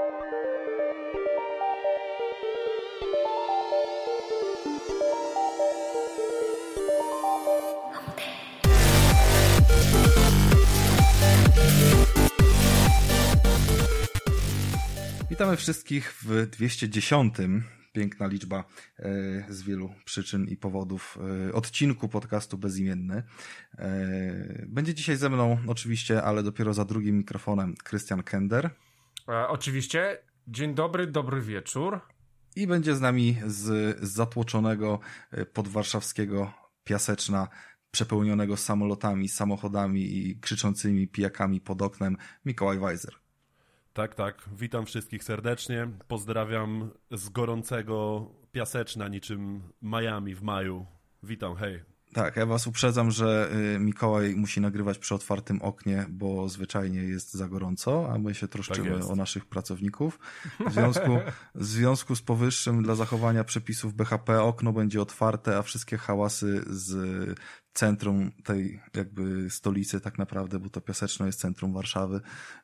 Witamy wszystkich w 210. Piękna liczba z wielu przyczyn i powodów odcinku podcastu Bezimienny. Będzie dzisiaj ze mną oczywiście, ale dopiero za drugim mikrofonem Krystian Kender. Oczywiście. Dzień dobry, dobry wieczór. I będzie z nami z zatłoczonego podwarszawskiego Piaseczna, przepełnionego samolotami, samochodami i krzyczącymi pijakami pod oknem Mikołaj Weiser. Tak. Witam wszystkich serdecznie. Pozdrawiam z gorącego Piaseczna niczym Miami w maju. Witam, hej. Tak, ja was uprzedzam, że Mikołaj musi nagrywać przy otwartym oknie, bo zwyczajnie jest za gorąco, a my się troszczymy o naszych pracowników. W związku z powyższym dla zachowania przepisów BHP okno będzie otwarte, a wszystkie hałasy z centrum tej jakby stolicy tak naprawdę, bo to Piaseczno jest centrum Warszawy,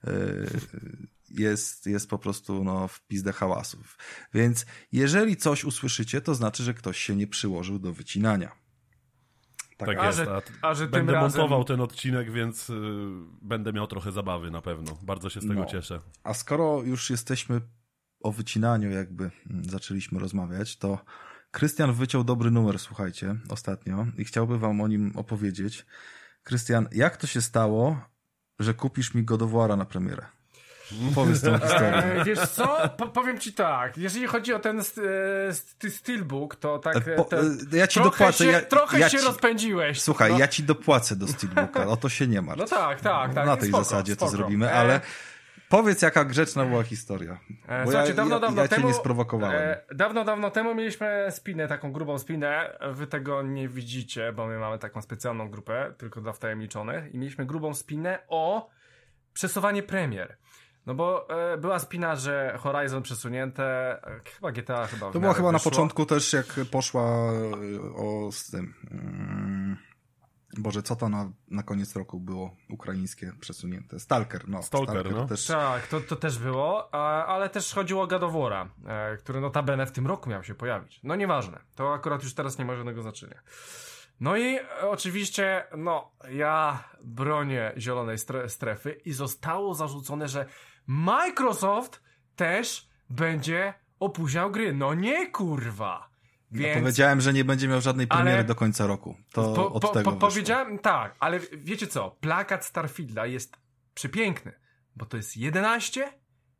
jest po prostu w pizdę hałasów. Więc jeżeli coś usłyszycie, to znaczy, że ktoś się nie przyłożył do wycinania. Tak jest, będę montował ten odcinek, więc będę miał trochę zabawy na pewno. Bardzo się z tego cieszę. A skoro już jesteśmy o wycinaniu jakby zaczęliśmy rozmawiać, to Krystian wyciął dobry numer, słuchajcie, ostatnio i chciałby wam o nim opowiedzieć. Krystian, jak to się stało, że kupisz mi God of War'a na premierę? Powiedz tę historię. Wiesz co? Powiem ci tak, jeżeli chodzi o ten Steelbook, to tak ja ci dopłacę. Trochę się rozpędziłeś. Słuchaj, ja ci dopłacę do Steelbooka, o to się nie martw. No tak. Na tej zasadzie to zrobimy, ale powiedz, jaka grzeczna była historia. Bo słuchajcie, dawno cię nie sprowokowałem. Dawno temu mieliśmy spinę, taką grubą spinę. Wy tego nie widzicie, bo my mamy taką specjalną grupę, tylko dla wtajemniczonych. I mieliśmy grubą spinę o przesuwanie premier. No bo była spina, że Horizon przesunięte, chyba GTA chyba. To była chyba na początku też, jak poszła z tym. Boże, co to na koniec roku było ukraińskie przesunięte? Stalker, Stalker też. Tak, to też było, ale też chodziło o God of War'a, który notabene w tym roku miał się pojawić. No nieważne, to akurat już teraz nie ma żadnego znaczenia. No i oczywiście, ja bronię zielonej strefy i zostało zarzucone, że Microsoft też będzie opóźniał gry. No nie, kurwa! Więc... Ja powiedziałem, że nie będzie miał żadnej premiery do końca roku. To od tego powiedziałem, tak, ale wiecie co? Plakat Starfielda jest przepiękny, bo to jest 11,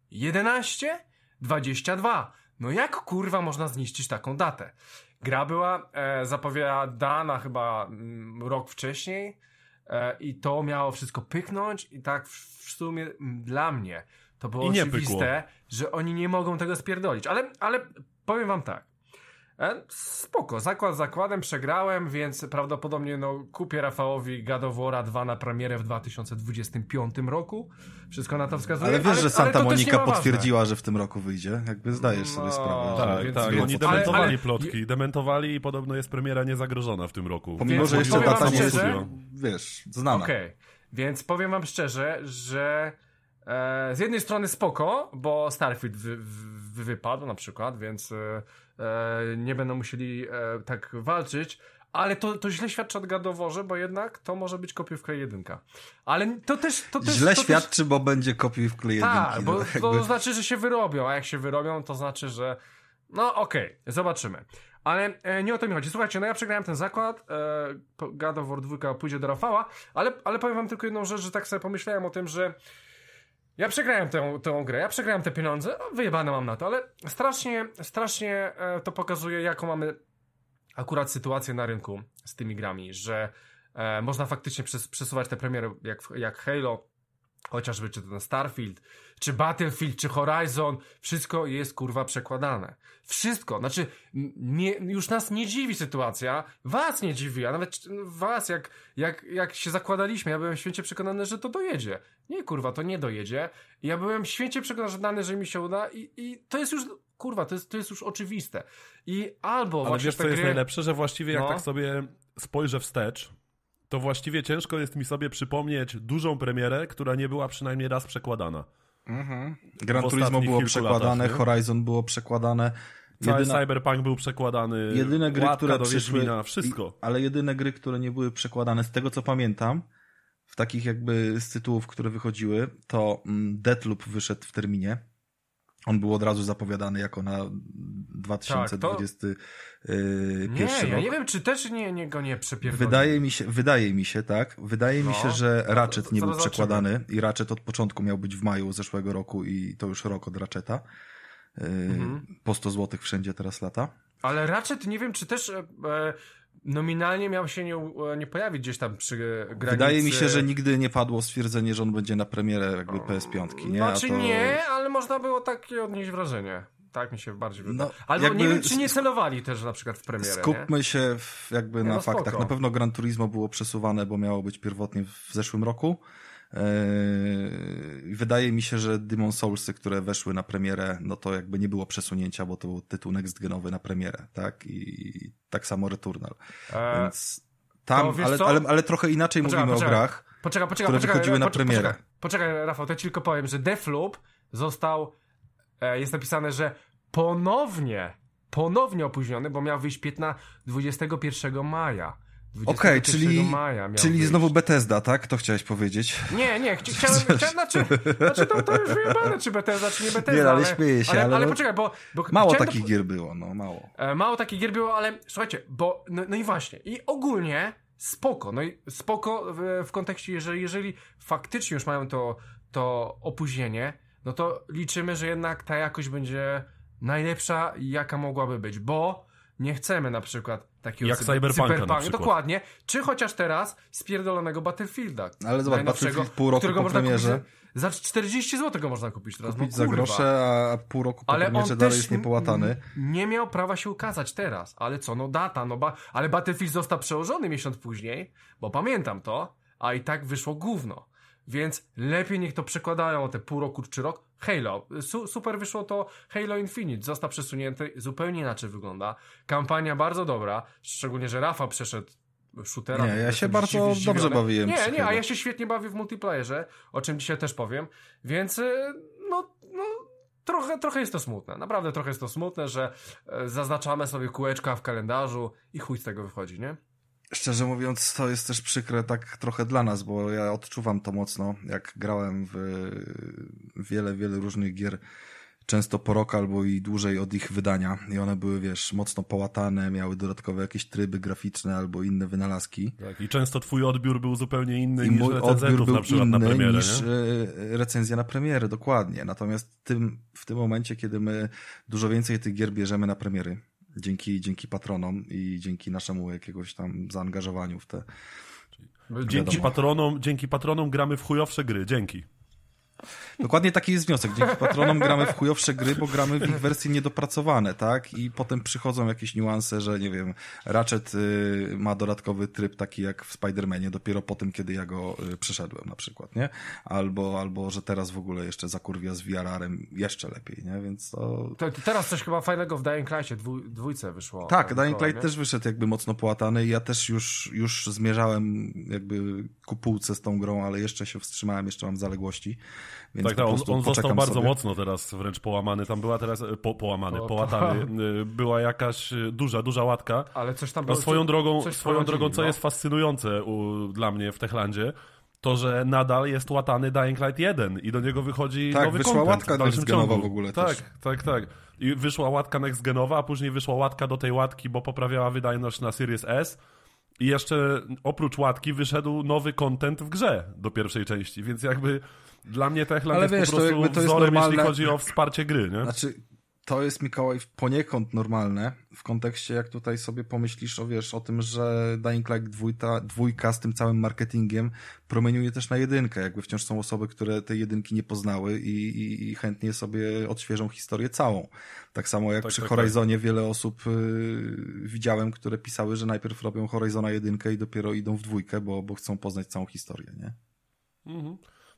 22. No jak kurwa można zniszczyć taką datę? Gra była zapowiadana chyba rok wcześniej i to miało wszystko pyknąć i tak w sumie dla mnie to było oczywiste, że oni nie mogą tego spierdolić. Ale powiem wam tak. Spoko, zakładem przegrałem, więc prawdopodobnie kupię Rafałowi God of War'a 2 na premierę w 2025 roku. Wszystko na to wskazuje. Ale wiesz, że Santa Monica potwierdziła, że w tym roku wyjdzie. Jakby zdajesz sobie sprawę. Tak, oni dementowali plotki. Dementowali i podobno jest premiera niezagrożona w tym roku. Pomimo, że jeszcze data nie jest, znana. Okej, więc powiem wam szczerze, że z jednej strony spoko, bo Starfield wypadł na przykład, więc nie będą musieli tak walczyć, ale to źle świadczy o God of Warze, bo jednak to może być kopiówka 1. Ale to też źle świadczy, bo będzie kopiówka 1. Tak, bo to znaczy, że się wyrobią, a jak się wyrobią, to znaczy, że okej, zobaczymy. Ale nie o to mi chodzi. Słuchajcie, ja przegrałem ten zakład, God of War 2 pójdzie do Rafała, ale powiem wam tylko jedną rzecz, że tak sobie pomyślałem o tym, że ja przegrałem tę grę, ja przegrałem te pieniądze, wyjebane mam na to, ale strasznie to pokazuje, jaką mamy akurat sytuację na rynku z tymi grami, że można faktycznie przesuwać te premiery jak Halo, chociażby czy ten Starfield, czy Battlefield, czy Horizon, wszystko jest kurwa przekładane. Wszystko, znaczy już nas nie dziwi sytuacja, was nie dziwi, a nawet was jak się zakładaliśmy, ja byłem święcie przekonany, że to dojedzie. Nie kurwa, to nie dojedzie. Ja byłem święcie przekonany, że mi się uda i to jest już, kurwa, to jest już oczywiste. I albo ale wiesz co jest najlepsze, że właściwie jak tak sobie spojrzę wstecz, to właściwie ciężko jest mi sobie przypomnieć dużą premierę, która nie była przynajmniej raz przekładana. Gran Turismo było przekładane, latach, Horizon było przekładane. Cały Cyberpunk był przekładany, jedyne gry, które do Wiedźmina, wszystko. Ale jedyne gry, które nie były przekładane, z tego co pamiętam, w takich jakby z tytułów, które wychodziły, to Deathloop wyszedł w terminie. On był od razu zapowiadany jako na 2021 rok. Ja nie wiem, czy też go nie przepierdolili. Wydaje mi się, tak. Wydaje mi się, że Ratchet nie był przekładany i Ratchet od początku miał być w maju zeszłego roku i to już rok od Ratcheta. Po 100 zł wszędzie teraz lata. Ale Ratchet nie wiem, czy też nominalnie miał się nie pojawić gdzieś tam przy granicy. Wydaje mi się, że nigdy nie padło stwierdzenie, że on będzie na premierę jakby PS5, nie? Znaczy nie, ale można było takie odnieść wrażenie. Tak mi się bardziej wydaje. Albo nie wiem, czy nie celowali też na przykład w premierę. Skupmy się na faktach. Spoko. Na pewno Gran Turismo było przesuwane, bo miało być pierwotnie w zeszłym roku. Wydaje mi się, że Demon Soulsy, które weszły na premierę, no to jakby nie było przesunięcia, bo to był tytuł next genowy na premierę, tak? I tak samo Returnal. Więc tam, ale trochę inaczej mówimy o grach, które wychodziły na premierę. Poczekaj, Rafał, to ja ci tylko powiem, że Deathloop został, jest napisane, że ponownie opóźniony, bo miał wyjść 21 maja. Okej, czyli znowu Bethesda, tak? To chciałeś powiedzieć? Nie, chciałem to już wyjebane, czy Bethesda, czy nie Bethesda. Nie, ale śmieję się, ale poczekaj, bo mało takich gier było, mało. Mało takich gier było, ale słuchajcie, bo, no i właśnie, i ogólnie spoko, w kontekście, jeżeli faktycznie już mają to opóźnienie, no to liczymy, że jednak ta jakość będzie najlepsza, jaka mogłaby być, bo nie chcemy na przykład takiego jak Cyberpunka na przykład. Dokładnie. Czy chociaż teraz spierdolonego Battlefielda. Ale zobacz, Battlefield pół roku po premierze. Za 40 zł go można kupić teraz. Kupić za grosze, a pół roku po premierze dalej jest niepołatany. Nie miał prawa się ukazać teraz. Ale co, data, ale Battlefield został przełożony miesiąc później, bo pamiętam to, a i tak wyszło gówno. Więc lepiej niech to przekładają o te pół roku czy rok. Halo. Super wyszło to Halo Infinite. Został przesunięty. Zupełnie inaczej wygląda. Kampania bardzo dobra. Szczególnie, że Rafa przeszedł shootera. Nie, ja się bardzo dobrze bawiłem. Nie, a ja się świetnie bawię w multiplayerze, o czym dzisiaj też powiem. Więc trochę jest to smutne. Naprawdę trochę jest to smutne, że zaznaczamy sobie kółeczka w kalendarzu i chuj z tego wychodzi, nie? Szczerze mówiąc, to jest też przykre tak trochę dla nas, bo ja odczuwam to mocno, jak grałem w wiele różnych gier, często po rok albo i dłużej od ich wydania i one były, mocno połatane, miały dodatkowe jakieś tryby graficzne albo inne wynalazki. Tak, i często twój odbiór był zupełnie inny niż recenzentów na przykład na premierę, niż recenzja na premierę, dokładnie. Natomiast w tym momencie, kiedy my dużo więcej tych gier bierzemy na premiery, dzięki patronom i dzięki naszemu jakiegoś tam zaangażowaniu w te... Dzięki patronom gramy w chujowsze gry, dzięki. Dokładnie taki jest wniosek. Dzięki patronom gramy w chujowsze gry, bo gramy w ich wersje niedopracowane, tak? I potem przychodzą jakieś niuanse, że nie wiem, Ratchet ma dodatkowy tryb taki jak w Spider-Manie dopiero po tym, kiedy ja go przeszedłem na przykład, nie? Albo że teraz w ogóle jeszcze zakurwia z VR-em jeszcze lepiej, nie? Więc to... Teraz coś chyba fajnego w Dying Lightie dwójce wyszło. Tak, Dying Light też wyszedł jakby mocno połatany i ja też już zmierzałem jakby ku półce z tą grą, ale jeszcze się wstrzymałem, jeszcze mam zaległości. Więc tak, on został bardzo mocno teraz wręcz połamany. Tam była teraz połatany. Była jakaś duża łatka. Ale coś tam było. Swoją drogą, co jest fascynujące dla mnie w Techlandzie, to, że nadal jest łatany Dying Light 1 i do niego wychodzi nowy wyszła content łatka next-genowa w ogóle też. Tak. I wyszła łatka next-genowa, a później wyszła łatka do tej łatki, bo poprawiała wydajność na Series S. I jeszcze oprócz łatki wyszedł nowy content w grze do pierwszej części, więc jakby dla mnie Techland jest po prostu wzorem, jeśli chodzi o wsparcie gry, nie? Znaczy, to jest, Mikołaj, poniekąd normalne w kontekście, jak tutaj sobie pomyślisz o tym, że Dying Light 2 z tym całym marketingiem promieniuje też na jedynkę. Jakby wciąż są osoby, które tej jedynki nie poznały i chętnie sobie odświeżą historię całą. Tak samo jak przy Horizonie wiele osób widziałem, które pisały, że najpierw robią Horizona 1 i dopiero idą w 2, bo chcą poznać całą historię, nie? Mhm.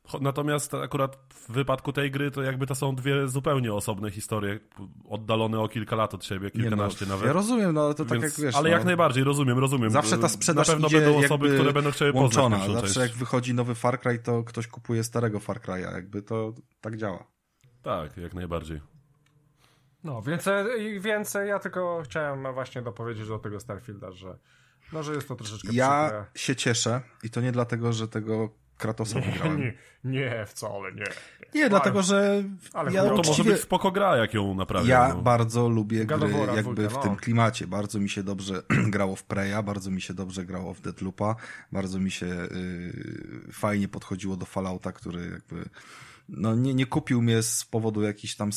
Natomiast akurat w wypadku tej gry to jakby to są dwie zupełnie osobne historie, oddalone o kilka lat od siebie, kilkanaście nawet. Ja rozumiem, no ale to tak jak wiesz. Ale jak najbardziej, rozumiem. Zawsze ta sprzedaż na pewno idzie będą osoby, które będą chciały łączona. poznać Zawsze jak wychodzi nowy Far Cry, to ktoś kupuje starego Far Cry'a, jakby to tak działa. Tak, jak najbardziej. No, więcej ja tylko chciałem właśnie dopowiedzieć do tego Starfielda, że jest to troszeczkę Ja przykre. się cieszę i to nie dlatego, że tego Kratosa wygrałem. Nie, wcale nie. Nie, dlatego, że to może być spoko gra, jak ją naprawią. Ja bardzo lubię gry jakby w tym tym klimacie. Bardzo mi się dobrze grało w Preya, bardzo mi się dobrze grało w Deathloopa, bardzo mi się fajnie podchodziło do Fallouta, który jakby nie kupił mnie z powodu jakichś tam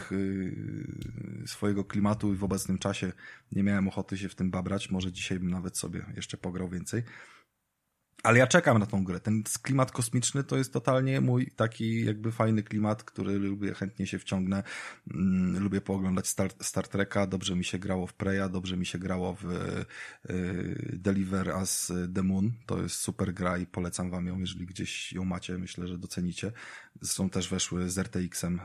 swojego klimatu i w obecnym czasie nie miałem ochoty się w tym babrać. Może dzisiaj bym nawet sobie jeszcze pograł więcej. Ale ja czekam na tą grę. Ten klimat kosmiczny to jest totalnie mój taki jakby fajny klimat, który lubię, chętnie się wciągnę. Lubię pooglądać Star Treka, dobrze mi się grało w Preya, dobrze mi się grało w Deliver Us the Moon. To jest super gra i polecam wam ją, jeżeli gdzieś ją macie, myślę, że docenicie. Zresztą też weszły z RTX-em,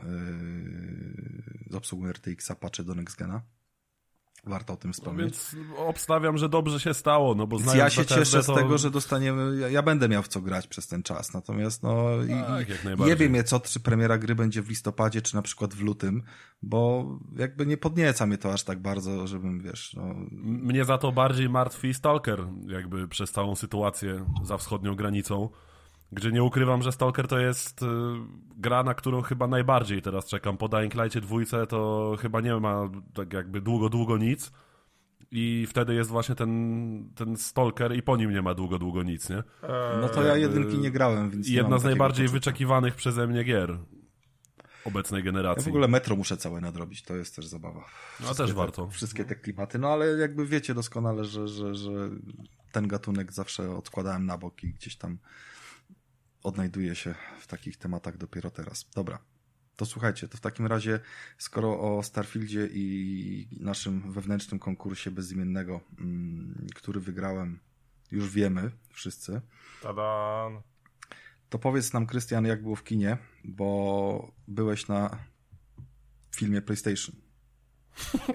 z obsługą RTX-a patche do Next Gena. Warto o tym wspomnieć. Więc obstawiam, że dobrze się stało, no bo znając ja się cieszę z tego, że dostaniemy, ja będę miał w co grać przez ten czas, natomiast jebie mnie czy premiera gry będzie w listopadzie, czy na przykład w lutym, bo jakby nie podnieca mnie to aż tak bardzo, żebym, Mnie za to bardziej martwi Stalker, jakby przez całą sytuację za wschodnią granicą, gdzie nie ukrywam, że Stalker to jest gra, na którą chyba najbardziej teraz czekam. Po Dying Light'cie 2 to chyba nie ma tak jakby długo nic i wtedy jest właśnie ten Stalker i po nim nie ma długo nic, nie? No to ja jedynki nie grałem, więc nie jedna z najbardziej poczucia. wyczekiwanych przeze mnie gier obecnej generacji. Ja w ogóle Metro muszę całe nadrobić, to jest też zabawa. Też warto. Wszystkie te klimaty, ale jakby wiecie doskonale, że ten gatunek zawsze odkładałem na bok i gdzieś tam odnajduję się w takich tematach dopiero teraz. Dobra, to słuchajcie, to w takim razie, skoro o Starfieldzie i naszym wewnętrznym konkursie bezimiennego, który wygrałem, już wiemy wszyscy. Tadan! To powiedz nam, Krystian, jak było w kinie, bo byłeś na filmie PlayStation. I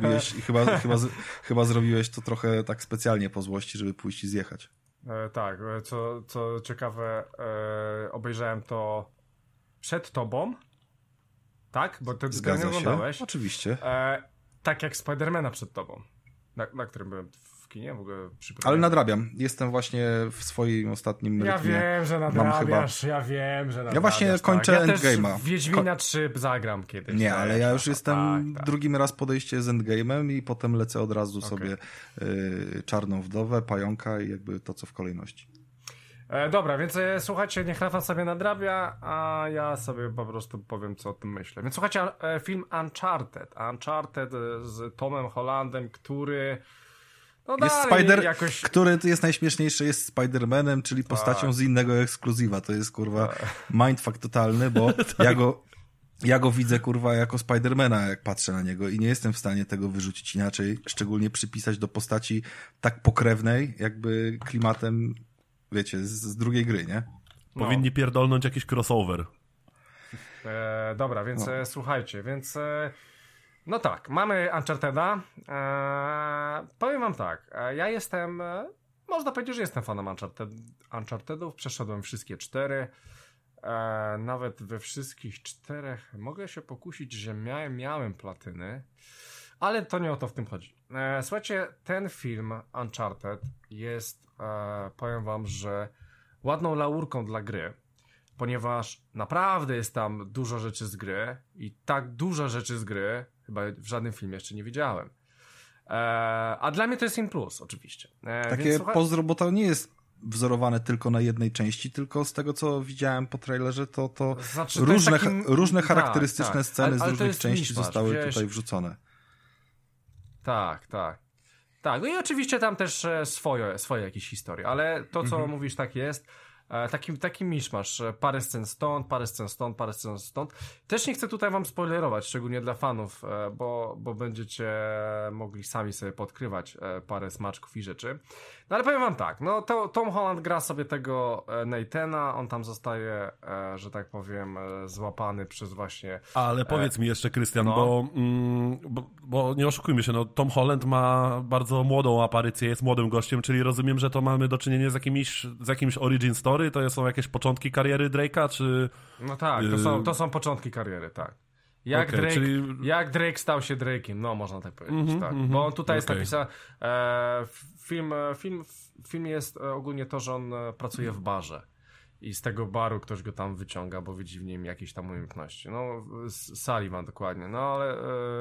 chyba zrobiłeś to trochę tak specjalnie po złości, żeby pójść i zjechać. Tak, co ciekawe, obejrzałem to przed tobą, tak? Bo ty Zgadza nie oglądałeś. Się, oczywiście. Tak jak Spidermana przed tobą, na którym byłem w kinie, w ogóle Ale nadrabiam. Jestem właśnie w swoim ostatnim rytmie. Ja wiem, że nadrabiasz, Ja właśnie kończę Endgame'a. Ja też Wiedźmina 3 zagram kiedyś. Nie, ale ja już jestem drugim raz podejście z Endgame'em i potem lecę od razu sobie Czarną Wdowę, Pająka i jakby to, co w kolejności. Dobra, więc słuchajcie, niech Rafa sobie nadrabia, a ja sobie po prostu powiem, co o tym myślę. Więc słuchajcie, film Uncharted z Tomem Hollandem, który który jest najśmieszniejszy, jest Spider-Manem, czyli postacią z innego ekskluzywa. To jest, kurwa, mindfuck totalny, bo ja go widzę, kurwa, jako Spider-Mana, jak patrzę na niego i nie jestem w stanie tego wyrzucić inaczej, szczególnie przypisać do postaci tak pokrewnej, jakby klimatem, wiecie, z drugiej gry, nie? Powinni pierdolnąć jakiś crossover. Dobra, więc słuchajcie, więc... No tak, mamy Uncharted'a. Powiem wam tak, ja jestem, można powiedzieć, że jestem fanem Unchartedów, przeszedłem wszystkie 4, nawet we wszystkich 4 mogę się pokusić, że miałem platyny, ale to nie o to w tym chodzi. Słuchajcie, ten film Uncharted jest, powiem wam, że ładną laurką dla gry, ponieważ naprawdę jest tam dużo rzeczy z gry i tak dużo rzeczy z gry chyba w żadnym filmie jeszcze nie widziałem. A dla mnie to jest in plus, oczywiście. Takie pozdro, bo to nie jest wzorowane tylko na jednej części, tylko z tego, co widziałem po trailerze, to znaczy, różne charakterystyczne sceny z różnych części zostały tutaj wrzucone. Tak. No i oczywiście tam też swoje jakieś historie, ale to, co mówisz, tak jest. Taki miszmasz, parę scen stąd, parę scen stąd, parę scen stąd. Też nie chcę tutaj wam spoilerować, szczególnie dla fanów, bo będziecie mogli sami sobie podkrywać parę smaczków i rzeczy. No ale powiem wam tak, no Tom Holland gra sobie tego Nathana, on tam zostaje, że tak powiem, złapany przez właśnie... Ale powiedz mi jeszcze, Krystian, bo nie oszukujmy się, no Tom Holland ma bardzo młodą aparycję, jest młodym gościem, czyli rozumiem, że to mamy do czynienia z jakimś origin story, to są jakieś początki kariery Drake'a, czy... No tak, to są początki kariery, tak. Jak Drake stał się Drake'iem, no można tak powiedzieć, tak. Bo on tutaj jest napisany, film jest ogólnie to, że on pracuje w barze i z tego baru ktoś go tam wyciąga, bo widzi w nim jakieś tam umiejętności. No, Sullivan dokładnie, no ale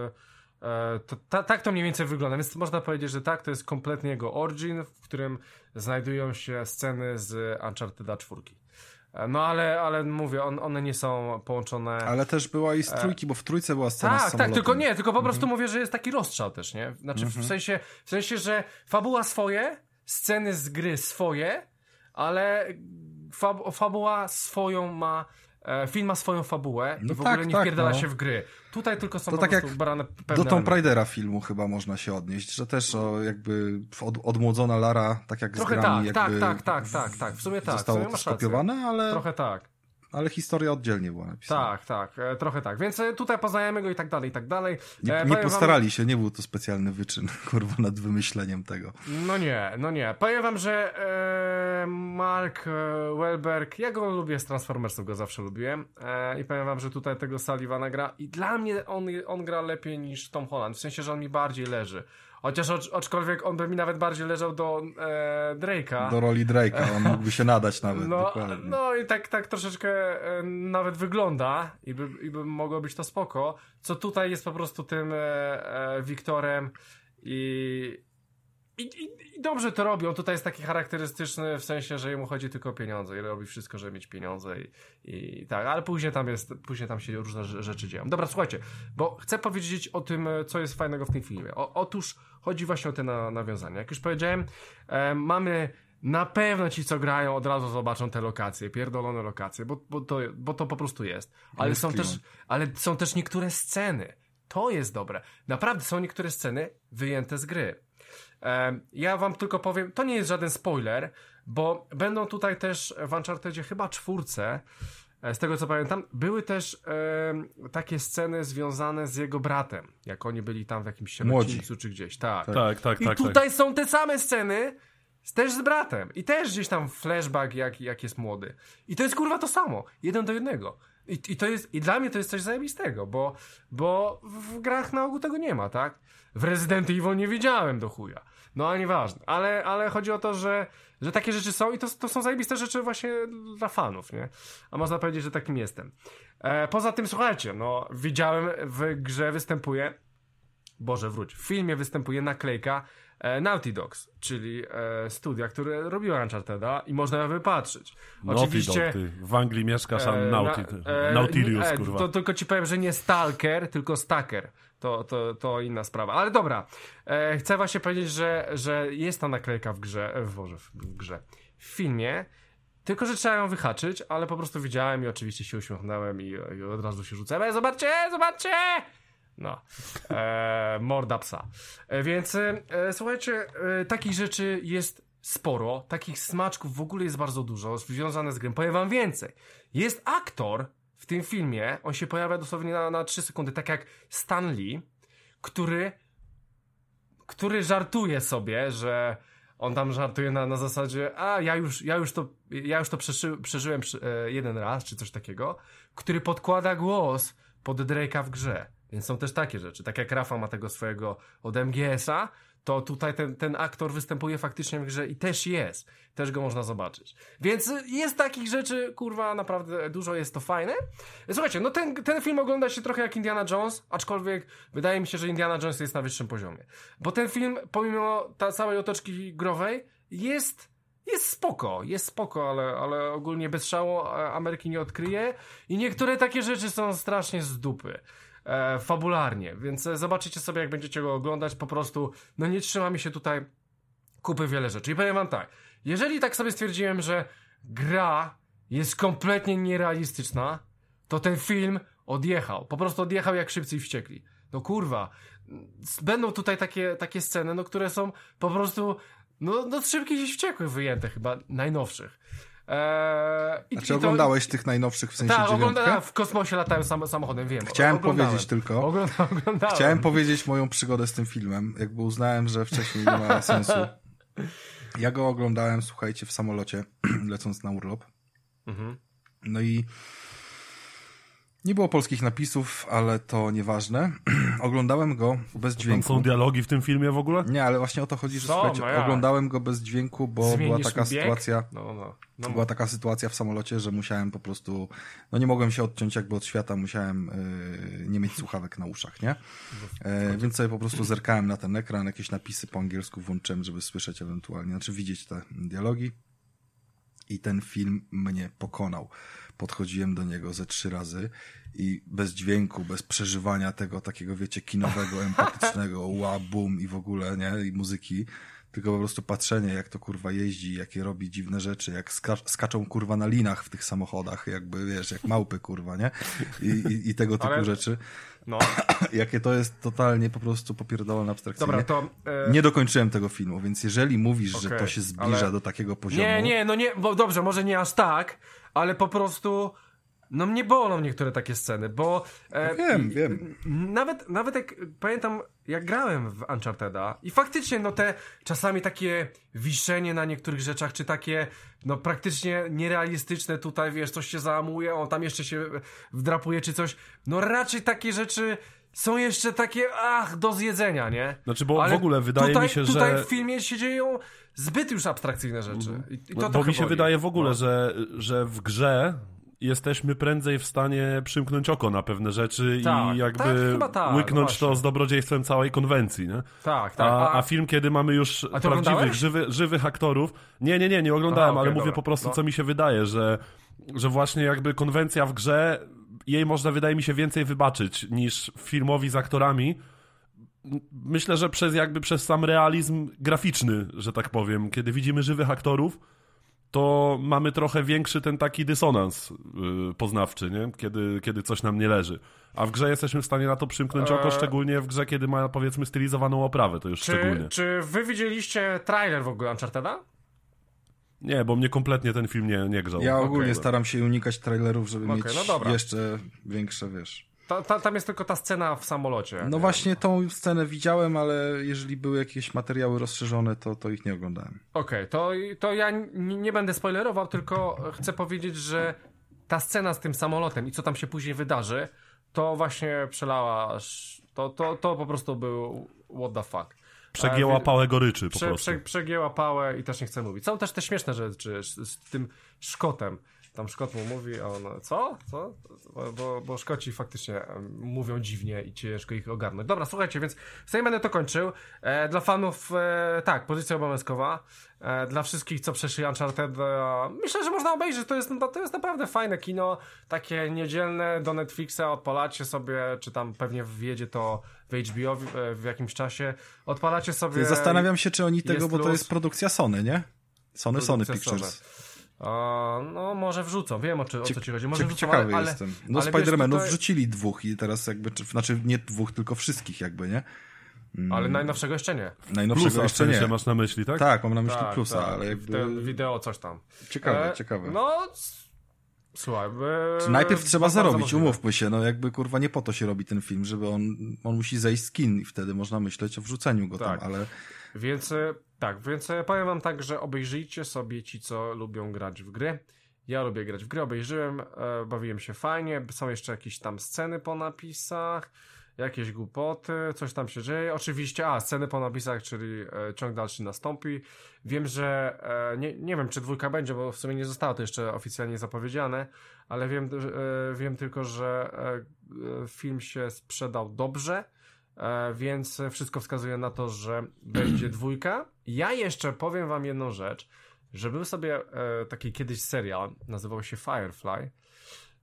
tak to mniej więcej wygląda, więc można powiedzieć, że tak, to jest kompletnie jego origin, w którym znajdują się sceny z Uncharted'a 4. No ale mówię, one nie są połączone. Ale też była i z trójki, bo w trójce była scena z samolotem. Tylko po prostu mówię, że jest taki rozstrzał też, nie? Znaczy w sensie, że fabuła swoje, sceny z gry swoje, ale fabuła swoją ma... Film ma swoją fabułę i w ogóle nie wpierdala się w gry. Tutaj tylko są to po prostu brane pewne... Do Tomb Raidera filmu chyba można się odnieść, że też jakby odmłodzona Lara, tak jak trochę z grami tak. W sumie tak. Zostało to skopiowane, ale... Trochę tak. Ale historia oddzielnie była napisana. Tak, trochę tak. Więc tutaj poznajemy go i tak dalej. Nie postarali się, nie był to specjalny wyczyn, kurwa, nad wymyśleniem tego. No nie. Powiem wam, że Mark Wahlberg, ja go lubię z Transformersów, go zawsze lubiłem. I powiem wam, że tutaj tego Sullivana gra i dla mnie on gra lepiej niż Tom Holland, w sensie, że on mi bardziej leży. Chociaż aczkolwiek on by mi nawet bardziej leżał do Drake'a. Do roli Drake'a, on mógłby się nadać nawet. No i tak troszeczkę nawet wygląda i by mogło być to spoko. Co tutaj jest po prostu tym Wiktorem i dobrze to robi. On tutaj jest taki charakterystyczny w sensie, że jemu chodzi tylko o pieniądze i robi wszystko, żeby mieć pieniądze i tak, ale później tam się różne rzeczy dzieją. Dobra, słuchajcie, bo chcę powiedzieć o tym, co jest fajnego w tym filmie. Otóż chodzi właśnie o te nawiązania. Jak już powiedziałem, mamy na pewno ci, co grają, od razu zobaczą te lokacje, pierdolone lokacje, bo to po prostu jest. Ale są też niektóre sceny. To jest dobre. Naprawdę są niektóre sceny wyjęte z gry. Ja wam tylko powiem, to nie jest żaden spoiler, bo będą tutaj też w Unchartedzie chyba 4, z tego co pamiętam, były też takie sceny związane z jego bratem, jak oni byli tam w jakimś sierocińcu czy gdzieś. Tak. I tutaj są te same sceny też z bratem i też gdzieś tam flashback jak jest młody. I to jest kurwa to samo, 1 do 1. I dla mnie to jest coś zajebistego, bo w grach na ogół tego nie ma, tak? W Resident Evil nie widziałem do chuja. No ale nieważne. Ale chodzi o to, że takie rzeczy są i to są zajebiste rzeczy właśnie dla fanów, nie? A można powiedzieć, że takim jestem. Poza tym, słuchajcie, no widziałem w grze występuje, w filmie występuje naklejka Naughty Dogs, czyli studia, które robiły Uncharted'a i można ją wypatrzyć. Oczywiście w Anglii mieszkasz, a Nautilus, kurwa. To tylko ci powiem, że nie Stalker, tylko Stacker. To inna sprawa. Ale dobra, chcę właśnie powiedzieć, że jest ta naklejka w filmie, tylko że trzeba ją wyhaczyć, ale po prostu widziałem i oczywiście się uśmiechnąłem i od razu się rzucałem. Zobaczcie! No, morda psa. Więc słuchajcie, takich rzeczy jest sporo, takich smaczków w ogóle jest bardzo dużo, związane z grą. Powiem wam więcej. Jest aktor w tym filmie, on się pojawia dosłownie na 3 sekundy, tak jak Stan Lee, który żartuje sobie, że on tam żartuje na zasadzie, ja już to przeżyłem 1 raz, czy coś takiego, który podkłada głos pod Drake'a w grze. Więc są też takie rzeczy. Tak jak Rafa ma tego swojego od MGS-a, to tutaj ten aktor występuje faktycznie w grze i też jest. Też go można zobaczyć. Więc jest takich rzeczy, kurwa, naprawdę dużo, jest to fajne. Słuchajcie, no ten film ogląda się trochę jak Indiana Jones, aczkolwiek wydaje mi się, że Indiana Jones jest na wyższym poziomie. Bo ten film, pomimo całej otoczki growej, jest spoko, ale ogólnie bez szału Ameryki nie odkryje i niektóre takie rzeczy są strasznie z dupy. Fabularnie, więc zobaczycie sobie, jak będziecie go oglądać, po prostu nie trzyma mi się tutaj kupy wiele rzeczy. I powiem wam tak, jeżeli tak sobie stwierdziłem, że gra jest kompletnie nierealistyczna, to ten film odjechał. Po prostu odjechał jak Szybcy i Wściekli. No kurwa. Będą tutaj takie sceny, no które są po prostu no z Szybkich i Wściekłych wyjęte chyba, najnowszych. Znaczy oglądałeś tych najnowszych, w sensie 9? Tak, oglądałem, w kosmosie latałem samochodem, wiem. Chciałem powiedzieć tylko, oglądałem. Chciałem powiedzieć moją przygodę z tym filmem, jakby uznałem, że wcześniej nie ma sensu. Ja go oglądałem, słuchajcie, w samolocie, lecąc na urlop. No i nie było polskich napisów, ale to nieważne. Oglądałem go bez dźwięku. Tam są dialogi w tym filmie w ogóle? Nie, ale właśnie o to chodzi, że słuchajcie, oglądałem go bez dźwięku, bo była taka sytuacja. Była taka sytuacja w samolocie, że musiałem po prostu, nie mogłem się odciąć jakby od świata, musiałem nie mieć słuchawek na uszach, nie? Więc sobie po prostu zerkałem na ten ekran, jakieś napisy po angielsku włączyłem, żeby słyszeć ewentualnie, znaczy widzieć te dialogi. I ten film mnie pokonał. Podchodziłem do niego ze 3 razy i bez dźwięku, bez przeżywania tego takiego, wiecie, kinowego, empatycznego, bum i w ogóle, nie? I muzyki. Tylko po prostu patrzenie, jak to kurwa jeździ, jakie robi dziwne rzeczy, jak skaczą kurwa na linach w tych samochodach, jakby, wiesz, jak małpy kurwa, nie? I tego typu rzeczy. No. Jakie to jest totalnie po prostu popierdolone abstrakcyjnie. Dobra, to... Nie dokończyłem tego filmu, więc jeżeli mówisz, że to się zbliża do takiego poziomu... Nie, bo dobrze, może nie aż tak, ale po prostu... mnie bolą niektóre takie sceny, bo... Wiem. Nawet jak pamiętam, jak grałem w Uncharteda i faktycznie te czasami takie wiszenie na niektórych rzeczach, czy takie praktycznie nierealistyczne tutaj, wiesz, coś się załamuje, on tam jeszcze się wdrapuje, czy coś. Raczej takie rzeczy są jeszcze takie, do zjedzenia, nie? Znaczy, bo ale w ogóle wydaje mi się, że... Tutaj w filmie się dzieją zbyt już abstrakcyjne rzeczy. Bo mi się wydaje w ogóle, że w grze jesteśmy prędzej w stanie przymknąć oko na pewne rzeczy i jakby łyknąć to z dobrodziejstwem całej konwencji, nie? Tak. A film, kiedy mamy już prawdziwych, żywych aktorów... Nie oglądałem, ale mówię po prostu, co mi się wydaje, że właśnie jakby konwencja w grze, jej można, wydaje mi się, więcej wybaczyć niż filmowi z aktorami. Myślę, że przez sam realizm graficzny, że tak powiem, kiedy widzimy żywych aktorów, to mamy trochę większy ten taki dysonans poznawczy, nie? Kiedy coś nam nie leży. A w grze jesteśmy w stanie na to przymknąć oko, szczególnie w grze, kiedy ma, powiedzmy, stylizowaną oprawę, to już szczególnie. Czy wy widzieliście trailer w ogóle Uncharteda? Nie, bo mnie kompletnie ten film nie grzał. Ja ogólnie staram się unikać trailerów, żeby mieć jeszcze większe, wiesz... Tam jest tylko ta scena w samolocie. No właśnie tą scenę widziałem, ale jeżeli były jakieś materiały rozszerzone, to ich nie oglądałem. Okej, to ja nie będę spoilerował, tylko chcę powiedzieć, że ta scena z tym samolotem i co tam się później wydarzy, to właśnie przelała... To po prostu był what the fuck. Przegięła pałę goryczy po prostu. Przegięła pałę i też nie chcę mówić. Są też te śmieszne rzeczy z tym Szkotem. Tam Szkot mu mówi, a on, co? Bo Szkoci faktycznie mówią dziwnie i ciężko ich ogarnąć. Dobra, słuchajcie, więc sobie będę to kończył. Dla fanów, pozycja obowiązkowa. Dla wszystkich, co przeszli Uncharted, myślę, że można obejrzeć. To jest naprawdę fajne kino. Takie niedzielne, do Netflixa odpalacie sobie, czy tam pewnie wjedzie to w HBO w jakimś czasie. Odpalacie sobie... Zastanawiam się, czy oni tego, bo to jest produkcja Sony, nie? Sony Pictures. No może wrzucą, wiem o co ci chodzi. Może wrzucą, ciekawy jestem. Spider-Manów wrzucili 2 i teraz jakby, znaczy nie 2, tylko wszystkich jakby, nie? Ale najnowszego jeszcze nie. Najnowszego jeszcze nie. Masz na myśli, tak? Tak, mam na myśli Plusa, ale jakby... Ten wideo, coś tam. Ciekawe. Słuchaj, najpierw trzeba zarobić, umówmy się, jakby kurwa nie po to się robi ten film, żeby on musi zejść z kin i wtedy można myśleć o wrzuceniu go tam, ale... Więc powiem wam tak, że obejrzyjcie sobie ci, co lubią grać w gry. Ja lubię grać w gry, obejrzyłem, bawiłem się fajnie, są jeszcze jakieś tam sceny po napisach, jakieś głupoty, coś tam się dzieje. Oczywiście, sceny po napisach, czyli ciąg dalszy nastąpi. Wiem, że nie wiem, czy 2 będzie, bo w sumie nie zostało to jeszcze oficjalnie zapowiedziane, ale wiem tylko, że film się sprzedał dobrze, więc wszystko wskazuje na to, że będzie 2. Ja jeszcze powiem wam jedną rzecz, że był sobie taki kiedyś serial, nazywał się Firefly,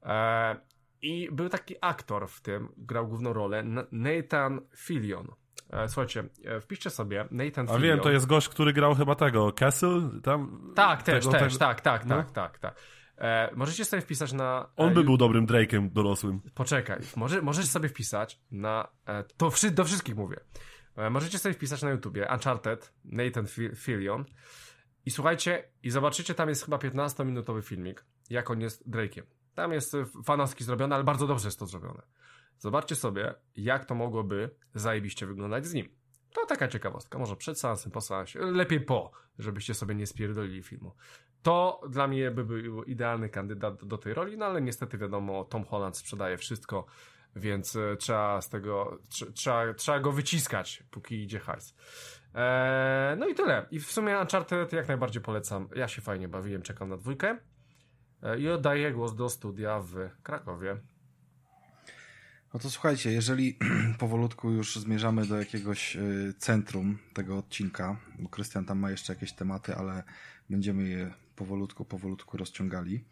i był taki aktor w tym, grał główną rolę, Nathan Fillion. Słuchajcie, wpiszcie sobie Nathan Fillion. A wiem, to jest gość, który grał chyba tego, Castle? Tam, tak, też, tak. Możecie sobie wpisać na... On by był dobrym Drake'em dorosłym. Poczekaj, możesz sobie wpisać na... To do wszystkich mówię. Możecie sobie wpisać na YouTubie Uncharted, Nathan Fillion i słuchajcie, i zobaczycie, tam jest chyba 15-minutowy filmik, jak on jest Drake'iem. Tam jest fanowski zrobione, ale bardzo dobrze jest to zrobione. Zobaczcie sobie, jak to mogłoby zajebiście wyglądać z nim. To taka ciekawostka, może przed seansem, po seansie, lepiej po, żebyście sobie nie spierdolili filmu. To dla mnie by był idealny kandydat do tej roli, no ale niestety wiadomo, Tom Holland sprzedaje wszystko, więc trzeba go wyciskać, póki idzie hajs. No i tyle. I w sumie Uncharted jak najbardziej polecam. Ja się fajnie bawiłem, czekam na 2. I oddaję głos do studia w Krakowie. No to słuchajcie, jeżeli powolutku już zmierzamy do jakiegoś centrum tego odcinka, bo Krystian tam ma jeszcze jakieś tematy, ale będziemy je powolutku rozciągali,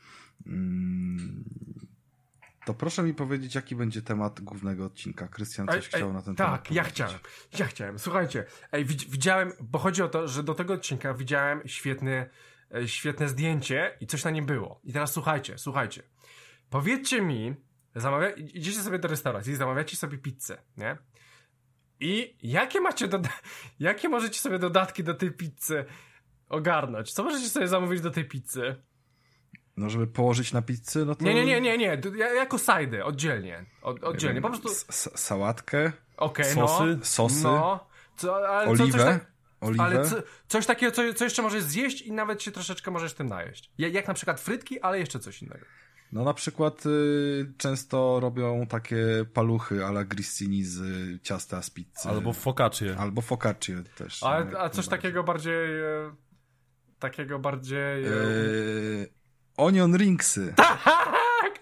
to proszę mi powiedzieć, jaki będzie temat głównego odcinka. Krystian coś chciał na ten temat powiedzieć. Ja chciałem. Słuchajcie, widziałem, bo chodzi o to, że do tego odcinka widziałem świetne zdjęcie i coś na nim było. I teraz słuchajcie. Powiedzcie mi, idziecie sobie do restauracji, zamawiacie sobie pizzę, nie? I jakie możecie sobie dodatki do tej pizzy ogarnąć? Co możecie sobie zamówić do tej pizzy? No, żeby położyć na pizzy, no to... Nie. Jako sajdy, oddzielnie. Oddzielnie, po prostu... Sałatkę? Okej, sosy? No. Oliwę? Ale coś takiego, co jeszcze możesz zjeść i nawet się troszeczkę możesz tym najeść. Jak na przykład frytki, ale jeszcze coś innego. No na przykład często robią takie paluchy a la grissini z ciasta z pizzy. Albo focaccie też. A coś takiego bardziej... Onion ringsy. Tak!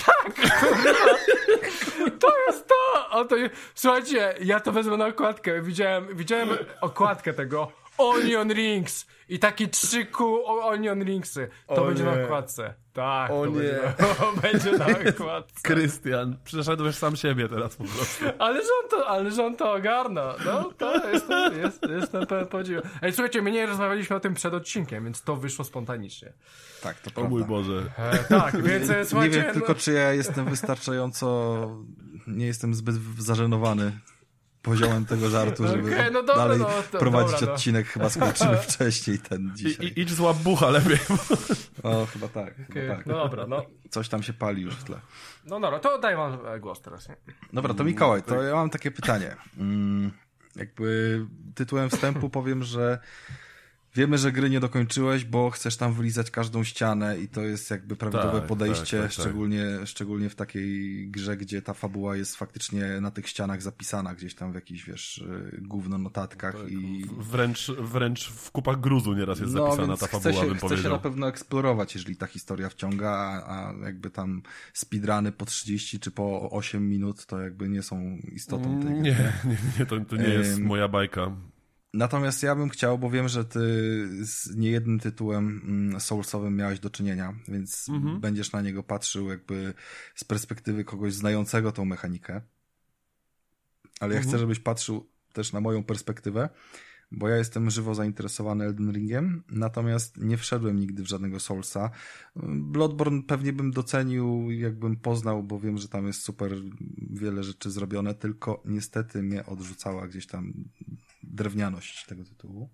To jest to! Słuchajcie, ja to wezmę na okładkę. Widziałem okładkę tego. Onion rings! I takie 3 kół onion ringsy. To będzie na okładce. Tak, będzie na okładce. Krystian, przeszedłeś sam siebie teraz po prostu. Ale że on to ogarnął. No, to jestem pełen podziwu. Ej, słuchajcie, my nie rozmawialiśmy o tym przed odcinkiem, więc to wyszło spontanicznie. Tak, to prawda. O mój Boże. Tak, więc słuchajcie... Nie wiem tylko, czy ja jestem wystarczająco... Nie jestem zbyt zażenowany poziomem tego żartu, żeby dalej prowadzić odcinek. Chyba skończymy wcześniej ten dzisiaj. Idź złap bucha lepiej. O, chyba tak. No dobra, no. Coś tam się pali już w tle. No dobra, to daj wam głos teraz, nie? Dobra, to Mikołaj, to ja mam takie pytanie. Jakby tytułem wstępu powiem, że wiemy, że gry nie dokończyłeś, bo chcesz tam wylizać każdą ścianę i to jest jakby prawidłowe podejście, tak. Szczególnie w takiej grze, gdzie ta fabuła jest faktycznie na tych ścianach zapisana gdzieś tam w jakichś, gówno notatkach tak, i... Wręcz w kupach gruzu nieraz jest zapisana ta fabuła, bym powiedział. Chce się na pewno eksplorować, jeżeli ta historia wciąga, a jakby tam speedruny po 30 czy po 8 minut to jakby nie są istotą tej gry. Nie, to nie jest moja bajka. Natomiast ja bym chciał, bo wiem, że ty z niejednym tytułem soulsowym miałeś do czynienia, więc będziesz na niego patrzył jakby z perspektywy kogoś znającego tą mechanikę. Ale ja chcę, żebyś patrzył też na moją perspektywę, bo ja jestem żywo zainteresowany Elden Ringiem, natomiast nie wszedłem nigdy w żadnego Soulsa. Bloodborne pewnie bym docenił, jakbym poznał, bo wiem, że tam jest super wiele rzeczy zrobione, tylko niestety mnie odrzucała gdzieś tam drewnianość tego tytułu.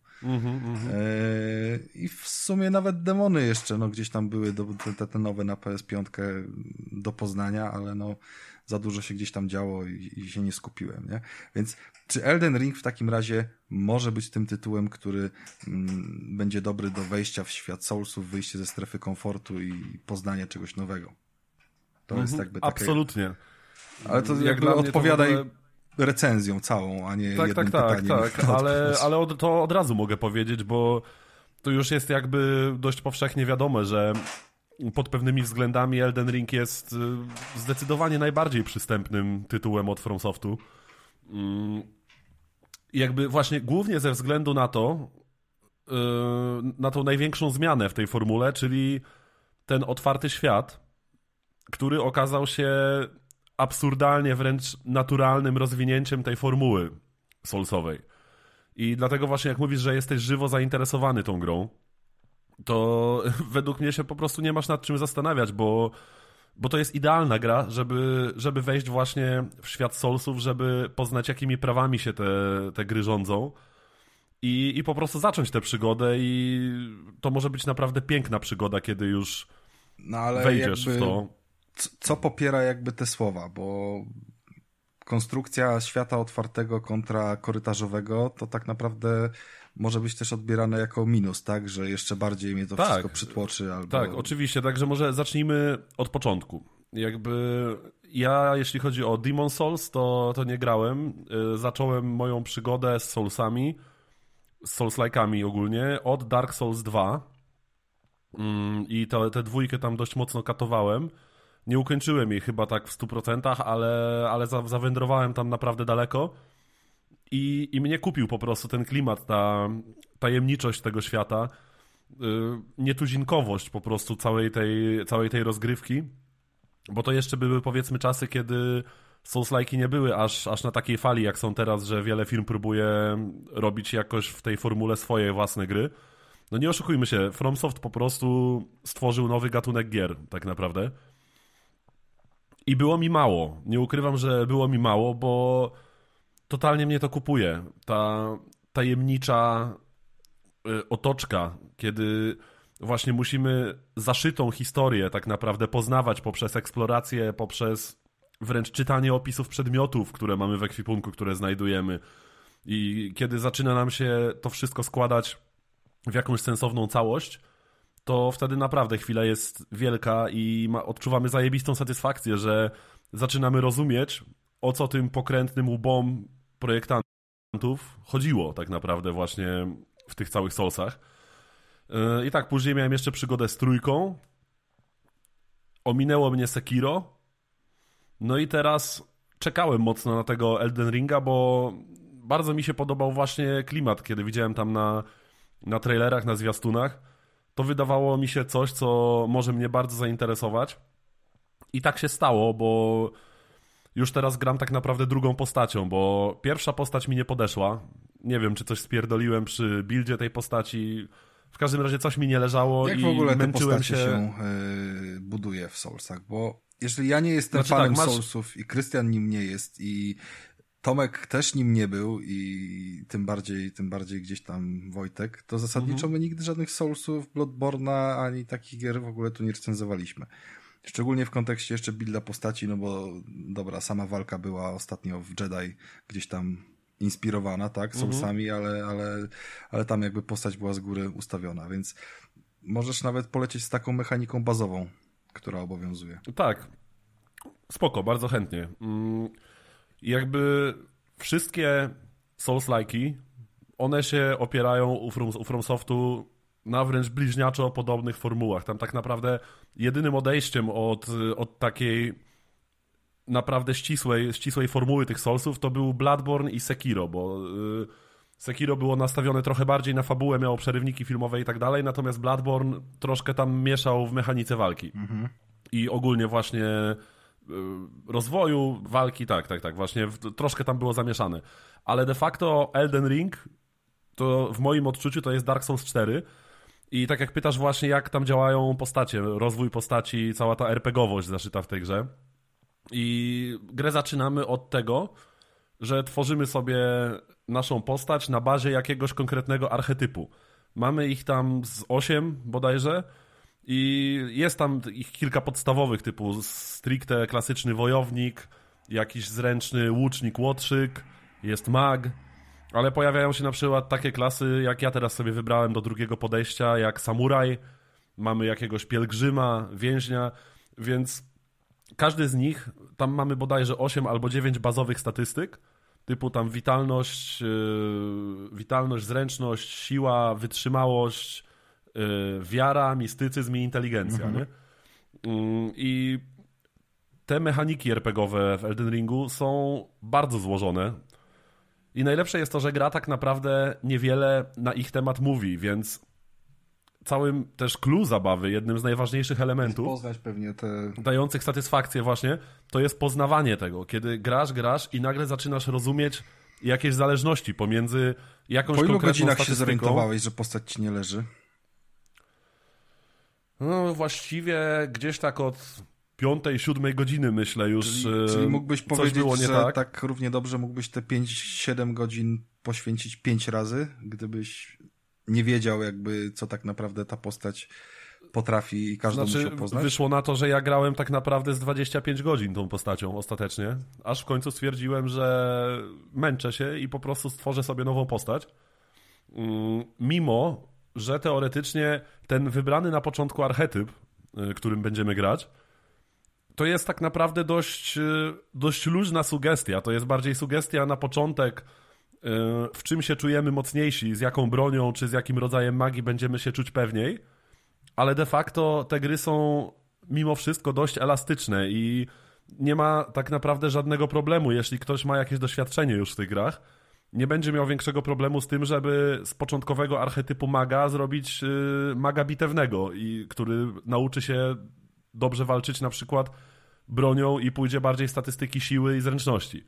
I w sumie nawet demony jeszcze, gdzieś tam były te nowe na PS5 do poznania, ale za dużo się gdzieś tam działo i się nie skupiłem, nie? Więc czy Elden Ring w takim razie może być tym tytułem, który będzie dobry do wejścia w świat Soulsów, wyjście ze strefy komfortu i poznania czegoś nowego? To jest jakby takie... Absolutnie. Ale to jakby odpowiadaj recenzją całą, a nie jednym pytaniem. Tak, ale to od razu mogę powiedzieć, bo to już jest jakby dość powszechnie wiadome, że pod pewnymi względami Elden Ring jest zdecydowanie najbardziej przystępnym tytułem od From Softu. I jakby właśnie głównie ze względu na to, na tą największą zmianę w tej formule, czyli ten otwarty świat, który okazał się absurdalnie wręcz naturalnym rozwinięciem tej formuły. Soulsowej. I dlatego właśnie jak mówisz, że jesteś żywo zainteresowany tą grą, to według mnie się po prostu nie masz nad czym zastanawiać, bo to jest idealna gra, żeby wejść właśnie w świat Soulsów, żeby poznać, jakimi prawami się te gry rządzą i po prostu zacząć tę przygodę i to może być naprawdę piękna przygoda, kiedy już wejdziesz w to. Co popiera jakby te słowa, bo konstrukcja świata otwartego kontra korytarzowego to tak naprawdę może być też odbierane jako minus, tak? Że jeszcze bardziej mnie to wszystko przytłoczy. Albo... Tak, oczywiście, także może zacznijmy od początku. Ja, jeśli chodzi o Demon Souls, to nie grałem. Zacząłem moją przygodę z Soulsami, z Souls-like'ami ogólnie, od Dark Souls 2 i tę dwójkę tam dość mocno katowałem. Nie ukończyłem jej chyba tak w 100%, ale zawędrowałem tam naprawdę daleko i mnie kupił po prostu ten klimat, ta tajemniczość tego świata, nietuzinkowość po prostu całej tej rozgrywki, bo to jeszcze były powiedzmy czasy, kiedy Souls-like'i nie były aż na takiej fali, jak są teraz, że wiele firm próbuje robić jakoś w tej formule swoje własne gry. No nie oszukujmy się, FromSoft po prostu stworzył nowy gatunek gier, tak naprawdę. I było mi mało. Nie ukrywam, że było mi mało, bo totalnie mnie to kupuje. Ta tajemnicza otoczka, kiedy właśnie musimy zaszytą historię tak naprawdę poznawać poprzez eksplorację, poprzez wręcz czytanie opisów przedmiotów, które mamy w ekwipunku, które znajdujemy. I kiedy zaczyna nam się to wszystko składać w jakąś sensowną całość, to wtedy naprawdę chwila jest wielka i odczuwamy zajebistą satysfakcję, że zaczynamy rozumieć, o co tym pokrętnym łbom projektantów chodziło tak naprawdę właśnie w tych całych Soulsach. I tak, później miałem jeszcze przygodę z trójką. Ominęło mnie Sekiro. No i teraz czekałem mocno na tego Elden Ringa, bo bardzo mi się podobał właśnie klimat, kiedy widziałem tam na trailerach, na zwiastunach. To wydawało mi się coś, co może mnie bardzo zainteresować. I tak się stało, bo już teraz gram tak naprawdę drugą postacią, bo pierwsza postać mi nie podeszła. Nie wiem, czy coś spierdoliłem przy buildzie tej postaci. W każdym razie coś mi nie leżało jak i w ogóle męczyłem te się buduje w Soulsach, bo jeżeli ja nie jestem fanem Soulsów i Krystian nim nie jest i Tomek też nim nie był i tym bardziej gdzieś tam Wojtek, to zasadniczo my nigdy żadnych Soulsów, Bloodborne'a ani takich gier w ogóle tu nie recenzowaliśmy. Szczególnie w kontekście jeszcze builda postaci, no bo dobra, sama walka była ostatnio w Jedi gdzieś tam inspirowana, tak, Soulsami, ale tam jakby postać była z góry ustawiona, więc możesz nawet polecieć z taką mechaniką bazową, która obowiązuje. Tak, spoko, bardzo chętnie. Jakby wszystkie Souls-like'i, one się opierają u FromSoftu na wręcz bliźniaczo podobnych formułach. Tam tak naprawdę jedynym odejściem od takiej naprawdę ścisłej formuły tych Soulsów to był Bloodborne i Sekiro, bo Sekiro było nastawione trochę bardziej na fabułę, miało przerywniki filmowe i tak dalej, natomiast Bloodborne troszkę tam mieszał w mechanice walki. I ogólnie właśnie rozwoju, walki, tak, właśnie troszkę tam było zamieszane. Ale de facto Elden Ring to w moim odczuciu to jest Dark Souls 4 i tak jak pytasz właśnie jak tam działają postacie, rozwój postaci, cała ta RPGowość zaszyta w tej grze. I grę zaczynamy od tego, że tworzymy sobie naszą postać na bazie jakiegoś konkretnego archetypu. Mamy ich tam z 8 bodajże i jest tam ich kilka podstawowych typu stricte klasyczny wojownik, jakiś zręczny łucznik, łotrzyk, jest mag, ale pojawiają się na przykład takie klasy, jak ja teraz sobie wybrałem do drugiego podejścia, jak samuraj, mamy jakiegoś pielgrzyma, więźnia, więc każdy z nich, tam mamy bodajże 8 albo 9 bazowych statystyk, typu tam witalność, zręczność, siła, wytrzymałość, wiara, mistycyzm i inteligencja, nie? I te mechaniki RPGowe w Elden Ringu są bardzo złożone i najlepsze jest to, że gra tak naprawdę niewiele na ich temat mówi, więc całym też clue zabawy, jednym z najważniejszych elementów poznać pewnie dających satysfakcję właśnie, to jest poznawanie tego, kiedy grasz i nagle zaczynasz rozumieć, jakieś zależności pomiędzy jakąś konkretną statystyką. Po ilu godzinach się zorientowałeś, że postać ci nie leży? No właściwie gdzieś tak od 5-7 godziny myślę już. Czyli mógłbyś powiedzieć, że tak równie dobrze mógłbyś te 5-7 godzin poświęcić 5 razy, gdybyś nie wiedział jakby co tak naprawdę ta postać potrafi i każdy musiał poznać? Wyszło na to, że ja grałem tak naprawdę z 25 godzin tą postacią ostatecznie, aż w końcu stwierdziłem, że męczę się i po prostu stworzę sobie nową postać. Mimo, że teoretycznie ten wybrany na początku archetyp, którym będziemy grać, to jest tak naprawdę dość luźna sugestia. To jest bardziej sugestia na początek, w czym się czujemy mocniejsi, z jaką bronią czy z jakim rodzajem magii będziemy się czuć pewniej, ale de facto te gry są mimo wszystko dość elastyczne i nie ma tak naprawdę żadnego problemu, jeśli ktoś ma jakieś doświadczenie już w tych grach, nie będzie miał większego problemu z tym, żeby z początkowego archetypu maga zrobić maga bitewnego, i który nauczy się dobrze walczyć na przykład bronią i pójdzie bardziej w statystyki siły i zręczności.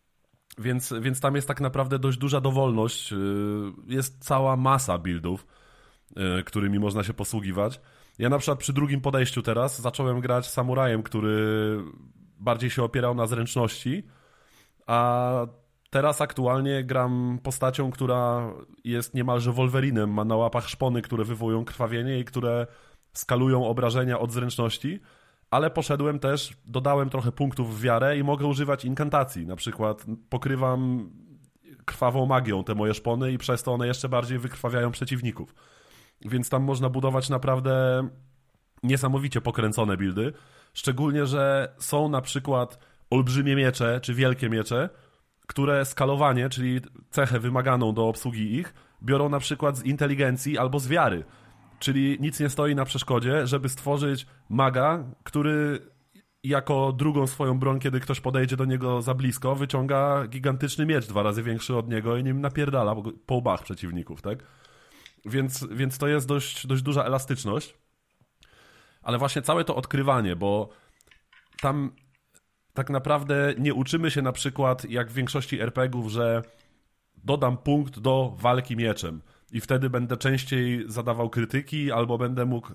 Więc tam jest tak naprawdę dość duża dowolność. Jest cała masa buildów, którymi można się posługiwać. Ja na przykład przy drugim podejściu teraz zacząłem grać samurajem, który bardziej się opierał na zręczności, a teraz aktualnie gram postacią, która jest niemalże Wolverinem, ma na łapach szpony, które wywołują krwawienie i które skalują obrażenia od zręczności, ale poszedłem też, dodałem trochę punktów w wiarę i mogę używać inkantacji. Na przykład pokrywam krwawą magią te moje szpony i przez to one jeszcze bardziej wykrwawiają przeciwników. Więc tam można budować naprawdę niesamowicie pokręcone buildy. Szczególnie, że są na przykład olbrzymie miecze czy wielkie miecze, które skalowanie, czyli cechę wymaganą do obsługi ich, biorą na przykład z inteligencji albo z wiary. Czyli nic nie stoi na przeszkodzie, żeby stworzyć maga, który jako drugą swoją broń, kiedy ktoś podejdzie do niego za blisko, wyciąga gigantyczny miecz 2 razy większy od niego i nim napierdala po łbach przeciwników, tak? Więc to jest dość duża elastyczność. Ale właśnie całe to odkrywanie, bo tam tak naprawdę nie uczymy się na przykład, jak w większości RPG-ów, że dodam punkt do walki mieczem i wtedy będę częściej zadawał krytyki albo będę mógł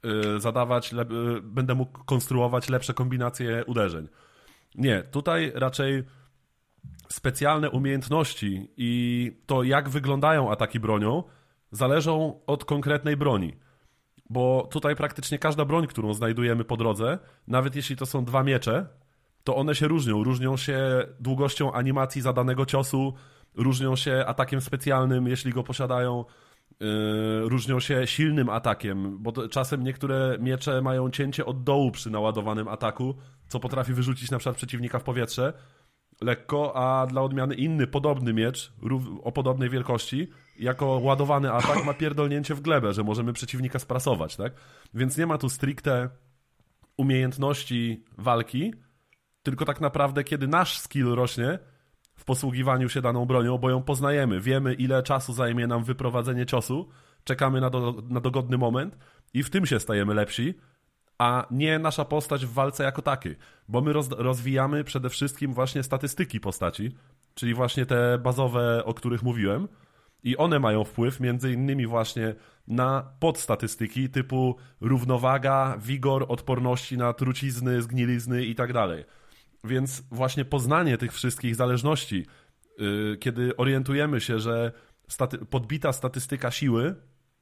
będę mógł konstruować lepsze kombinacje uderzeń. Nie, tutaj raczej specjalne umiejętności i to, jak wyglądają ataki bronią, zależą od konkretnej broni. Bo tutaj praktycznie każda broń, którą znajdujemy po drodze, nawet jeśli to są 2 miecze, to one się różnią. Różnią się długością animacji zadanego ciosu, różnią się atakiem specjalnym, jeśli go posiadają, różnią się silnym atakiem, bo czasem niektóre miecze mają cięcie od dołu przy naładowanym ataku, co potrafi wyrzucić na przykład przeciwnika w powietrze lekko, a dla odmiany inny podobny miecz o podobnej wielkości jako ładowany atak ma pierdolnięcie w glebę, że możemy przeciwnika sprasować, tak? Więc nie ma tu stricte umiejętności walki, tylko tak naprawdę kiedy nasz skill rośnie w posługiwaniu się daną bronią, bo ją poznajemy, wiemy ile czasu zajmie nam wyprowadzenie ciosu, czekamy na dogodny moment i w tym się stajemy lepsi, a nie nasza postać w walce jako takiej, bo my rozwijamy przede wszystkim właśnie statystyki postaci, czyli właśnie te bazowe, o których mówiłem, i one mają wpływ między innymi właśnie na podstatystyki typu równowaga, wigor, odporności na trucizny, zgnilizny i tak dalej. Więc właśnie poznanie tych wszystkich zależności, kiedy orientujemy się, że podbita statystyka siły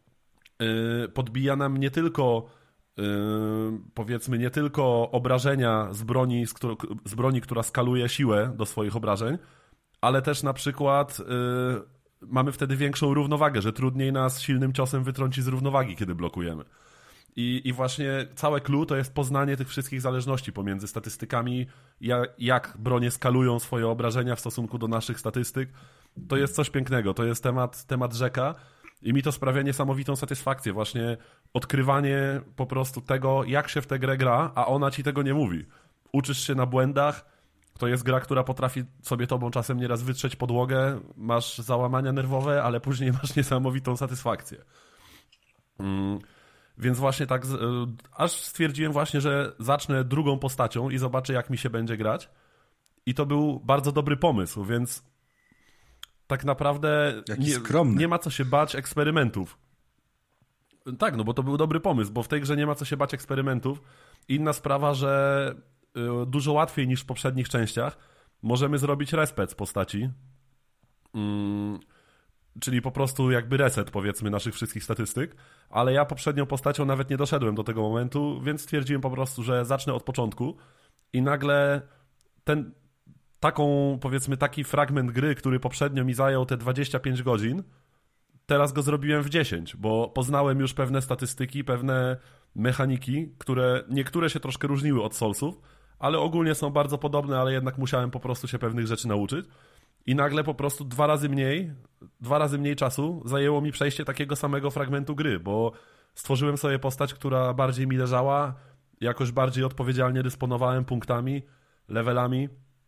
podbija nam nie tylko powiedzmy nie tylko obrażenia z broni, która skaluje siłę do swoich obrażeń, ale też na przykład mamy wtedy większą równowagę, że trudniej nas silnym ciosem wytrąci z równowagi, kiedy blokujemy. I właśnie całe clue to jest poznanie tych wszystkich zależności pomiędzy statystykami, jak bronie skalują swoje obrażenia w stosunku do naszych statystyk. To jest coś pięknego, to jest temat rzeka i mi to sprawia niesamowitą satysfakcję, właśnie odkrywanie po prostu tego, jak się w tę grę gra, a ona ci tego nie mówi. Uczysz się na błędach, to jest gra, która potrafi sobie tobą czasem nieraz wytrzeć podłogę, masz załamania nerwowe, ale później masz niesamowitą satysfakcję. Więc właśnie tak, aż stwierdziłem właśnie, że zacznę drugą postacią i zobaczę, jak mi się będzie grać. I to był bardzo dobry pomysł, więc tak naprawdę nie ma co się bać eksperymentów. Tak, no bo to był dobry pomysł, bo w tej grze nie ma co się bać eksperymentów. Inna sprawa, że dużo łatwiej niż w poprzednich częściach możemy zrobić respec postaci. Czyli po prostu jakby reset, powiedzmy, naszych wszystkich statystyk, ale ja poprzednią postacią nawet nie doszedłem do tego momentu, więc stwierdziłem po prostu, że zacznę od początku i nagle taki fragment gry, który poprzednio mi zajął te 25 godzin, teraz go zrobiłem w 10, bo poznałem już pewne statystyki, pewne mechaniki, niektóre się troszkę różniły od Soulsów, ale ogólnie są bardzo podobne, ale jednak musiałem po prostu się pewnych rzeczy nauczyć. I nagle po prostu dwa razy mniej czasu zajęło mi przejście takiego samego fragmentu gry, bo stworzyłem sobie postać, która bardziej mi leżała, jakoś bardziej odpowiedzialnie dysponowałem punktami, levelami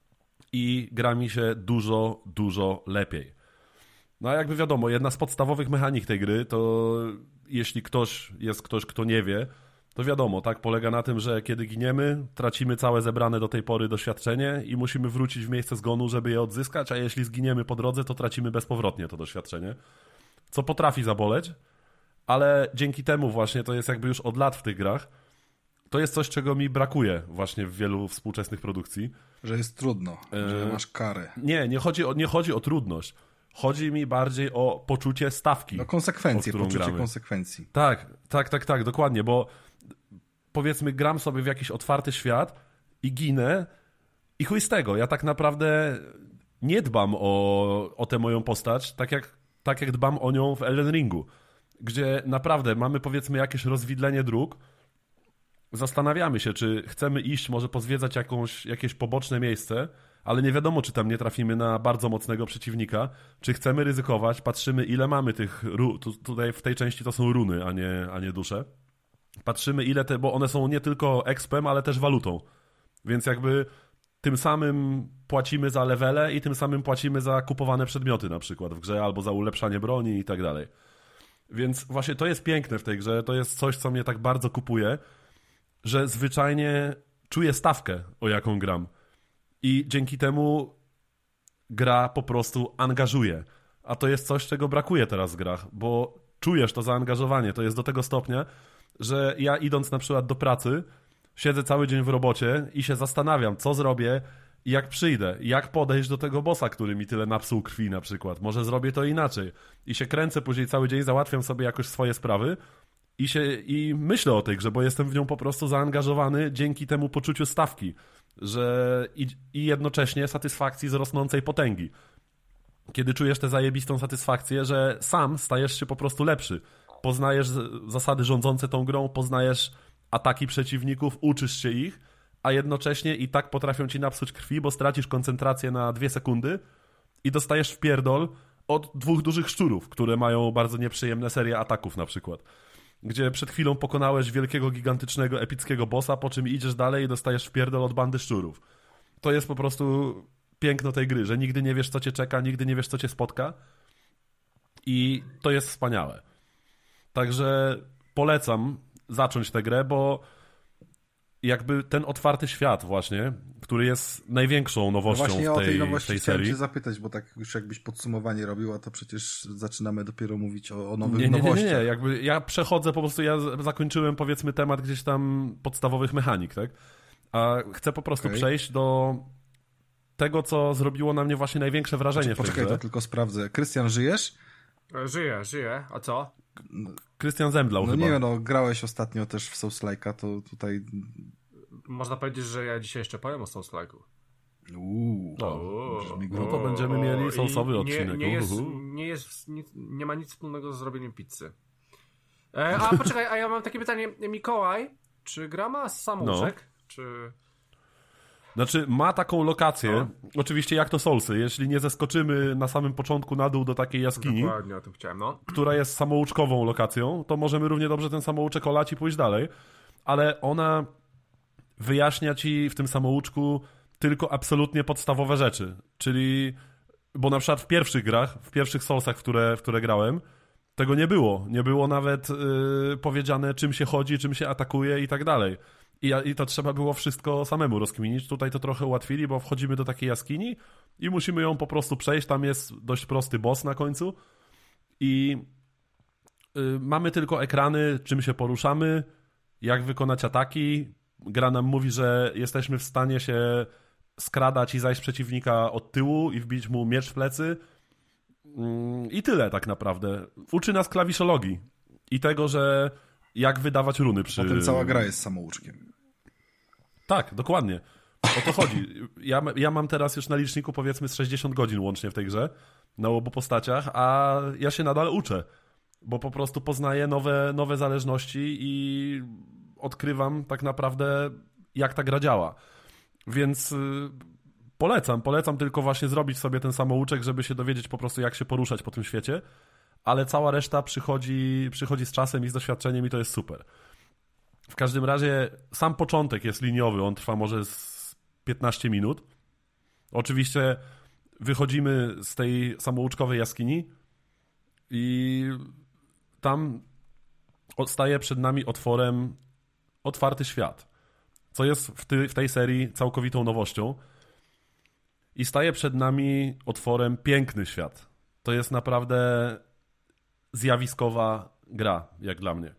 i gra mi się dużo, dużo lepiej. No a jakby wiadomo, jedna z podstawowych mechanik tej gry to jeśli ktoś, kto nie wie, to wiadomo, tak, polega na tym, że kiedy giniemy, tracimy całe zebrane do tej pory doświadczenie i musimy wrócić w miejsce zgonu, żeby je odzyskać, a jeśli zginiemy po drodze, to tracimy bezpowrotnie to doświadczenie, co potrafi zaboleć, ale dzięki temu właśnie, to jest jakby już od lat w tych grach, to jest coś, czego mi brakuje właśnie w wielu współczesnych produkcji. Że jest trudno, że masz karę. Nie chodzi o trudność. Chodzi mi bardziej o poczucie stawki. No konsekwencje, poczucie konsekwencji. Tak, dokładnie, bo powiedzmy gram sobie w jakiś otwarty świat i ginę i chuj z tego. Ja tak naprawdę nie dbam o tę moją postać tak jak dbam o nią w Elden Ringu, gdzie naprawdę mamy powiedzmy jakieś rozwidlenie dróg, zastanawiamy się, czy chcemy iść, może pozwiedzać jakieś poboczne miejsce, ale nie wiadomo, czy tam nie trafimy na bardzo mocnego przeciwnika, czy chcemy ryzykować, patrzymy ile mamy tych tutaj w tej części to są runy, a nie dusze. Patrzymy ile bo one są nie tylko expem, ale też walutą. Więc jakby tym samym płacimy za levele i tym samym płacimy za kupowane przedmioty na przykład w grze, albo za ulepszanie broni i tak dalej. Więc właśnie to jest piękne w tej grze, to jest coś, co mnie tak bardzo kupuje, że zwyczajnie czuję stawkę, o jaką gram. I dzięki temu gra po prostu angażuje. A to jest coś, czego brakuje teraz w grach, bo czujesz to zaangażowanie. To jest do tego stopnia, że ja idąc na przykład do pracy, siedzę cały dzień w robocie i się zastanawiam, co zrobię i jak przyjdę, jak podejść do tego bossa, który mi tyle napsuł krwi na przykład. Może zrobię to inaczej. I się kręcę później cały dzień, załatwiam sobie jakoś swoje sprawy i myślę o tej grze, bo jestem w nią po prostu zaangażowany dzięki temu poczuciu stawki, że i jednocześnie satysfakcji z rosnącej potęgi. Kiedy czujesz tę zajebistą satysfakcję, że sam stajesz się po prostu lepszy. Poznajesz zasady rządzące tą grą, poznajesz ataki przeciwników, uczysz się ich, a jednocześnie i tak potrafią ci napsuć krwi, bo stracisz koncentrację na 2 sekundy i dostajesz wpierdol od 2 dużych szczurów, które mają bardzo nieprzyjemne serie ataków na przykład. Gdzie przed chwilą pokonałeś wielkiego, gigantycznego, epickiego bossa, po czym idziesz dalej i dostajesz wpierdol od bandy szczurów. To jest po prostu piękno tej gry, że nigdy nie wiesz, co cię czeka, nigdy nie wiesz, co cię spotka i to jest wspaniałe. Także polecam zacząć tę grę, bo jakby ten otwarty świat właśnie, który jest największą nowością w tej nowości serii. Chciałem cię zapytać, bo tak już jakbyś podsumowanie robił, a to przecież zaczynamy dopiero mówić o nowych nowościach. Nie, jakby ja przechodzę po prostu, ja zakończyłem powiedzmy temat gdzieś tam podstawowych mechanik, tak? A chcę po prostu przejść do tego, co zrobiło na mnie właśnie największe wrażenie w tej grze. Poczekaj, to tylko sprawdzę. Krystian, żyjesz? Żyję. A co? Krystian zemdlał chyba. Nie, grałeś ostatnio też w Souls-like'a, to tutaj... Można powiedzieć, że ja dzisiaj jeszcze powiem o Souls-like'u. No to będziemy mieli soulsowy odcinek. Nie ma nic wspólnego z zrobieniem pizzy. A poczekaj, a ja mam takie pytanie. Mikołaj, czy gra ma samouczek? Czy... Znaczy, ma taką lokację, oczywiście jak to Soulsy, jeśli nie zeskoczymy na samym początku na dół do takiej jaskini, dokładnie o tym chciałem, która jest samouczkową lokacją, to możemy równie dobrze ten samouczek olać i pójść dalej, ale ona wyjaśnia ci w tym samouczku tylko absolutnie podstawowe rzeczy, czyli, bo na przykład w pierwszych grach, w pierwszych Soulsach, w które grałem, tego nie było nawet powiedziane, czym się chodzi, czym się atakuje i tak dalej. I to trzeba było wszystko samemu rozkminić. Tutaj to trochę ułatwili, bo wchodzimy do takiej jaskini i musimy ją po prostu przejść. Tam jest dość prosty boss na końcu i mamy tylko ekrany, czym się poruszamy, jak wykonać ataki. Gra nam mówi, że jesteśmy w stanie się skradać i zajść przeciwnika od tyłu i wbić mu miecz w plecy. I tyle tak naprawdę. Uczy nas klawiszologii i tego, że jak wydawać runy przy... Potem cała gra jest samouczkiem. Tak, dokładnie. O to chodzi. Ja mam teraz już na liczniku powiedzmy z 60 godzin łącznie w tej grze, na obu postaciach, a ja się nadal uczę, bo po prostu poznaję nowe zależności i odkrywam tak naprawdę, jak ta gra działa. Więc polecam tylko właśnie zrobić sobie ten samouczek, żeby się dowiedzieć po prostu, jak się poruszać po tym świecie, ale cała reszta przychodzi z czasem i z doświadczeniem i to jest super. W każdym razie sam początek jest liniowy, on trwa może z 15 minut. Oczywiście wychodzimy z tej samouczkowej jaskini i tam staje przed nami otworem otwarty świat, co jest w tej serii całkowitą nowością. I staje przed nami otworem piękny świat. To jest naprawdę zjawiskowa gra, jak dla mnie.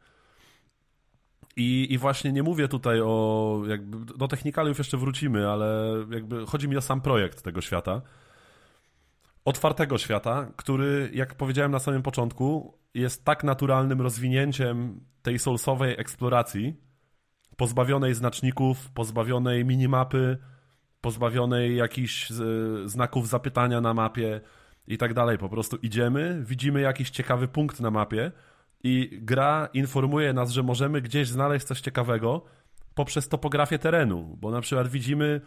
I właśnie nie mówię tutaj o... do technikaliów jeszcze wrócimy, ale chodzi mi o sam projekt tego świata. Otwartego świata, który, jak powiedziałem na samym początku, jest tak naturalnym rozwinięciem tej soulsowej eksploracji, pozbawionej znaczników, pozbawionej minimapy, pozbawionej jakichś znaków zapytania na mapie i tak dalej. Po prostu idziemy, widzimy jakiś ciekawy punkt na mapie i gra informuje nas, że możemy gdzieś znaleźć coś ciekawego poprzez topografię terenu, bo na przykład widzimy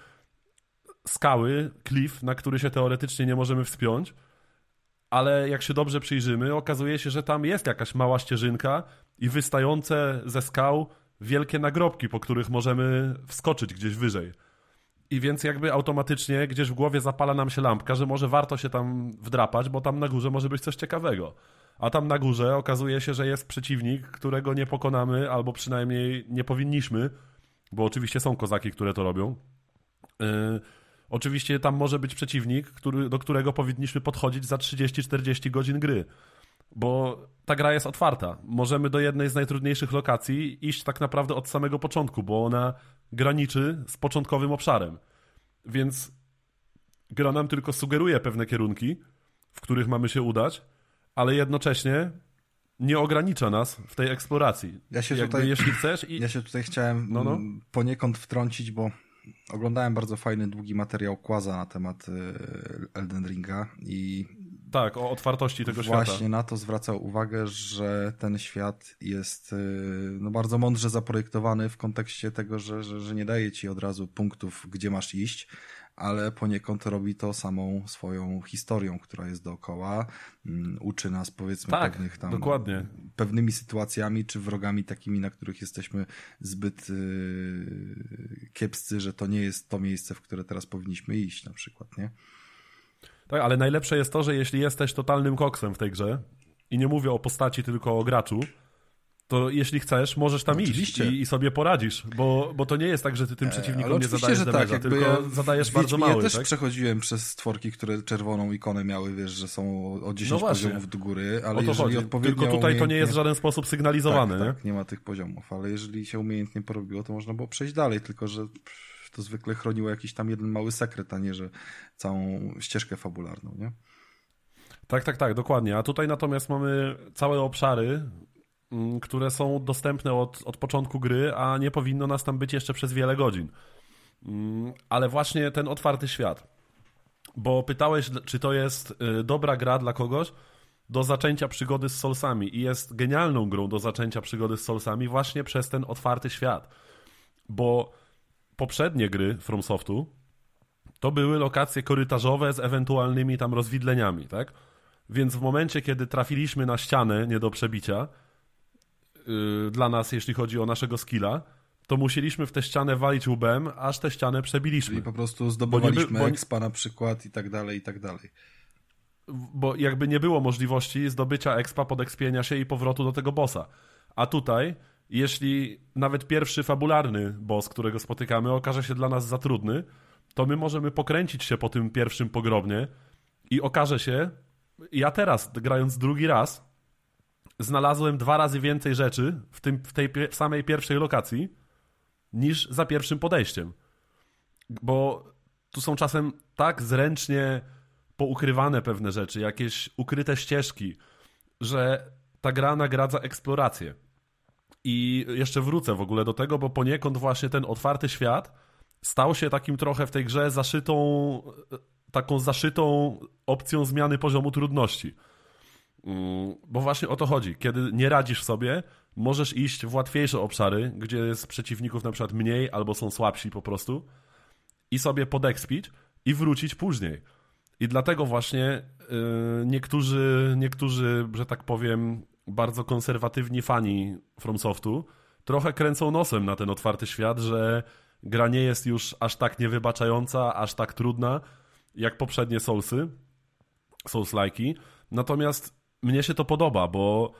skały, klif, na który się teoretycznie nie możemy wspiąć, ale jak się dobrze przyjrzymy, okazuje się, że tam jest jakaś mała ścieżynka i wystające ze skał wielkie nagrobki, po których możemy wskoczyć gdzieś wyżej. I więc automatycznie gdzieś w głowie zapala nam się lampka, że może warto się tam wdrapać, bo tam na górze może być coś ciekawego. A tam na górze okazuje się, że jest przeciwnik, którego nie pokonamy, albo przynajmniej nie powinniśmy, bo oczywiście są kozaki, które to robią. Oczywiście tam może być przeciwnik, do którego powinniśmy podchodzić za 30-40 godzin gry, bo ta gra jest otwarta. Możemy do jednej z najtrudniejszych lokacji iść tak naprawdę od samego początku, bo ona graniczy z początkowym obszarem. Więc gra nam tylko sugeruje pewne kierunki, w których mamy się udać, ale jednocześnie nie ogranicza nas w tej eksploracji. Jeśli chcesz... Ja się tutaj chciałem poniekąd wtrącić, bo oglądałem bardzo fajny, długi materiał Quaza na temat Elden Ringa i tak, o otwartości tego świata. Właśnie na to zwracał uwagę, że ten świat jest bardzo mądrze zaprojektowany w kontekście tego, że nie daje ci od razu punktów, gdzie masz iść, ale poniekąd robi to samą swoją historią, która jest dookoła. Uczy nas, powiedzmy, pewnych tam... dokładnie. Pewnymi sytuacjami, czy wrogami takimi, na których jesteśmy zbyt kiepscy, że to nie jest to miejsce, w które teraz powinniśmy iść, na przykład, nie? Tak, ale najlepsze jest to, że jeśli jesteś totalnym koksem w tej grze i nie mówię o postaci, tylko o graczu, to jeśli chcesz, możesz tam iść i sobie poradzisz, bo to nie jest tak, że ty tym przeciwnikom nie zadajesz damage'a, tylko zadajesz bardzo mały. Ja też przechodziłem przez stworki, które czerwoną ikonę miały, wiesz, że są o 10 poziomów do góry, ale jeżeli odpowiednio tylko tutaj to nie jest w żaden sposób sygnalizowane. Tak, nie ma tych poziomów, ale jeżeli się umiejętnie porobiło, to można było przejść dalej, tylko że to zwykle chroniło jakiś tam jeden mały sekret, a nie, że całą ścieżkę fabularną, nie? Tak, dokładnie. A tutaj natomiast mamy całe obszary, które są dostępne od początku gry, a nie powinno nas tam być jeszcze przez wiele godzin. Ale właśnie ten otwarty świat. Bo pytałeś, czy to jest dobra gra dla kogoś do zaczęcia przygody z Soulsami i jest genialną grą do zaczęcia przygody z Soulsami właśnie przez ten otwarty świat. Bo poprzednie gry FromSoftu to były lokacje korytarzowe z ewentualnymi tam rozwidleniami, tak? Więc w momencie, kiedy trafiliśmy na ścianę nie do przebicia, dla nas, jeśli chodzi o naszego skilla, to musieliśmy w tę ścianę walić łbem, aż tę ścianę przebiliśmy. Czyli po prostu zdobywaliśmy expa na przykład i tak dalej, i tak dalej. Bo jakby nie było możliwości zdobycia expa, podekspienia się i powrotu do tego bossa. A tutaj jeśli nawet pierwszy fabularny boss, którego spotykamy, okaże się dla nas za trudny, to my możemy pokręcić się po tym pierwszym pogrobnie i okaże się, ja teraz, grając drugi raz, znalazłem 2 razy więcej rzeczy w tej samej pierwszej lokacji niż za pierwszym podejściem. Bo tu są czasem tak zręcznie poukrywane pewne rzeczy, jakieś ukryte ścieżki, że ta gra nagradza eksplorację. I jeszcze wrócę w ogóle do tego, bo poniekąd właśnie ten otwarty świat stał się takim trochę w tej grze taką zaszytą opcją zmiany poziomu trudności. Bo właśnie o to chodzi. Kiedy nie radzisz sobie, możesz iść w łatwiejsze obszary, gdzie jest przeciwników na przykład mniej albo są słabsi po prostu i sobie podekspić i wrócić później. I dlatego właśnie niektórzy, że tak powiem, bardzo konserwatywni fani FromSoftu trochę kręcą nosem na ten otwarty świat, że gra nie jest już aż tak niewybaczająca, aż tak trudna, jak poprzednie Souls-like'i. Natomiast mnie się to podoba, bo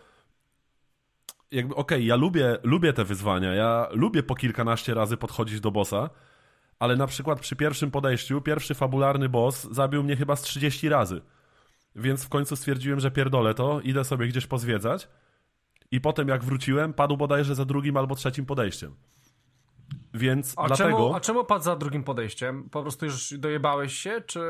jakby ja lubię te wyzwania, ja lubię po kilkanaście razy podchodzić do bossa, ale na przykład przy pierwszym podejściu, pierwszy fabularny boss zabił mnie chyba z 30 razy. Więc w końcu stwierdziłem, że pierdolę to, idę sobie gdzieś pozwiedzać i potem jak wróciłem, padł bodajże za drugim albo trzecim podejściem. Więc dlatego... A czemu padł za drugim podejściem? Po prostu już dojebałeś się, czy...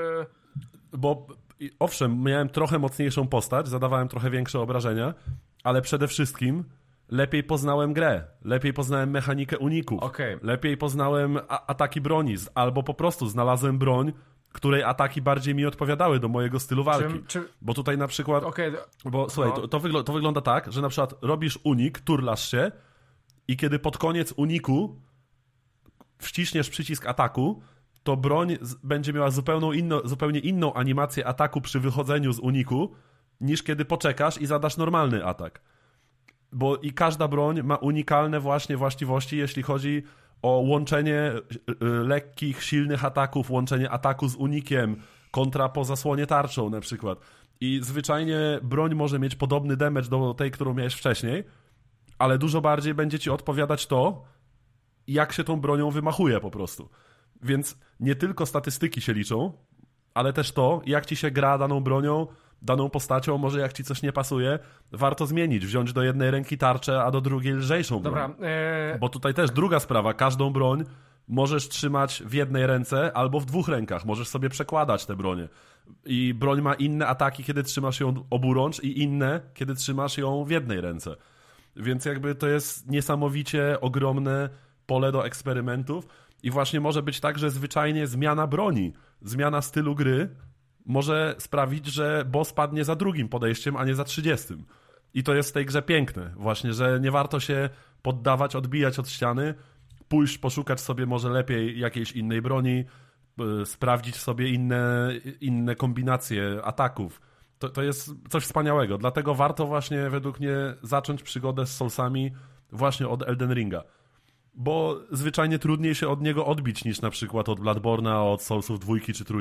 Bo owszem, miałem trochę mocniejszą postać, zadawałem trochę większe obrażenia, ale przede wszystkim lepiej poznałem grę, lepiej poznałem mechanikę uników, lepiej poznałem ataki broni, albo po prostu znalazłem broń, której ataki bardziej mi odpowiadały do mojego stylu walki. Bo tutaj na przykład... Bo słuchaj, to wygląda tak, że na przykład robisz unik, turlasz się i kiedy pod koniec uniku wciśniesz przycisk ataku, to broń będzie miała zupełnie inną animację ataku przy wychodzeniu z uniku, niż kiedy poczekasz i zadasz normalny atak. Bo i każda broń ma unikalne właśnie właściwości, jeśli chodzi o łączenie lekkich, silnych ataków, łączenie ataku z unikiem, kontra po zasłonie tarczą na przykład. I zwyczajnie broń może mieć podobny damage do tej, którą miałeś wcześniej, ale dużo bardziej będzie ci odpowiadać to, jak się tą bronią wymachuje po prostu. Więc nie tylko statystyki się liczą, ale też to, jak ci się gra daną bronią, daną postacią, może jak ci coś nie pasuje, warto zmienić, wziąć do jednej ręki tarczę, a do drugiej lżejszą broń. Dobra, Bo tutaj też druga sprawa, każdą broń możesz trzymać w jednej ręce albo w 2 rękach, możesz sobie przekładać te bronie. I broń ma inne ataki, kiedy trzymasz ją oburącz i inne, kiedy trzymasz ją w jednej ręce. Więc jakby to jest niesamowicie ogromne pole do eksperymentów i właśnie może być tak, że zwyczajnie zmiana broni, zmiana stylu gry może sprawić, że boss padnie za drugim podejściem, a nie za 30. I to jest w tej grze piękne. Właśnie, że nie warto się poddawać, odbijać od ściany, pójść, poszukać sobie może lepiej jakiejś innej broni, sprawdzić sobie inne kombinacje ataków. To jest coś wspaniałego. Dlatego warto właśnie według mnie zacząć przygodę z Soulsami właśnie od Elden Ringa. Bo zwyczajnie trudniej się od niego odbić niż na przykład od Bloodborne'a, od Soulsów 2 czy 3.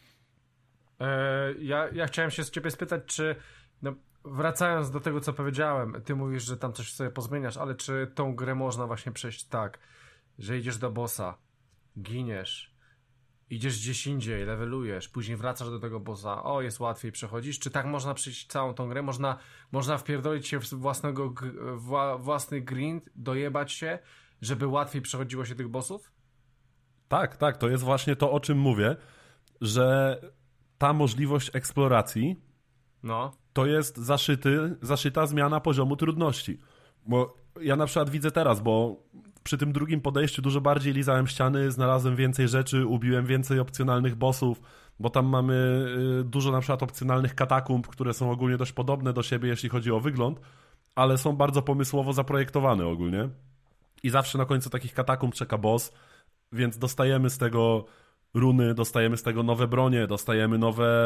Ja chciałem się z ciebie spytać, czy wracając do tego, co powiedziałem, ty mówisz, że tam coś sobie pozmieniasz, ale czy tą grę można właśnie przejść tak, że idziesz do bossa, giniesz, idziesz gdzieś indziej, levelujesz, później wracasz do tego bossa, jest łatwiej, przechodzisz, czy tak można przejść całą tą grę? Można wpierdolić się w własny grind, dojebać się, żeby łatwiej przechodziło się tych bossów? Tak, to jest właśnie to, o czym mówię, że ta możliwość eksploracji to jest zaszyta zmiana poziomu trudności. Bo ja na przykład widzę teraz, bo przy tym drugim podejściu dużo bardziej lizałem ściany, znalazłem więcej rzeczy, ubiłem więcej opcjonalnych bossów, bo tam mamy dużo na przykład opcjonalnych katakumb, które są ogólnie dość podobne do siebie, jeśli chodzi o wygląd, ale są bardzo pomysłowo zaprojektowane ogólnie. I zawsze na końcu takich katakumb czeka boss, więc dostajemy z tego runy, dostajemy z tego nowe bronie, dostajemy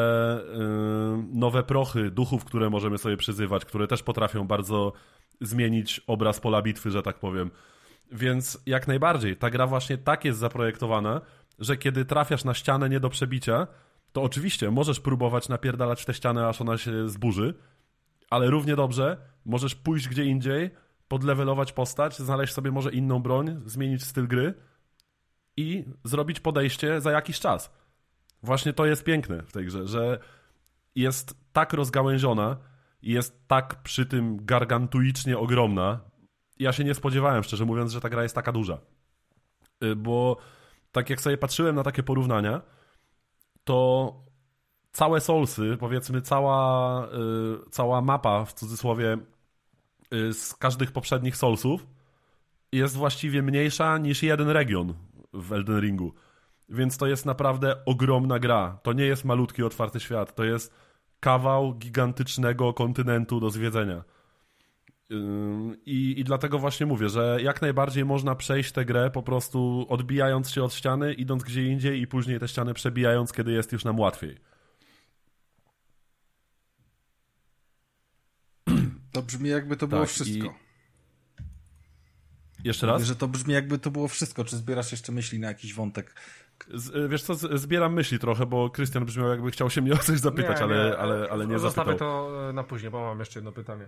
nowe prochy, duchów, które możemy sobie przyzywać, które też potrafią bardzo zmienić obraz pola bitwy, że tak powiem. Więc jak najbardziej, ta gra właśnie tak jest zaprojektowana, że kiedy trafiasz na ścianę nie do przebicia, to oczywiście możesz próbować napierdalać w tę ścianę, aż ona się zburzy, ale równie dobrze możesz pójść gdzie indziej, podlewelować postać, znaleźć sobie może inną broń, zmienić styl gry i zrobić podejście za jakiś czas. Właśnie to jest piękne w tej grze, że jest tak rozgałęziona i jest tak przy tym gargantuicznie ogromna. Ja się nie spodziewałem, szczerze mówiąc, że ta gra jest taka duża. Bo tak jak sobie patrzyłem na takie porównania, to całe Soulsy, powiedzmy cała mapa w cudzysłowie z każdych poprzednich Soulsów jest właściwie mniejsza niż jeden region w Elden Ringu. Więc to jest naprawdę ogromna gra. To nie jest malutki, otwarty świat. To jest kawał gigantycznego kontynentu do zwiedzenia. I dlatego właśnie mówię, że jak najbardziej można przejść tę grę po prostu odbijając się od ściany, idąc gdzie indziej i później te ściany przebijając, kiedy jest już nam łatwiej. To brzmi jakby to było wszystko. Jeszcze raz? Mówię, że to brzmi jakby to było wszystko. Czy zbierasz jeszcze myśli na jakiś wątek? Wiesz co, zbieram myśli trochę, bo Krystian brzmiał jakby chciał się mnie o coś zapytać, ale nie zostawię zapytał. to na później, bo mam jeszcze jedno pytanie.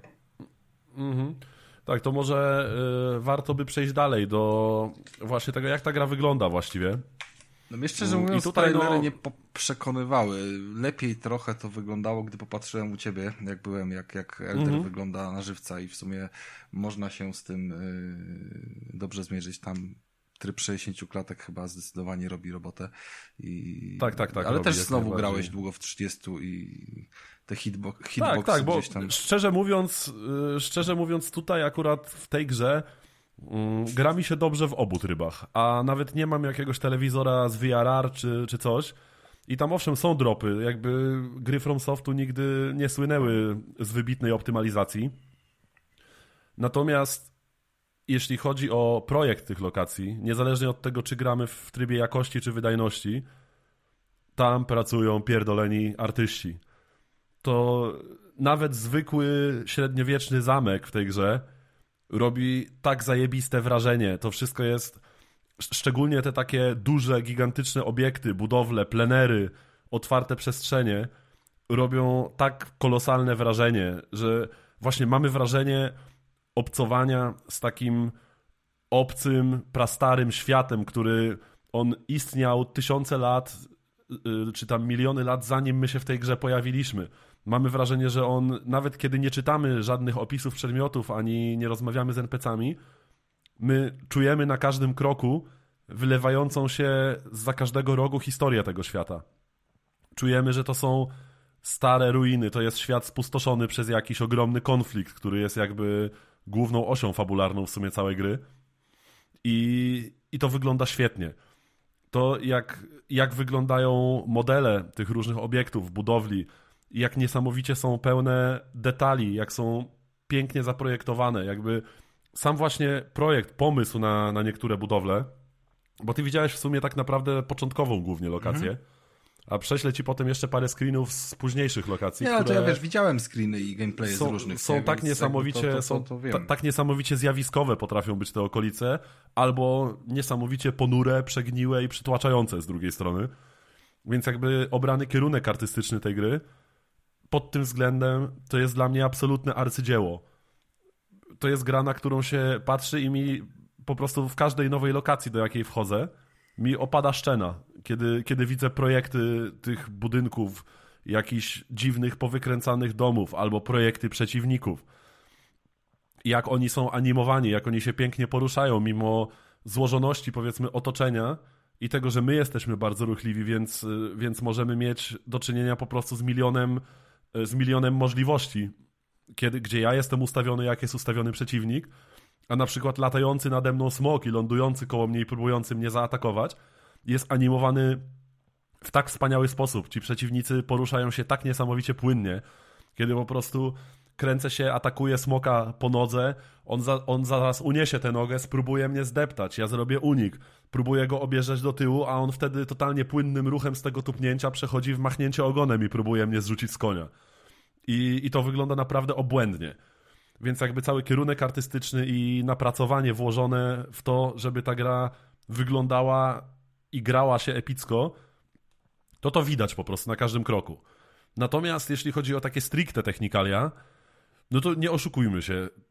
Tak, to może warto by przejść dalej do właśnie tego, jak ta gra wygląda właściwie. No mnie szczerze mówiąc, trailery nie przekonywały. Lepiej trochę to wyglądało, gdy popatrzyłem u ciebie, jak byłem, jak Elder wygląda na żywca i w sumie można się z tym dobrze zmierzyć. Tam tryb 60 klatek chyba zdecydowanie robi robotę. Tak. Ale też znowu grałeś długo w 30 i te hitboxy tak, bo gdzieś tam. Szczerze mówiąc tutaj akurat w tej grze gra mi się dobrze w obu trybach, a nawet nie mam jakiegoś telewizora z VRR czy coś i tam owszem są dropy, jakby gry From Softu nigdy nie słynęły z wybitnej optymalizacji. Natomiast jeśli chodzi o projekt tych lokacji, niezależnie od tego, czy gramy w trybie jakości czy wydajności, tam pracują pierdoleni artyści. To nawet zwykły średniowieczny zamek w tej grze robi tak zajebiste wrażenie. To wszystko jest, szczególnie te takie duże, gigantyczne obiekty, budowle, plenery, otwarte przestrzenie robią tak kolosalne wrażenie, że właśnie mamy wrażenie obcowania z takim obcym, prastarym światem, który on istniał tysiące lat, czy tam miliony lat, zanim my się w tej grze pojawiliśmy. Mamy wrażenie, że on, nawet kiedy nie czytamy żadnych opisów przedmiotów, ani nie rozmawiamy z NPC-ami, my czujemy na każdym kroku wylewającą się zza każdego rogu historię tego świata. Czujemy, że to są stare ruiny, to jest świat spustoszony przez jakiś ogromny konflikt, który jest jakby główną osią fabularną w sumie całej gry. I to wygląda świetnie. To jak wyglądają modele tych różnych obiektów, budowli, jak niesamowicie są pełne detali, jak są pięknie zaprojektowane, jakby sam właśnie projekt, pomysł na niektóre budowle, bo ty widziałeś w sumie tak naprawdę początkową głównie lokację, a prześlę ci potem jeszcze parę screenów z późniejszych lokacji, które... to ja widziałem screeny i gameplaye z różnych. Są tak niesamowicie, tak niesamowicie zjawiskowe potrafią być te okolice, albo niesamowicie ponure, przegniłe i przytłaczające z drugiej strony. Więc jakby obrany kierunek artystyczny tej gry pod tym względem to jest dla mnie absolutne arcydzieło. To jest gra, na którą się patrzy i mi po prostu w każdej nowej lokacji, do jakiej wchodzę, mi opada szczena, kiedy widzę projekty tych budynków, jakichś dziwnych, powykręcanych domów, albo projekty przeciwników. Jak oni są animowani, jak oni się pięknie poruszają, mimo złożoności, powiedzmy, otoczenia i tego, że my jesteśmy bardzo ruchliwi, więc możemy mieć do czynienia po prostu z milionem możliwości, gdzie ja jestem ustawiony, jak jest ustawiony przeciwnik, a na przykład latający nade mną smok i lądujący koło mnie i próbujący mnie zaatakować jest animowany w tak wspaniały sposób. Ci przeciwnicy poruszają się tak niesamowicie płynnie, kiedy po prostu kręcę się, atakuję smoka po nodze, on zaraz uniesie tę nogę, spróbuje mnie zdeptać, ja zrobię unik, próbuję go objeżdżać do tyłu, a on wtedy totalnie płynnym ruchem z tego tupnięcia przechodzi w machnięcie ogonem i próbuje mnie zrzucić z konia. I to wygląda naprawdę obłędnie. Więc jakby cały kierunek artystyczny i napracowanie włożone w to, żeby ta gra wyglądała i grała się epicko, to widać po prostu na każdym kroku. Natomiast jeśli chodzi o takie stricte technikalia, no to nie oszukujmy się.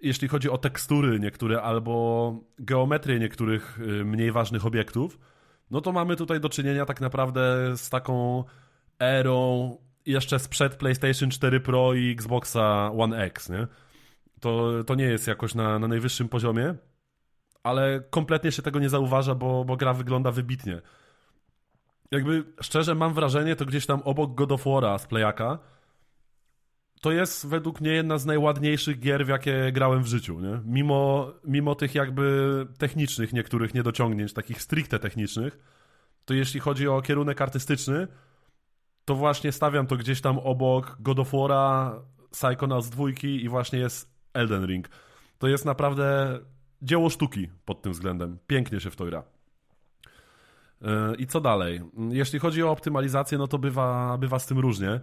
jeśli chodzi o tekstury niektóre albo geometrię niektórych mniej ważnych obiektów, no to mamy tutaj do czynienia tak naprawdę z taką erą jeszcze sprzed PlayStation 4 Pro i Xboxa One X, nie? To nie jest jakoś na najwyższym poziomie, ale kompletnie się tego nie zauważa, bo gra wygląda wybitnie. Jakby szczerze mam wrażenie, to gdzieś tam obok God of War'a z Playaka to jest według mnie jedna z najładniejszych gier, w jakie grałem w życiu, nie? Mimo tych jakby technicznych niektórych niedociągnięć, takich stricte technicznych, to jeśli chodzi o kierunek artystyczny, to właśnie stawiam to gdzieś tam obok God of War'a, Psychonauts 2 i właśnie jest Elden Ring. To jest naprawdę dzieło sztuki pod tym względem. Pięknie się w to gra. I co dalej? Jeśli chodzi o optymalizację, no to bywa z tym różnie.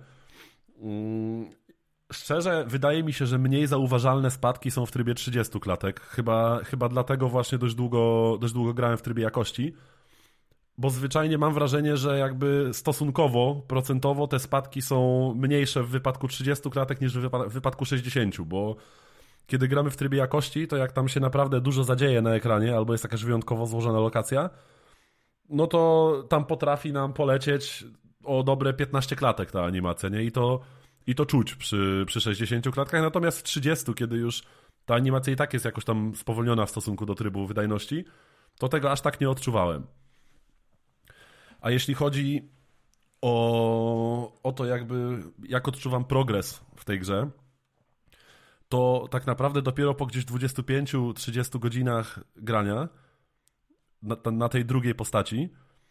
Szczerze, wydaje mi się, że mniej zauważalne spadki są w trybie 30 klatek. Chyba dlatego właśnie dość długo grałem w trybie jakości. Bo zwyczajnie mam wrażenie, że jakby stosunkowo, procentowo te spadki są mniejsze w wypadku 30 klatek niż w wypadku 60, bo kiedy gramy w trybie jakości, to jak tam się naprawdę dużo zadzieje na ekranie, albo jest jakaś wyjątkowo złożona lokacja, no to tam potrafi nam polecieć o dobre 15 klatek ta animacja, nie? I to czuć przy 60 klatkach, natomiast w 30, kiedy już ta animacja i tak jest jakoś tam spowolniona w stosunku do trybu wydajności, to tego aż tak nie odczuwałem. A jeśli chodzi o to jakby, jak odczuwam progres w tej grze, to tak naprawdę dopiero po gdzieś 25-30 godzinach grania na tej drugiej postaci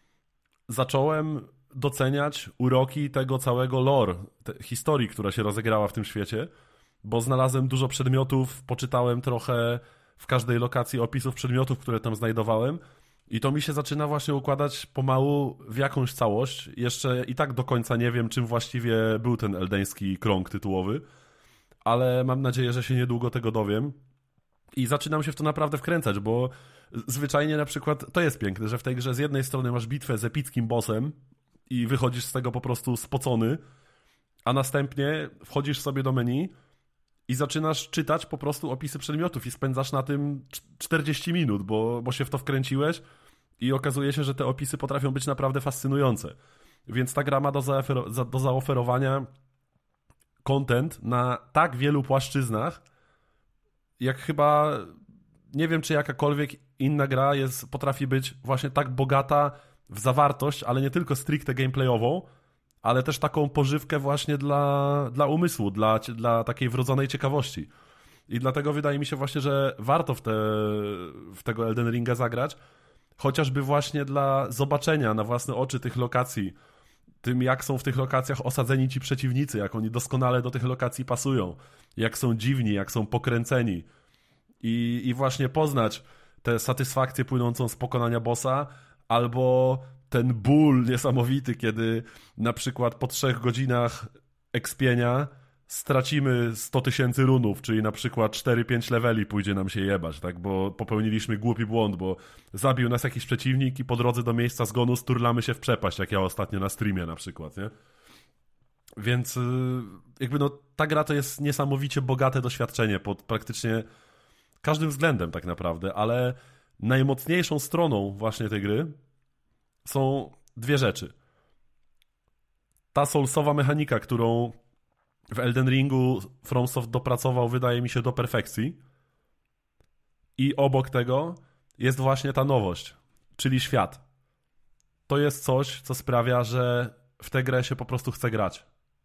zacząłem doceniać uroki tego całego lore, historii, która się rozegrała w tym świecie, bo znalazłem dużo przedmiotów, poczytałem trochę w każdej lokacji opisów przedmiotów, które tam znajdowałem i to mi się zaczyna właśnie układać pomału w jakąś całość. Jeszcze i tak do końca nie wiem, czym właściwie był ten eldeński krąg tytułowy, ale mam nadzieję, że się niedługo tego dowiem i zaczynam się w to naprawdę wkręcać, bo zwyczajnie na przykład to jest piękne, że w tej grze z jednej strony masz bitwę z epickim bossem i wychodzisz z tego po prostu spocony, a następnie wchodzisz sobie do menu i zaczynasz czytać po prostu opisy przedmiotów i spędzasz na tym 40 minut, bo się w to wkręciłeś i okazuje się, że te opisy potrafią być naprawdę fascynujące. Więc ta gra ma do zaoferowania content na tak wielu płaszczyznach, jak chyba nie wiem, czy jakakolwiek inna gra potrafi być właśnie tak bogata w zawartość, ale nie tylko stricte gameplayową, ale też taką pożywkę właśnie dla umysłu, dla takiej wrodzonej ciekawości. I dlatego wydaje mi się właśnie, że warto w tego Elden Ringa zagrać, chociażby właśnie dla zobaczenia na własne oczy tych lokacji, tym jak są w tych lokacjach osadzeni ci przeciwnicy, jak oni doskonale do tych lokacji pasują, jak są dziwni, jak są pokręceni i właśnie poznać tę satysfakcję płynącą z pokonania bossa, albo ten ból niesamowity, kiedy na przykład po 3 godzinach ekspienia stracimy 100 000 runów, czyli na przykład 4-5 leveli pójdzie nam się jebać, tak? Bo popełniliśmy głupi błąd, bo zabił nas jakiś przeciwnik i po drodze do miejsca zgonu sturlamy się w przepaść, jak ja ostatnio na streamie na przykład, nie? Więc jakby ta gra to jest niesamowicie bogate doświadczenie pod praktycznie każdym względem tak naprawdę, ale najmocniejszą stroną właśnie tej gry są 2 rzeczy. Ta soulsowa mechanika, którą w Elden Ringu FromSoft dopracował, wydaje mi się, do perfekcji. I obok tego jest właśnie ta nowość, czyli świat. To jest coś, co sprawia, że w tę grę się po prostu chce grać.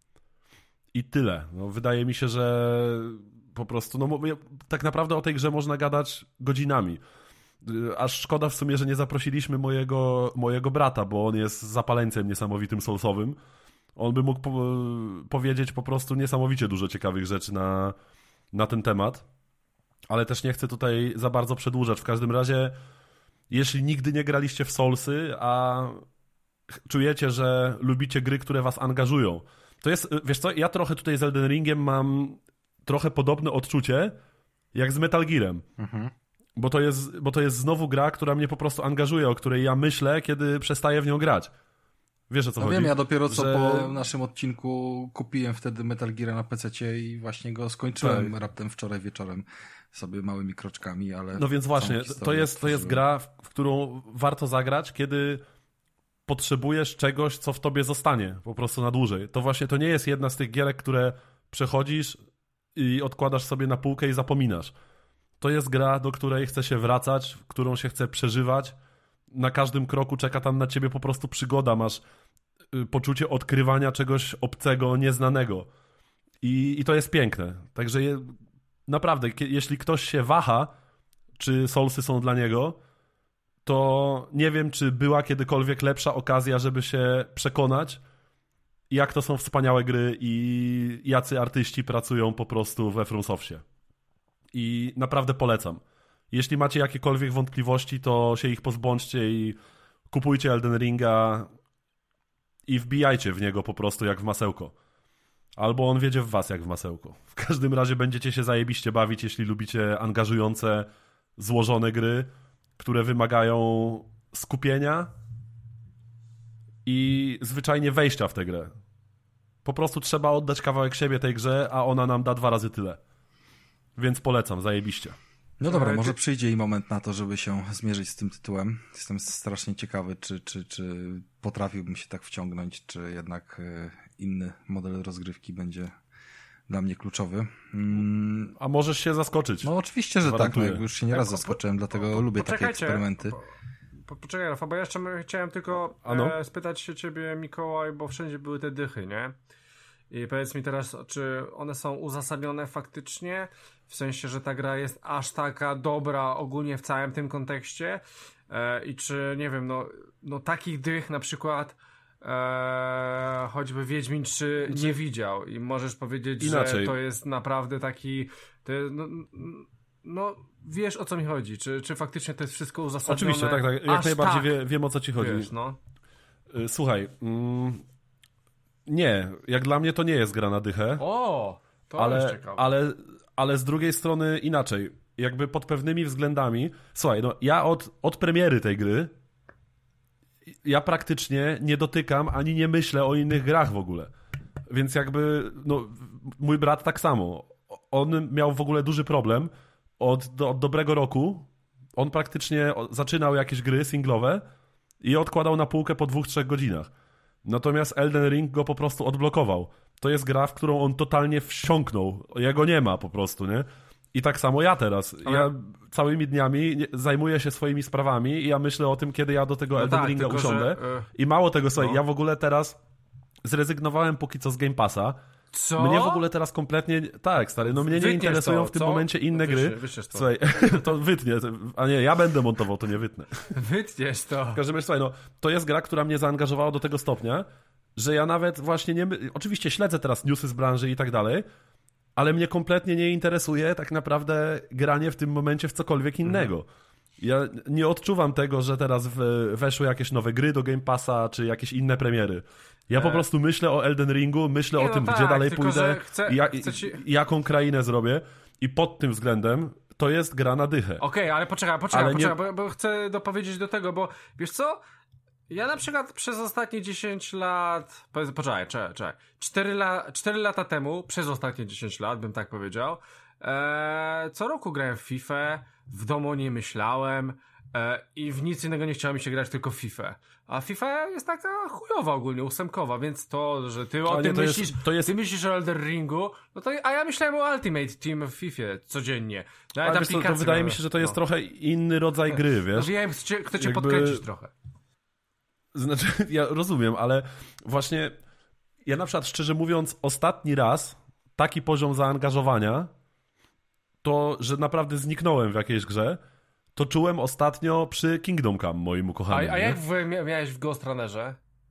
I tyle. Wydaje mi się, że po prostu tak naprawdę o tej grze można gadać godzinami. Aż szkoda w sumie, że nie zaprosiliśmy mojego brata, bo on jest zapaleńcem niesamowitym soulsowym. On by mógł powiedzieć po prostu niesamowicie dużo ciekawych rzeczy na ten temat. Ale też nie chcę tutaj za bardzo przedłużać. W każdym razie, jeśli nigdy nie graliście w Soulsy, a czujecie, że lubicie gry, które was angażują, to jest, wiesz co, ja trochę tutaj z Elden Ringiem mam trochę podobne odczucie jak z Metal Gearem. Mhm. Bo to jest znowu gra, która mnie po prostu angażuje, o której ja myślę, kiedy przestaję w nią grać. Wiesz, o co chodzi? Wiem, ja dopiero co po naszym odcinku kupiłem wtedy Metal Gear na PC-cie i właśnie go skończyłem raptem wczoraj wieczorem sobie małymi kroczkami, ale... No więc właśnie, to jest gra, w którą warto zagrać, kiedy potrzebujesz czegoś, co w tobie zostanie po prostu na dłużej. To właśnie to nie jest jedna z tych gierek, które przechodzisz i odkładasz sobie na półkę i zapominasz. To jest gra, do której chce się wracać, którą się chce przeżywać. Na każdym kroku czeka tam na ciebie po prostu przygoda. Masz poczucie odkrywania czegoś obcego, nieznanego. I to jest piękne. Także naprawdę, jeśli ktoś się waha, czy Soulsy są dla niego, to nie wiem, czy była kiedykolwiek lepsza okazja, żeby się przekonać, jak to są wspaniałe gry i jacy artyści pracują po prostu we FromSoftie. I naprawdę polecam. Jeśli macie jakiekolwiek wątpliwości, to się ich pozbądźcie i kupujcie Elden Ringa i wbijajcie w niego po prostu jak w masełko. Albo on wiedzie w was jak w masełko. W każdym razie będziecie się zajebiście bawić, jeśli lubicie angażujące, złożone gry, które wymagają skupienia i zwyczajnie wejścia w tę grę. Po prostu trzeba oddać kawałek siebie tej grze, a ona nam da 2 razy tyle. Więc polecam, zajebiście. No dobra, może przyjdzie i moment na to, żeby się zmierzyć z tym tytułem. Jestem strasznie ciekawy, czy potrafiłbym się tak wciągnąć, czy jednak inny model rozgrywki będzie dla mnie kluczowy. A możesz się zaskoczyć. No oczywiście, że tak. No, już się nieraz zaskoczyłem, dlatego lubię takie eksperymenty. Poczekaj, Rafa, bo ja jeszcze chciałem tylko spytać się ciebie, Mikołaj, bo wszędzie były te dychy, nie? I powiedz mi teraz, czy one są uzasadnione faktycznie? W sensie, że ta gra jest aż taka dobra ogólnie w całym tym kontekście? I czy, nie wiem, no takich dych na przykład choćby Wiedźmin 3 nie widział i możesz powiedzieć, że to jest naprawdę taki... No wiesz, o co mi chodzi. Czy faktycznie to jest wszystko uzasadnione? Oczywiście, tak. Jak najbardziej wiem, o co ci chodzi. Wiesz, no. Słuchaj, nie, jak dla mnie to nie jest gra na dychę. To jest ciekawe. Ale z drugiej strony inaczej. Jakby pod pewnymi względami... Słuchaj, no ja od premiery tej gry ja praktycznie nie dotykam ani nie myślę o innych grach w ogóle. Więc jakby, no, mój brat tak samo. On miał w ogóle duży problem od dobrego roku. On praktycznie zaczynał jakieś gry singlowe i odkładał na półkę po 2-3 godzinach. Natomiast Elden Ring go po prostu odblokował. To jest gra, w którą on totalnie wsiąknął. Jego nie ma po prostu, nie? I tak samo ja teraz. Ja całymi dniami zajmuję się swoimi sprawami i ja myślę o tym, kiedy ja do tego Elden Ringa usiądę. I mało tego, słuchaj, ja w ogóle teraz zrezygnowałem póki co z Game Passa. Co? Mnie w ogóle teraz kompletnie... Tak, stary, no mnie nie interesują w tym momencie inne gry. Słuchaj, to wytnie. A nie, ja będę montował, to nie wytnę. Wytniesz to. W każdym razie, słuchaj, no, to jest gra, która mnie zaangażowała do tego stopnia, że ja nawet właśnie nie... Oczywiście śledzę teraz newsy z branży i tak dalej, ale mnie kompletnie nie interesuje tak naprawdę granie w tym momencie w cokolwiek innego. Ja nie odczuwam tego, że teraz weszły jakieś nowe gry do Game Passa, czy jakieś inne premiery. Ja po prostu myślę o Elden Ringu, myślę o tym, gdzie dalej pójdę, jaką krainę zrobię i pod tym względem to jest gra na dychę. Okej, ale poczekaj, bo chcę dopowiedzieć do tego, bo wiesz co? Ja na przykład przez ostatnie 10 lat... Poczekaj. 4 lata temu, przez ostatnie 10 lat, bym tak powiedział, co roku grałem w FIFA, w domu nie myślałem i w nic innego nie chciało mi się grać, tylko w FIFA. A FIFA jest taka chujowa ogólnie, 8-kowa, więc to, że ty o tym myślisz, ty myślisz o Elden Ringu, no to, a ja myślałem o Ultimate Team w FIFA codziennie. Ale wiesz, to wydaje mi się, że to jest trochę inny rodzaj gry, wiesz? No wiem, chcę cię podkręcić trochę. Znaczy, ja rozumiem, ale właśnie ja na przykład, szczerze mówiąc, ostatni raz taki poziom zaangażowania, to, że naprawdę zniknąłem w jakiejś grze, to czułem ostatnio przy Kingdom Come, moim ukochanym. A jak miałeś w Ghost Runnerze?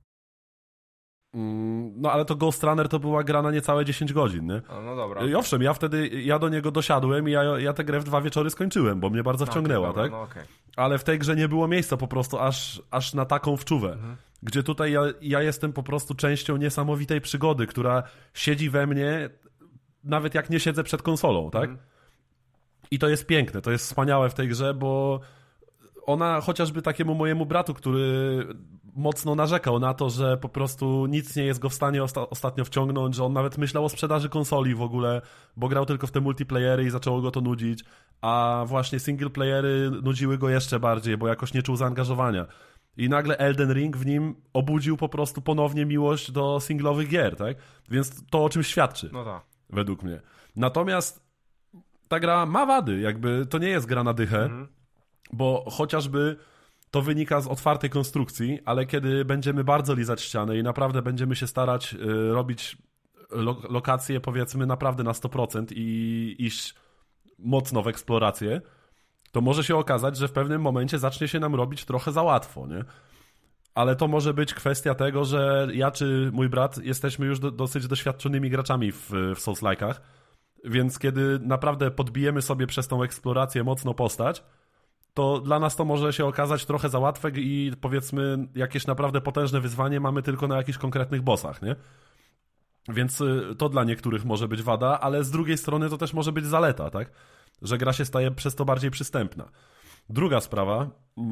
No ale to Ghost Runner to była gra na niecałe 10 godzin, nie? No dobra. I owszem, ja do niego dosiadłem i ja tę grę w 2 wieczory skończyłem, bo mnie bardzo wciągnęła, dobra, tak? No okay. Ale w tej grze nie było miejsca po prostu aż na taką wczuwę. Gdzie tutaj ja jestem po prostu częścią niesamowitej przygody, która siedzi we mnie, nawet jak nie siedzę przed konsolą, tak? I to jest piękne, to jest wspaniałe w tej grze, bo ona chociażby takiemu mojemu bratu, który mocno narzekał na to, że po prostu nic nie jest go w stanie ostatnio wciągnąć, że on nawet myślał o sprzedaży konsoli w ogóle, bo grał tylko w te multiplayery i zaczęło go to nudzić, a właśnie singleplayery nudziły go jeszcze bardziej, bo jakoś nie czuł zaangażowania. I nagle Elden Ring w nim obudził po prostu ponownie miłość do singlowych gier, tak? Więc to o czymś świadczy, według mnie. Natomiast ta gra ma wady, jakby to nie jest gra na dychę, bo chociażby to wynika z otwartej konstrukcji, ale kiedy będziemy bardzo lizać ścianę i naprawdę będziemy się starać robić lokacje, powiedzmy, naprawdę na 100% i iść mocno w eksplorację, to może się okazać, że w pewnym momencie zacznie się nam robić trochę za łatwo, nie? Ale to może być kwestia tego, że ja czy mój brat jesteśmy już dosyć doświadczonymi graczami w Souls-like'ach, więc kiedy naprawdę podbijemy sobie przez tą eksplorację mocno postać, to dla nas to może się okazać trochę za łatwe i powiedzmy jakieś naprawdę potężne wyzwanie mamy tylko na jakichś konkretnych bossach, nie? Więc to dla niektórych może być wada, ale z drugiej strony to też może być zaleta, tak? Że gra się staje przez to bardziej przystępna. Druga sprawa,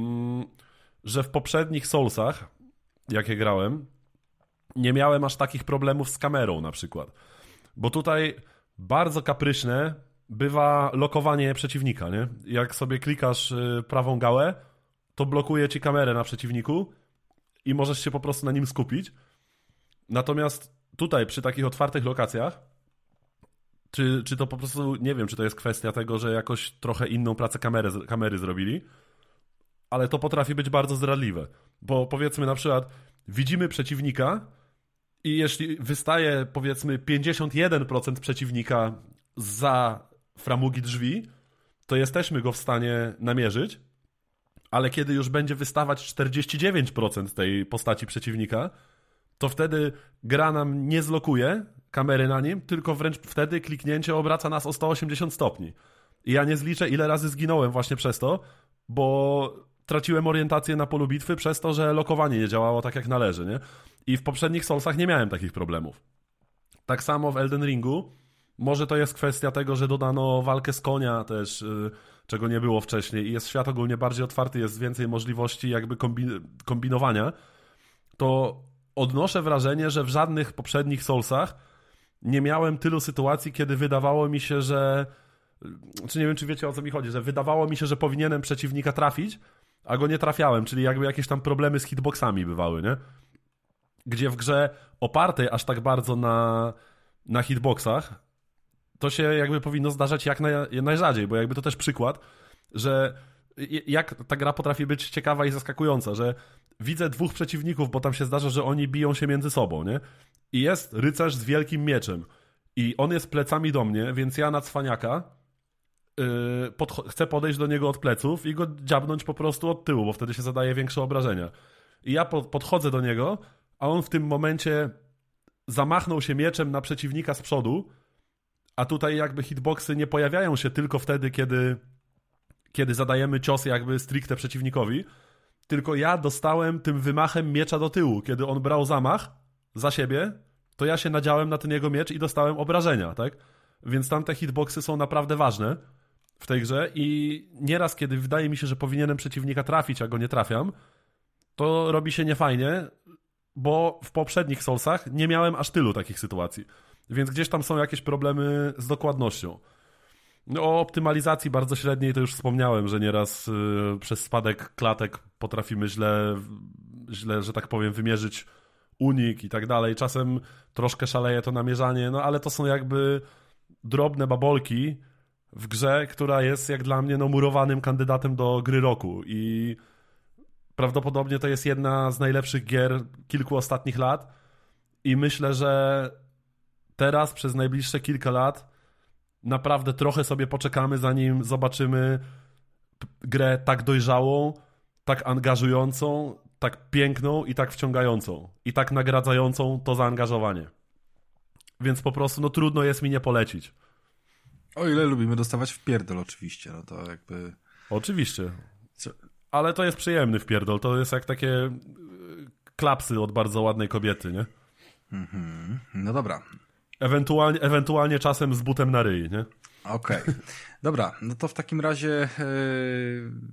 że w poprzednich Soulsach, jakie grałem, nie miałem aż takich problemów z kamerą na przykład. Bo tutaj bardzo kapryśne bywa lokowanie przeciwnika, nie? Jak sobie klikasz prawą gałę, to blokuje ci kamerę na przeciwniku i możesz się po prostu na nim skupić. Natomiast tutaj przy takich otwartych lokacjach czy to po prostu, nie wiem, czy to jest kwestia tego, że jakoś trochę inną pracę kamery zrobili, ale to potrafi być bardzo zdradliwe. Bo powiedzmy na przykład widzimy przeciwnika i jeśli wystaje powiedzmy 51% przeciwnika za framugi drzwi, to jesteśmy go w stanie namierzyć, ale kiedy już będzie wystawać 49% tej postaci przeciwnika, to wtedy gra nam nie zlokuje kamery na nim, tylko wręcz wtedy kliknięcie obraca nas o 180 stopni. I ja nie zliczę, ile razy zginąłem właśnie przez to, bo traciłem orientację na polu bitwy przez to, że lokowanie nie działało tak jak należy, nie? I w poprzednich Soulsach nie miałem takich problemów. Tak samo w Elden Ringu. Może to jest kwestia tego, że dodano walkę z konia też, czego nie było wcześniej i jest świat ogólnie bardziej otwarty, jest więcej możliwości jakby kombinowania. To odnoszę wrażenie, że w żadnych poprzednich Soulsach nie miałem tylu sytuacji, kiedy wydawało mi się, że... Czy nie wiem, czy wiecie, o co mi chodzi, że wydawało mi się, że powinienem przeciwnika trafić, a go nie trafiałem, czyli jakby jakieś tam problemy z hitboxami bywały, nie? Gdzie w grze opartej aż tak bardzo na hitboxach, to się jakby powinno zdarzać jak najrzadziej, bo jakby to też przykład, że jak ta gra potrafi być ciekawa i zaskakująca, że widzę dwóch przeciwników, bo tam się zdarza, że oni biją się między sobą, nie? I jest rycerz z wielkim mieczem i on jest plecami do mnie, więc ja na cwaniaka chcę podejść do niego od pleców i go dziabnąć po prostu od tyłu, bo wtedy się zadaje większe obrażenia. I ja podchodzę do niego, a on w tym momencie zamachnął się mieczem na przeciwnika z przodu, a tutaj jakby hitboxy nie pojawiają się tylko wtedy, kiedy zadajemy cios jakby stricte przeciwnikowi, tylko ja dostałem tym wymachem miecza do tyłu. Kiedy on brał zamach za siebie, to ja się nadziałem na ten jego miecz i dostałem obrażenia, tak? Więc tamte hitboxy są naprawdę ważne w tej grze i nieraz, kiedy wydaje mi się, że powinienem przeciwnika trafić, a go nie trafiam, to robi się niefajnie, bo w poprzednich Soulsach nie miałem aż tylu takich sytuacji. Więc gdzieś tam są jakieś problemy z dokładnością. No, o optymalizacji bardzo średniej to już wspomniałem, że nieraz przez spadek klatek potrafimy źle, że tak powiem, wymierzyć unik i tak dalej. Czasem troszkę szaleje to namierzanie, no ale to są jakby drobne babolki w grze, która jest jak dla mnie murowanym kandydatem do gry roku i prawdopodobnie to jest jedna z najlepszych gier kilku ostatnich lat i myślę, że teraz przez najbliższe kilka lat naprawdę trochę sobie poczekamy, zanim zobaczymy grę tak dojrzałą, tak angażującą, tak piękną i tak wciągającą i tak nagradzającą to zaangażowanie. Więc po prostu trudno jest mi nie polecić. O ile lubimy dostawać wpierdol oczywiście, no to jakby... Oczywiście. Ale to jest przyjemny wpierdol, to jest jak takie klapsy od bardzo ładnej kobiety, nie? No dobra. Ewentualnie czasem z butem na ryj, nie? Okej. Dobra, no to w takim razie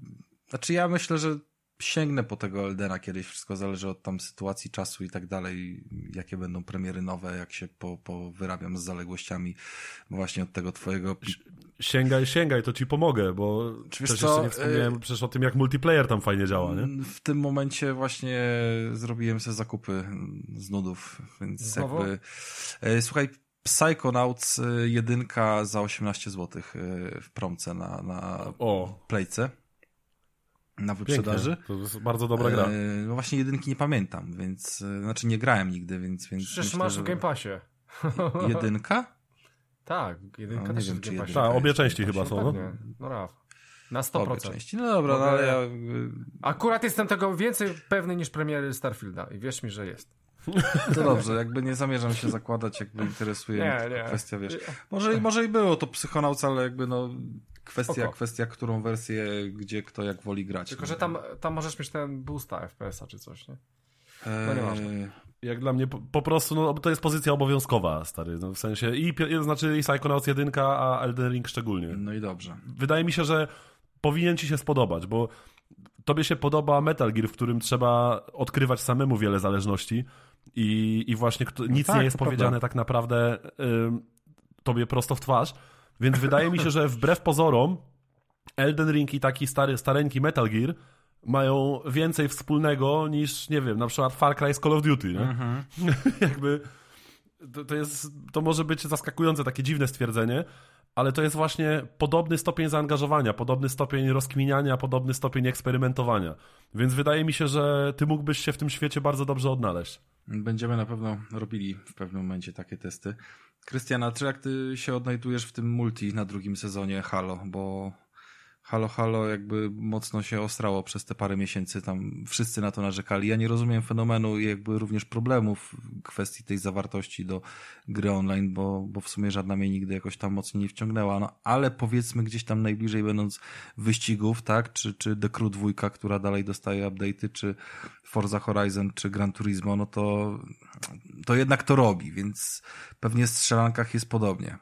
Znaczy ja myślę, że sięgnę po tego Eldena kiedyś, wszystko zależy od tam sytuacji, czasu i tak dalej, jakie będą premiery nowe, jak się wyrabiam z zaległościami właśnie od tego twojego... Sięgaj, to ci pomogę, bo też jeszcze nie wspomniałem przecież o tym, jak multiplayer tam fajnie działa, nie? W tym momencie właśnie zrobiłem sobie zakupy z nudów, więc Znowu? jakby... Słuchaj, Psychonauts 1 za 18 zł w promce na Playce. Na wyprzedaży. Pięknie. To jest bardzo dobra gra. No właśnie jedynki nie pamiętam, więc znaczy nie grałem nigdy, więc przecież myślę, masz w Game Passie. Jedynka? Tak, jedynka też jest w Game Passie. Tak, obie części chyba są. No, no Raf. Na 100%. Obie części. No dobra, no ale ja... Akurat jestem tego więcej pewny niż premiery Starfielda i wierz mi, że jest. To dobrze, jakby nie zamierzam się zakładać, jakby interesuje mnie kwestia, wiesz. Może i było to Psychonauts, ale jakby no kwestia, którą wersję, gdzie kto jak woli grać. Tylko, że tam możesz mieć ten boosta FPS-a czy coś, nie? No nieważne. Jak dla mnie po prostu, no to jest pozycja obowiązkowa, stary, no w sensie i Psychonauts 1, a Elden Ring szczególnie. No i dobrze. Wydaje mi się, że powinien ci się spodobać, bo tobie się podoba Metal Gear, w którym trzeba odkrywać samemu wiele zależności i właśnie nic nie jest powiedziane tak naprawdę tobie prosto w twarz, więc wydaje mi się, że wbrew pozorom Elden Ring i taki stareńki Metal Gear mają więcej wspólnego niż, nie wiem, na przykład Far Cry z Call of Duty, nie? Jakby to może być zaskakujące, takie dziwne stwierdzenie, ale to jest właśnie podobny stopień zaangażowania, podobny stopień rozkminiania, podobny stopień eksperymentowania. Więc wydaje mi się, że ty mógłbyś się w tym świecie bardzo dobrze odnaleźć. Będziemy na pewno robili w pewnym momencie takie testy. Krystiana, czy jak ty się odnajdujesz w tym multi na drugim sezonie Halo, bo Halo jakby mocno się ostrało przez te parę miesięcy, tam wszyscy na to narzekali. Ja nie rozumiem fenomenu i jakby również problemów w kwestii tej zawartości do gry online, bo w sumie żadna mnie nigdy jakoś tam mocniej nie wciągnęła, no ale powiedzmy gdzieś tam najbliżej będąc wyścigów, tak, czy The Crew 2, która dalej dostaje update'y, czy Forza Horizon, czy Gran Turismo, no to jednak to robi, więc pewnie w strzelankach jest podobnie.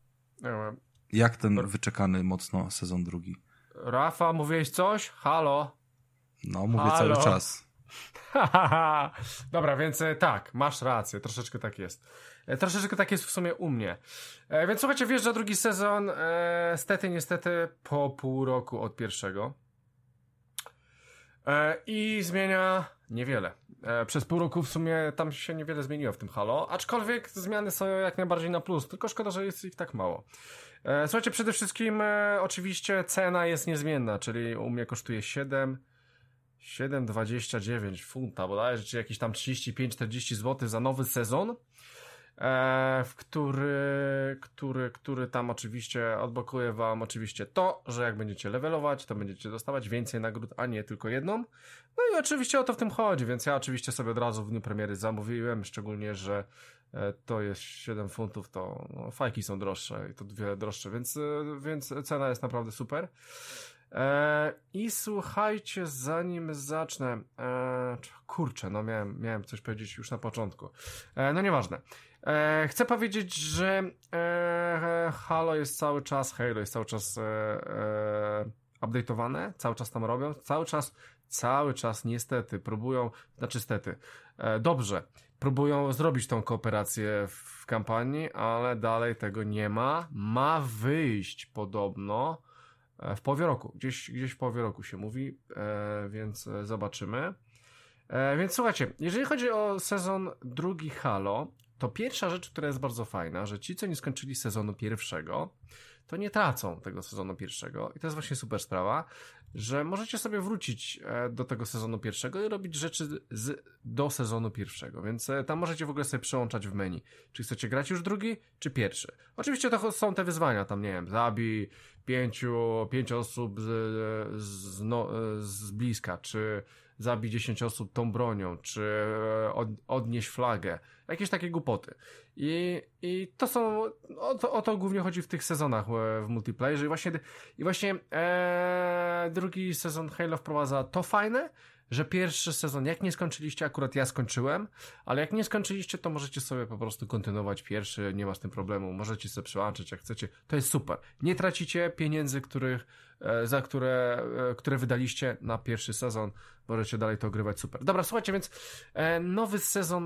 Jak ten wyczekany mocno sezon drugi? Rafa, mówiłeś coś? Halo? No, mówię cały czas. Dobra, więc tak, masz rację, troszeczkę tak jest. Troszeczkę tak jest w sumie u mnie. Więc słuchajcie, wjeżdża drugi sezon, niestety po pół roku od pierwszego. I zmienia niewiele. Przez pół roku w sumie tam się niewiele zmieniło w tym Halo, aczkolwiek zmiany są jak najbardziej na plus, tylko szkoda, że jest ich tak mało. Słuchajcie, przede wszystkim oczywiście cena jest niezmienna, czyli u mnie kosztuje 7,29 funta bodajże, czyli jakieś tam 35-40 zł za nowy sezon, w który tam oczywiście odblokuje wam oczywiście to, że jak będziecie levelować, to będziecie dostawać więcej nagród, a nie tylko jedną. No i oczywiście o to w tym chodzi, więc ja oczywiście sobie od razu w dniu premiery zamówiłem, szczególnie, że to jest 7 funtów, to no, fajki są droższe i to wiele droższe, więc cena jest naprawdę super. I słuchajcie, zanim zacznę, kurczę, no miałem coś powiedzieć już na początku, no nieważne. Chcę powiedzieć, że Halo jest cały czas update'owane, cały czas tam robią, cały czas niestety próbują, próbują zrobić tą kooperację w kampanii, ale dalej tego nie ma. Ma wyjść podobno w połowie roku, gdzieś w połowie roku się mówi, więc zobaczymy. Więc słuchajcie, jeżeli chodzi o sezon drugi Halo, to pierwsza rzecz, która jest bardzo fajna, że ci, co nie skończyli sezonu pierwszego, to nie tracą tego sezonu pierwszego i to jest właśnie super sprawa, że możecie sobie wrócić do tego sezonu pierwszego i robić rzeczy do sezonu pierwszego, więc tam możecie w ogóle sobie przełączać w menu, czy chcecie grać już drugi, czy pierwszy. Oczywiście to są te wyzwania, tam nie wiem, zabij 5 osób z bliska, czy zabij 10 osób tą bronią, czy odnieś flagę, jakieś takie głupoty. I to są, o to głównie chodzi w tych sezonach w multiplayerze i właśnie drugi sezon Halo wprowadza to fajne, że pierwszy sezon, jak nie skończyliście, akurat ja skończyłem, ale jak nie skończyliście, to możecie sobie po prostu kontynuować pierwszy, nie ma z tym problemu, możecie sobie przełączyć jak chcecie, to jest super. Nie tracicie pieniędzy, które wydaliście na pierwszy sezon, możecie dalej to ogrywać, super. Dobra, słuchajcie, więc nowy sezon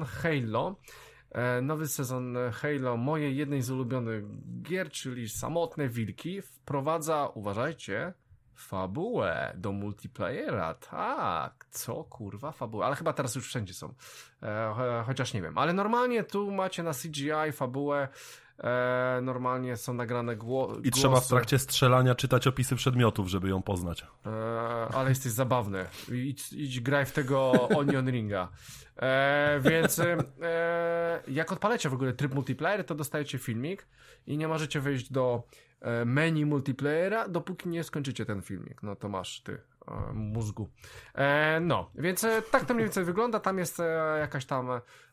Halo, moje jednej z ulubionych gier, czyli Samotne Wilki, wprowadza, uważajcie, fabułę do multiplayera. Tak, co kurwa fabułę, ale chyba teraz już wszędzie są, chociaż nie wiem, ale normalnie tu macie na CGI fabułę, normalnie są nagrane głosy. I trzeba w trakcie strzelania czytać opisy przedmiotów, żeby ją poznać. Ale jesteś zabawny. Idź graj w tego Onion Ringa. Więc jak odpalacie w ogóle tryb multiplayer, to dostajecie filmik i nie możecie wejść do menu multiplayera, dopóki nie skończycie ten filmik. No to masz ty mózgu. No, więc tak to mniej więcej wygląda. Tam jest jakaś tam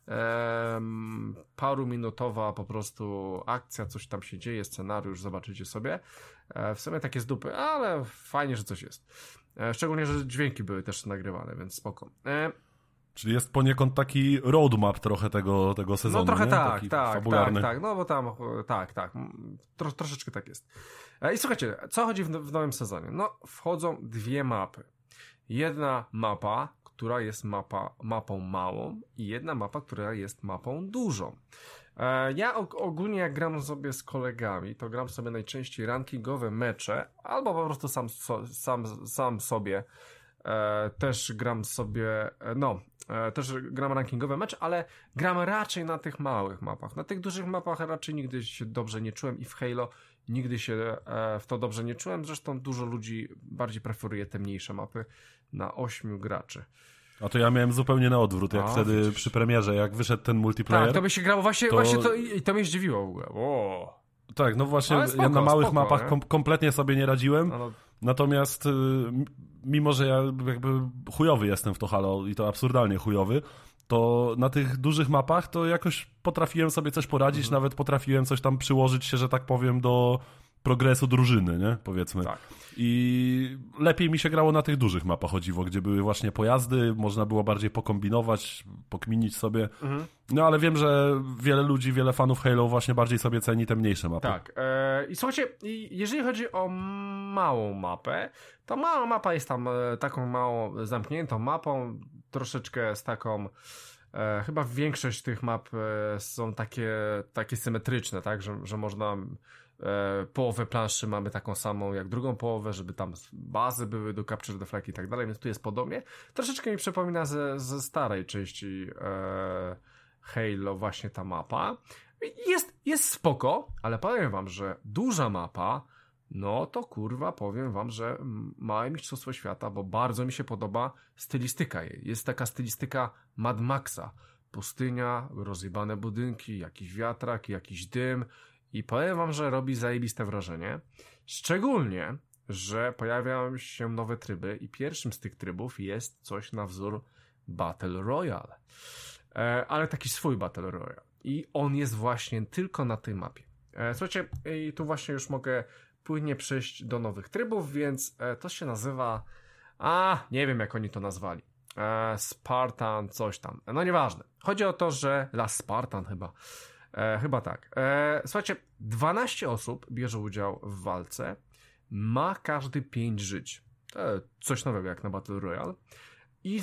paruminutowa po prostu akcja, coś tam się dzieje, scenariusz, zobaczycie sobie. W sumie takie z dupy, ale fajnie, że coś jest. Szczególnie, że dźwięki były też nagrywane, więc spoko. Czyli jest poniekąd taki roadmap trochę tego sezonu, no trochę nie? tak, taki tak, fabularny. tak, no bo tam, tak, troszeczkę tak jest. I słuchajcie, co chodzi w nowym sezonie? No, wchodzą dwie mapy. Jedna mapa, która jest mapą małą i jedna mapa, która jest mapą dużą. Ja ogólnie jak gram sobie z kolegami, to gram sobie najczęściej rankingowe mecze, albo po prostu sam sobie też gram sobie, też gram rankingowe mecze, ale gram raczej na tych małych mapach. Na tych dużych mapach raczej nigdy się dobrze nie czułem i w Halo nigdy się w to dobrze nie czułem. Zresztą dużo ludzi bardziej preferuje te mniejsze mapy na 8 graczy. A to ja miałem zupełnie na odwrót, jak wtedy widzisz. Przy premierze, jak wyszedł ten multiplayer. Tak, to by się grało właśnie to mnie zdziwiło w ogóle. O. Tak, no właśnie, spoko, ja na małych mapach kompletnie sobie nie radziłem, natomiast mimo, że ja jakby chujowy jestem w to Halo i to absurdalnie chujowy, to na tych dużych mapach to jakoś potrafiłem sobie coś poradzić, nawet potrafiłem coś tam przyłożyć się, że tak powiem, do progresu drużyny, nie? Powiedzmy. Tak. I lepiej mi się grało na tych dużych mapach, o dziwo, gdzie były właśnie pojazdy, można było bardziej pokombinować, pokminić sobie. No ale wiem, że wiele ludzi, wiele fanów Halo właśnie bardziej sobie ceni te mniejsze mapy. Tak. I słuchajcie, jeżeli chodzi o małą mapę, to mała mapa jest tam taką mało zamkniętą mapą, troszeczkę z taką chyba większość tych map są takie symetryczne, tak, że można połowę planszy mamy taką samą jak drugą połowę, żeby tam bazy były do capture the flag i tak dalej, więc tu jest podobnie. Troszeczkę mi przypomina ze starej części Halo właśnie ta mapa. Jest spoko, ale powiem wam, że duża mapa, no to kurwa powiem wam, że małe mistrzostwo świata, bo bardzo mi się podoba stylistyka jej. Jest taka stylistyka Mad Maxa. Pustynia, rozjebane budynki, jakiś wiatrak, jakiś dym i powiem wam, że robi zajebiste wrażenie. Szczególnie, że pojawiają się nowe tryby i pierwszym z tych trybów jest coś na wzór Battle Royale. Ale taki swój Battle Royale. I on jest właśnie tylko na tej mapie. Słuchajcie, i tu właśnie już mogę płynnie przejść do nowych trybów, więc to się nazywa... nie wiem jak oni to nazwali. Spartan, coś tam. No nieważne. Chodzi o to, że Last Spartan chyba. Chyba tak. Słuchajcie, 12 osób bierze udział w walce. Ma każdy 5 żyć. Coś nowego jak na Battle Royale. I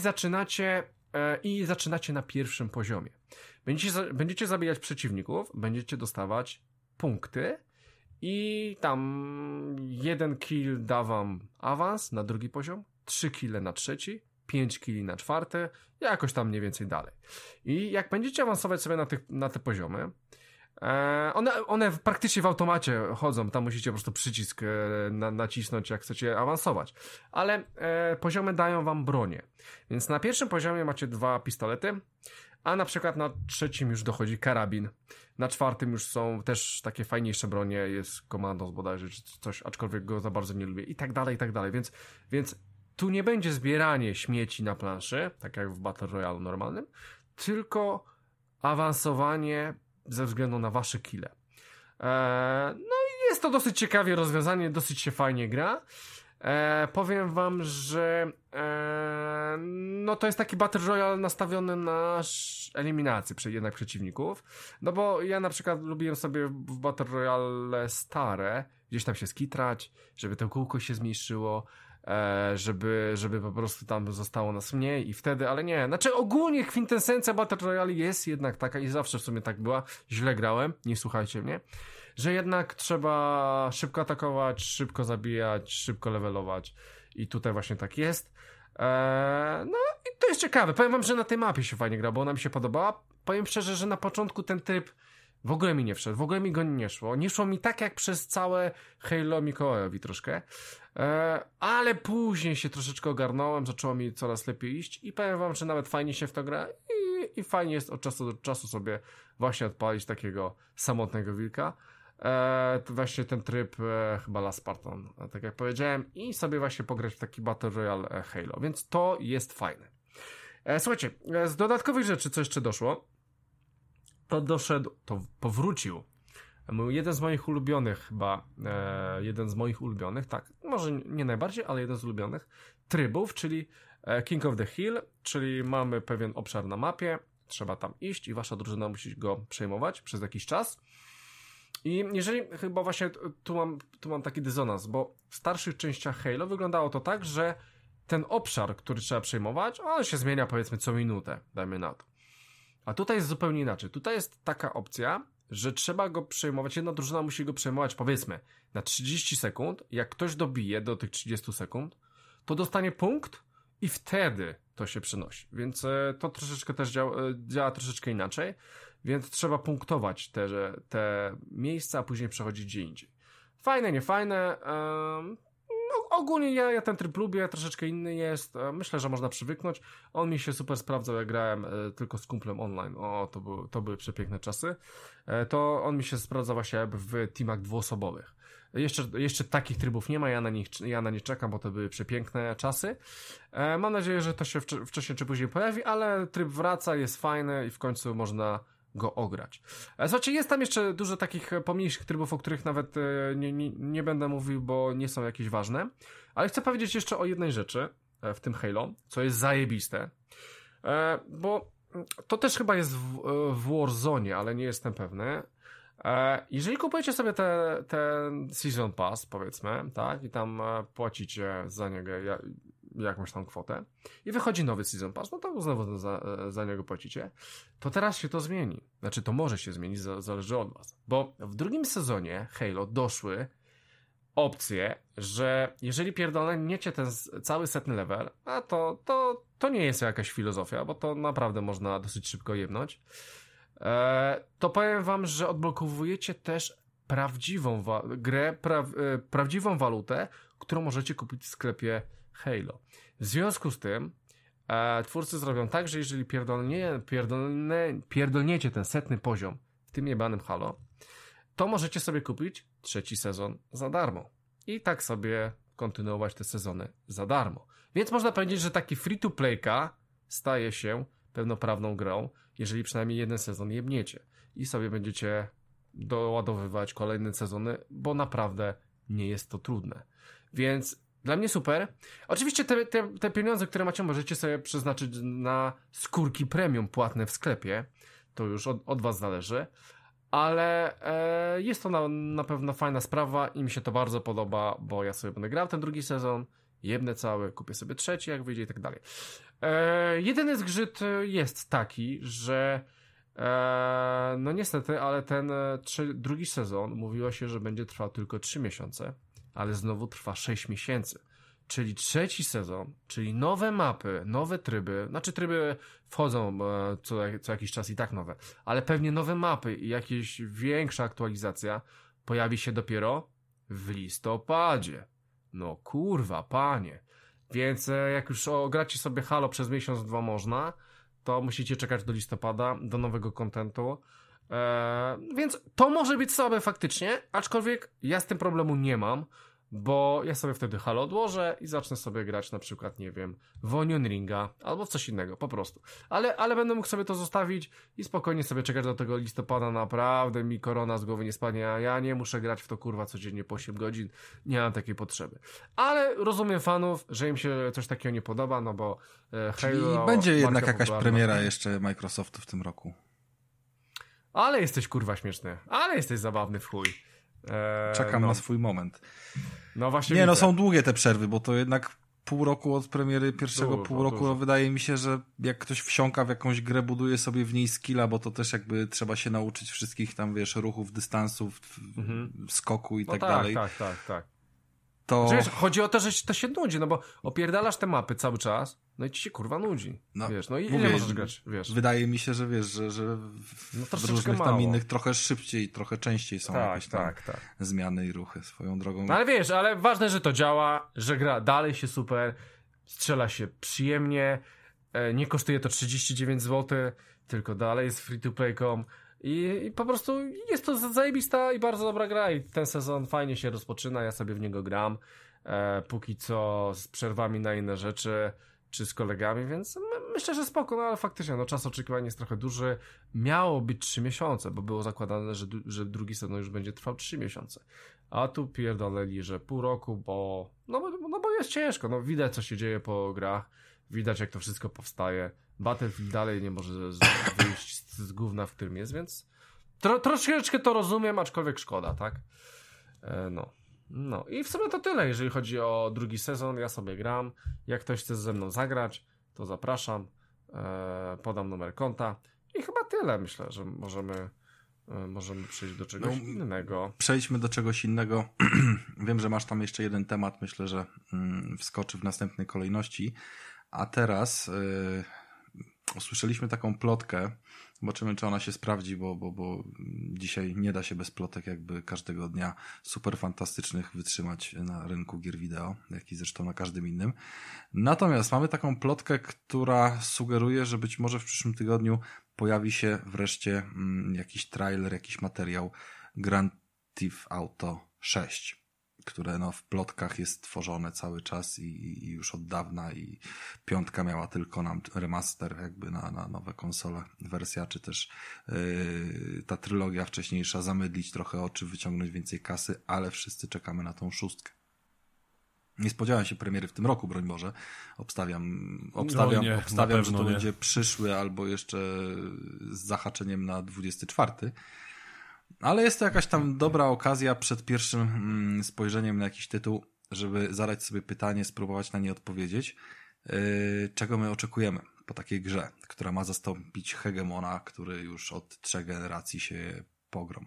zaczynacie na pierwszym poziomie. Będziecie zabijać przeciwników, będziecie dostawać punkty i tam 1 kill da wam awans na drugi poziom, 3 kille na trzeci, 5 killi na czwarte, jakoś tam mniej więcej dalej. I jak będziecie awansować sobie na te poziomy, one praktycznie w automacie chodzą, tam musicie po prostu przycisk nacisnąć, jak chcecie awansować. Ale poziomy dają wam bronię. Więc na pierwszym poziomie macie 2 pistolety, a na przykład na trzecim już dochodzi karabin. Na czwartym już są też takie fajniejsze bronie, jest komandos bodajże, czy coś, aczkolwiek go za bardzo nie lubię. I tak dalej, i tak dalej. Więc tu nie będzie zbieranie śmieci na planszy, tak jak w Battle Royale normalnym, tylko awansowanie ze względu na wasze kille. No i jest to dosyć ciekawie rozwiązanie, dosyć się fajnie gra. powiem wam, że no to jest taki Battle Royale nastawiony na eliminację jednak przeciwników, no bo ja na przykład lubiłem sobie w Battle Royale stare, gdzieś tam się skitrać, żeby to kółko się zmniejszyło, żeby po prostu tam zostało nas mniej i wtedy, ale nie, znaczy ogólnie kwintesencja Battle Royale jest jednak taka i zawsze w sumie tak była, źle grałem, nie słuchajcie mnie, że jednak trzeba szybko atakować, szybko zabijać, szybko levelować i tutaj właśnie tak jest. No i to jest ciekawe, powiem wam, że na tej mapie się fajnie gra, bo ona mi się podobała, powiem szczerze, że na początku ten tryb w ogóle mi nie wszedł, w ogóle mi go nie szło mi tak jak przez całe Halo Mikołajowi troszkę, ale później się troszeczkę ogarnąłem, zaczęło mi coraz lepiej iść i powiem wam, że nawet fajnie się w to gra i fajnie jest od czasu do czasu sobie właśnie odpalić takiego samotnego wilka. To właśnie ten tryb chyba Last Spartan, tak jak powiedziałem, i sobie właśnie pograć w taki Battle Royale Halo, więc to jest fajne. Słuchajcie, z dodatkowych rzeczy, co jeszcze doszło, to powrócił jeden z moich ulubionych chyba, tak, może nie najbardziej, ale jeden z ulubionych trybów, czyli King of the Hill, czyli mamy pewien obszar na mapie, trzeba tam iść i wasza drużyna musi go przejmować przez jakiś czas. I jeżeli, chyba właśnie tu mam taki dysonans, bo w starszych częściach Halo wyglądało to tak, że ten obszar, który trzeba przejmować, on się zmienia powiedzmy co minutę, dajmy na to. A tutaj jest zupełnie inaczej. Tutaj jest taka opcja, że trzeba go przejmować, jedna drużyna musi go przejmować powiedzmy na 30 sekund, jak ktoś dobije do tych 30 sekund, to dostanie punkt i wtedy to się przenosi. Więc to troszeczkę też działa troszeczkę inaczej. Więc trzeba punktować te miejsca, a później przechodzić gdzie indziej. Fajne, niefajne. No, ogólnie ja ten tryb lubię, troszeczkę inny jest. Myślę, że można przywyknąć. On mi się super sprawdzał, jak grałem tylko z kumplem online. To były przepiękne czasy. To on mi się sprawdza właśnie w teamach dwuosobowych. Jeszcze takich trybów nie ma, ja na nie czekam, bo to były przepiękne czasy. Mam nadzieję, że to się wcześniej czy później pojawi, ale tryb wraca, jest fajny i w końcu można go ograć. Słuchajcie, jest tam jeszcze dużo takich pomniejszych trybów, o których nawet nie będę mówił, bo nie są jakieś ważne, ale chcę powiedzieć jeszcze o jednej rzeczy w tym Halo, co jest zajebiste, bo to też chyba jest w Warzone, ale nie jestem pewny. Jeżeli kupujecie sobie ten Season Pass, powiedzmy, tak, i tam płacicie za niego jakąś tam kwotę i wychodzi nowy Season Pass, no to znowu za niego płacicie, to teraz się to zmieni. Znaczy, to może się zmienić, zależy od was. Bo w drugim sezonie Halo doszły opcje, że jeżeli pierdolniecie ten cały setny level, a to nie jest jakaś filozofia, bo to naprawdę można dosyć szybko jebnąć, to powiem wam, że odblokowujecie też prawdziwą walutę, którą możecie kupić w sklepie Halo. W związku z tym twórcy zrobią tak, że jeżeli pierdolniecie ten setny poziom w tym jebanym Halo, to możecie sobie kupić 3. sezon za darmo. I tak sobie kontynuować te sezony za darmo. Więc można powiedzieć, że taki free-to-playka staje się pełnoprawną grą, jeżeli przynajmniej jeden sezon jebniecie. I sobie będziecie doładowywać kolejne sezony, bo naprawdę nie jest to trudne. Więc dla mnie super. Oczywiście te pieniądze, które macie, możecie sobie przeznaczyć na skórki premium płatne w sklepie. To już od was zależy. Ale jest to na pewno fajna sprawa i mi się to bardzo podoba, bo ja sobie będę grał ten drugi sezon, jebnę cały, kupię sobie trzeci, jak wyjdzie i tak dalej. Jedyny zgrzyt jest taki, że no niestety, ale ten drugi sezon mówiło się, że będzie trwał tylko 3 miesiące, ale znowu trwa 6 miesięcy. Czyli 3. sezon, czyli nowe mapy, nowe tryby, znaczy tryby wchodzą co jakiś czas i tak nowe, ale pewnie nowe mapy i jakaś większa aktualizacja pojawi się dopiero w listopadzie. No kurwa, panie. Więc jak już gracie sobie Halo przez miesiąc, 2 można, to musicie czekać do listopada, do nowego kontentu. Więc to może być słabe faktycznie, aczkolwiek ja z tym problemu nie mam, bo ja sobie wtedy Halo odłożę i zacznę sobie grać na przykład, nie wiem, w Onion Ringa albo w coś innego, po prostu. Ale będę mógł sobie to zostawić i spokojnie sobie czekać do tego listopada, naprawdę mi korona z głowy nie spadnie, a ja nie muszę grać w to kurwa codziennie po 8 godzin, nie mam takiej potrzeby. Ale rozumiem fanów, że im się coś takiego nie podoba, no bo Halo... I będzie jednak jakaś premiera jeszcze Microsoftu w tym roku. Ale jesteś kurwa śmieszny, ale jesteś zabawny w chuj. Czekam na swój moment. No właśnie. Nie, są długie te przerwy, bo to jednak pół roku od premiery pierwszego pół roku, no wydaje mi się, że jak ktoś wsiąka w jakąś grę, buduje sobie w niej skilla, bo to też jakby trzeba się nauczyć wszystkich tam, wiesz, ruchów, dystansów, skoku i tak dalej. Tak. To... Wiesz, chodzi o to, że to się nudzi, no bo opierdalasz te mapy cały czas, no i ci się kurwa nudzi. No, wiesz, no i ile możesz grać, wiesz. Wydaje mi się, że wiesz, że w różnych tam innych trochę szybciej, trochę częściej są jakieś tam zmiany i ruchy swoją drogą. No ale wiesz, ale ważne, że to działa, że gra dalej się super, strzela się przyjemnie, nie kosztuje to 39 zł, tylko dalej jest free-to-play.com. I po prostu jest to zajebista i bardzo dobra gra i ten sezon fajnie się rozpoczyna, ja sobie w niego gram, póki co z przerwami na inne rzeczy, czy z kolegami, więc myślę, że spoko, no ale faktycznie, no czas oczekiwania jest trochę duży, miało być 3 miesiące, bo było zakładane, że drugi sezon już będzie trwał 3 miesiące, a tu pierdoleli, że pół roku, bo jest ciężko, no widać co się dzieje po grach, widać jak to wszystko powstaje, Battlefield dalej nie może wyjść z gówna, w którym jest, więc troszeczkę to rozumiem, aczkolwiek szkoda, tak? No i w sumie to tyle, jeżeli chodzi o drugi sezon, ja sobie gram, jak ktoś chce ze mną zagrać, to zapraszam, podam numer konta i chyba tyle, myślę, że możemy przejść do czegoś innego. Przejdźmy do czegoś innego. Wiem, że masz tam jeszcze jeden temat, myślę, że wskoczy w następnej kolejności, a teraz usłyszeliśmy taką plotkę, zobaczymy, czy ona się sprawdzi, bo dzisiaj nie da się bez plotek jakby każdego dnia super fantastycznych wytrzymać na rynku gier wideo, jak i zresztą na każdym innym. Natomiast mamy taką plotkę, która sugeruje, że być może w przyszłym tygodniu pojawi się wreszcie jakiś trailer, jakiś materiał Grand Theft Auto 6. Które w plotkach jest tworzone cały czas i już od dawna i 5 miała tylko nam remaster jakby na nowe konsole wersja, czy też ta trylogia wcześniejsza zamydlić trochę oczy, wyciągnąć więcej kasy, ale wszyscy czekamy na tą 6. Nie spodziewałem się premiery w tym roku, broń Boże. Obstawiam, że to będzie przyszły albo jeszcze z zahaczeniem na 24. Ale jest to jakaś tam dobra okazja przed pierwszym spojrzeniem na jakiś tytuł, żeby zadać sobie pytanie, spróbować na nie odpowiedzieć, czego my oczekujemy po takiej grze, która ma zastąpić hegemona, który już od 3 generacji się pogrom.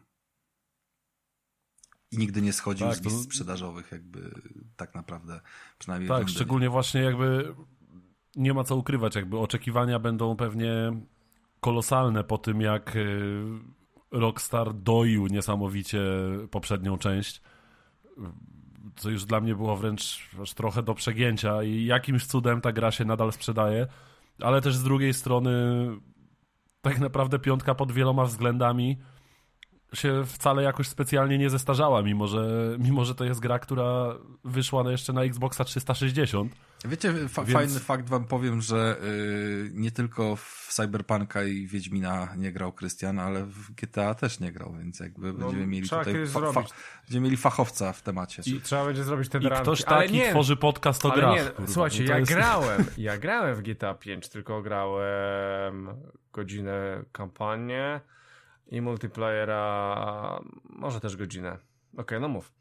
I nigdy nie schodził z list sprzedażowych, jakby tak naprawdę, przynajmniej tak, szczególnie właśnie jakby nie ma co ukrywać, jakby oczekiwania będą pewnie kolosalne po tym, jak Rockstar doił niesamowicie poprzednią część, co już dla mnie było wręcz aż trochę do przegięcia i jakimś cudem ta gra się nadal sprzedaje, ale też z drugiej strony tak naprawdę 5 pod wieloma względami się wcale jakoś specjalnie nie zestarzała, mimo że to jest gra, która wyszła jeszcze na Xboxa 360. Wiecie, fajny fakt wam powiem, że nie tylko w Cyberpunka i Wiedźmina nie grał Krystian, ale w GTA też nie grał, więc jakby będziemy mieli tutaj będziemy mieli fachowca w temacie. I trzeba będzie zrobić te ranki. Ktoś taki tworzy podcast o grach. Słuchajcie, ja grałem w GTA 5, tylko grałem godzinę kampanię i multiplayera może też godzinę. Okej, no mów.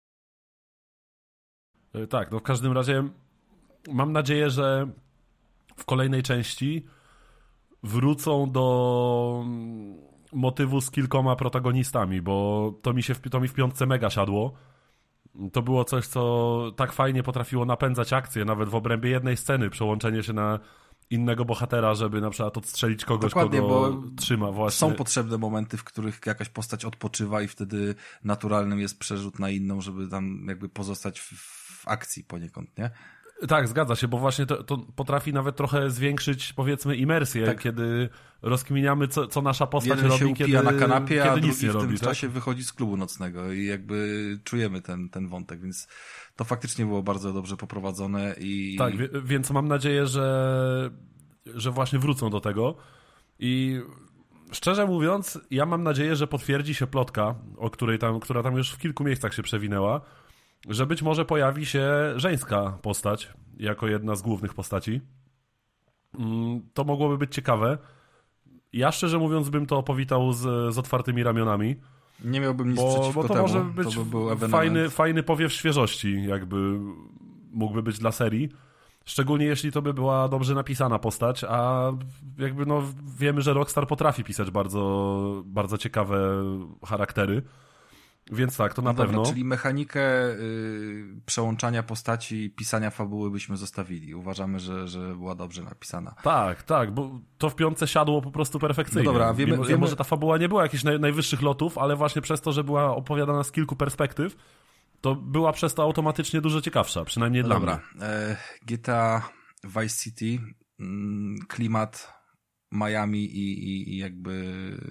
Tak, no w każdym razie mam nadzieję, że w kolejnej części wrócą do motywu z kilkoma protagonistami, bo to mi w 5 mega siadło. To było coś, co tak fajnie potrafiło napędzać akcję, nawet w obrębie jednej sceny, przełączenie się na innego bohatera, żeby na przykład odstrzelić kogoś, dokładnie, kogo trzyma. Właśnie. Są potrzebne momenty, w których jakaś postać odpoczywa i wtedy naturalnym jest przerzut na inną, żeby tam jakby pozostać w akcji poniekąd, nie? Tak, zgadza się, bo właśnie to potrafi nawet trochę zwiększyć, powiedzmy, imersję, tak. Kiedy rozkminiamy, co nasza postać jeden robi, się upija na kanapie, kiedy a nic drugi nie w tym robi, czasie wychodzi z klubu nocnego i jakby czujemy ten wątek, więc to faktycznie było bardzo dobrze poprowadzone. Tak, więc mam nadzieję, że właśnie wrócą do tego i szczerze mówiąc, ja mam nadzieję, że potwierdzi się plotka, która tam już w kilku miejscach się przewinęła, że być może pojawi się żeńska postać jako jedna z głównych postaci. To mogłoby być ciekawe. Ja szczerze mówiąc bym to powitał z otwartymi ramionami. Nie miałbym nic przeciwko bo to temu. Może być to by był fajny powiew świeżości, jakby mógłby być dla serii. Szczególnie jeśli to by była dobrze napisana postać, a jakby wiemy, że Rockstar potrafi pisać bardzo, bardzo ciekawe charaktery. Więc tak, to na pewno. Czyli mechanikę przełączania postaci, pisania fabuły byśmy zostawili. Uważamy, że była dobrze napisana. Tak, bo to w 5 siadło po prostu perfekcyjnie. No dobra, wiemy... Może ta fabuła nie była jakichś najwyższych lotów, ale właśnie przez to, że była opowiadana z kilku perspektyw, to była przez to automatycznie dużo ciekawsza, przynajmniej dla mnie. GTA Vice City, klimat Miami i jakby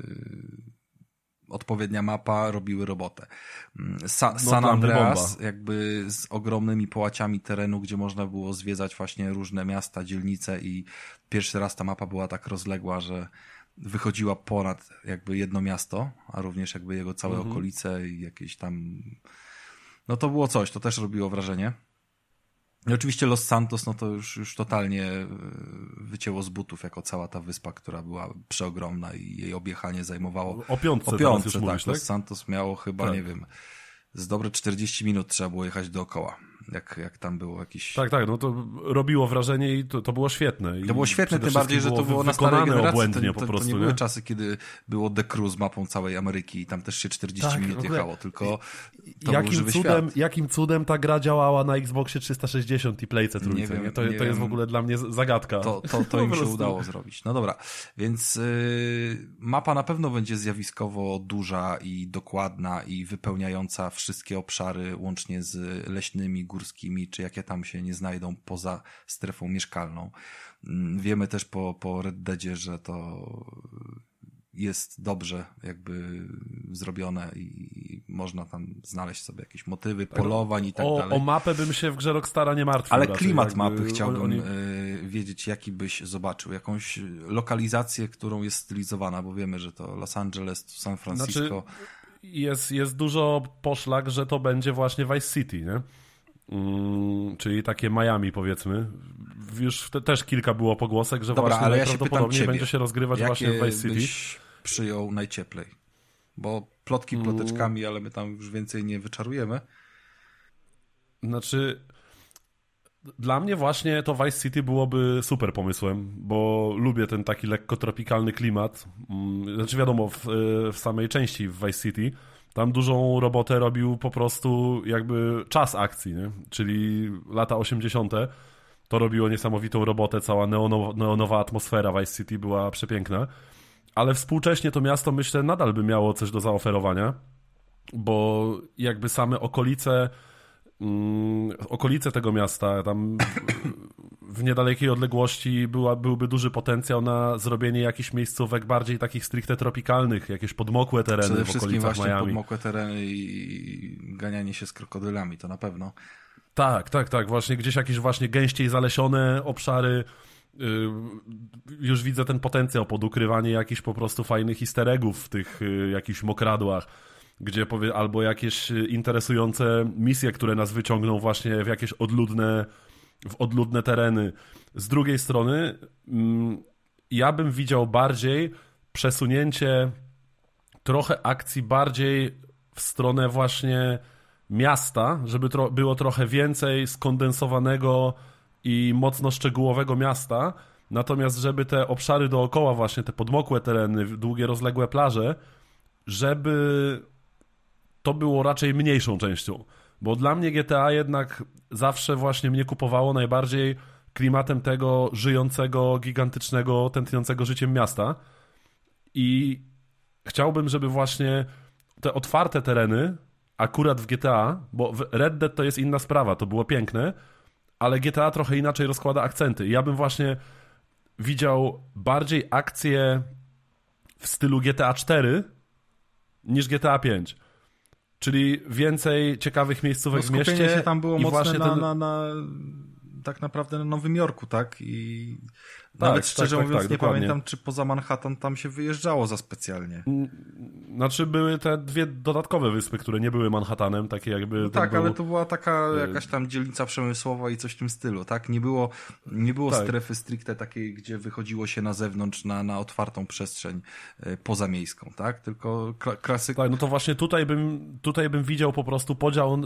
odpowiednia mapa robiły robotę. San Andreas jakby z ogromnymi połaciami terenu, gdzie można było zwiedzać właśnie różne miasta, dzielnice i pierwszy raz ta mapa była tak rozległa, że wychodziła ponad jakby jedno miasto, a również jakby jego całe okolice i jakieś tam... No to było coś, to też robiło wrażenie. I oczywiście Los Santos, no to już totalnie wycięło z butów, jako cała ta wyspa, która była przeogromna i jej objechanie zajmowało... O piątce już tak. Mówisz, tak? Los Santos miało chyba, nie wiem, z dobre 40 minut trzeba było jechać dookoła. Jak tam było jakiś... Tak, no to robiło wrażenie i to było świetne. To było świetne, tym bardziej, że to było na starej generacji. To nie były czasy, kiedy było The Crew z mapą całej Ameryki i tam też się 40 minut jechało, tylko to był żywy świat. Jakim cudem ta gra działała na Xboxie 360 i Playce trójce? To jest w ogóle dla mnie zagadka. To im się udało zrobić. No dobra, więc mapa na pewno będzie zjawiskowo duża i dokładna i wypełniająca wszystkie obszary, łącznie z leśnymi, górskimi, czy jakie tam się nie znajdą poza strefą mieszkalną. Wiemy też po Red Deadzie, że to jest dobrze jakby zrobione i można tam znaleźć sobie jakieś motywy polowań i tak dalej. O mapę bym się w grze Rockstara nie martwił. Ale klimat mapy chciałbym wiedzieć, jaki byś zobaczył. Jakąś lokalizację, którą jest stylizowana, bo wiemy, że to Los Angeles, San Francisco. Jest dużo poszlak, że to będzie właśnie Vice City, nie? Czyli takie Miami, powiedzmy. Już też kilka było pogłosek, że dobra, właśnie ale najprawdopodobniej ja będzie się rozgrywać właśnie w Vice City. Byś przyjął najcieplej? Bo plotki ploteczkami, ale my tam już więcej nie wyczarujemy. Znaczy, dla mnie właśnie to Vice City byłoby super pomysłem, bo lubię ten taki lekko tropikalny klimat. Znaczy wiadomo, w samej części w Vice City tam dużą robotę robił po prostu jakby czas akcji, nie? Czyli lata 80. To robiło niesamowitą robotę, cała neonowa atmosfera Vice City była przepiękna, ale współcześnie to miasto, myślę, nadal by miało coś do zaoferowania, bo jakby same okolice tego miasta, tam w niedalekiej odległości byłby duży potencjał na zrobienie jakichś miejscówek bardziej takich stricte tropikalnych, jakieś podmokłe tereny w okolicach Miami. Podmokłe tereny i ganianie się z krokodylami, to na pewno. Tak, właśnie gdzieś jakieś właśnie gęściej zalesione obszary. Już widzę ten potencjał pod ukrywanie jakichś po prostu fajnych easter eggów w tych jakichś mokradłach, gdzie albo jakieś interesujące misje, które nas wyciągną właśnie w jakieś odludne tereny. Z drugiej strony ja bym widział bardziej przesunięcie trochę akcji bardziej w stronę właśnie miasta, żeby było trochę więcej skondensowanego i mocno szczegółowego miasta, natomiast żeby te obszary dookoła właśnie, te podmokłe tereny, długie, rozległe plaże, żeby to było raczej mniejszą częścią. Bo dla mnie GTA jednak zawsze właśnie mnie kupowało najbardziej klimatem tego żyjącego, gigantycznego, tętniącego życiem miasta. I chciałbym, żeby właśnie te otwarte tereny, akurat w GTA, bo w Red Dead to jest inna sprawa, to było piękne, ale GTA trochę inaczej rozkłada akcenty. Ja bym właśnie widział bardziej akcje w stylu GTA 4 niż GTA 5. Czyli więcej ciekawych miejscówek w mieście. Skupienie się tam było mocne właśnie na tak naprawdę na Nowym Jorku, tak? I nawet szczerze mówiąc nie pamiętam, czy poza Manhattan tam się wyjeżdżało za specjalnie. Znaczy były te 2 dodatkowe wyspy, które nie były Manhattanem, takie jakby... No tak, ale to była taka jakaś tam dzielnica przemysłowa i coś w tym stylu, tak? Nie było tak. strefy stricte takiej, gdzie wychodziło się na zewnątrz, na otwartą przestrzeń pozamiejską, tak? Tylko klasyk... Tak, no to właśnie tutaj bym widział po prostu podział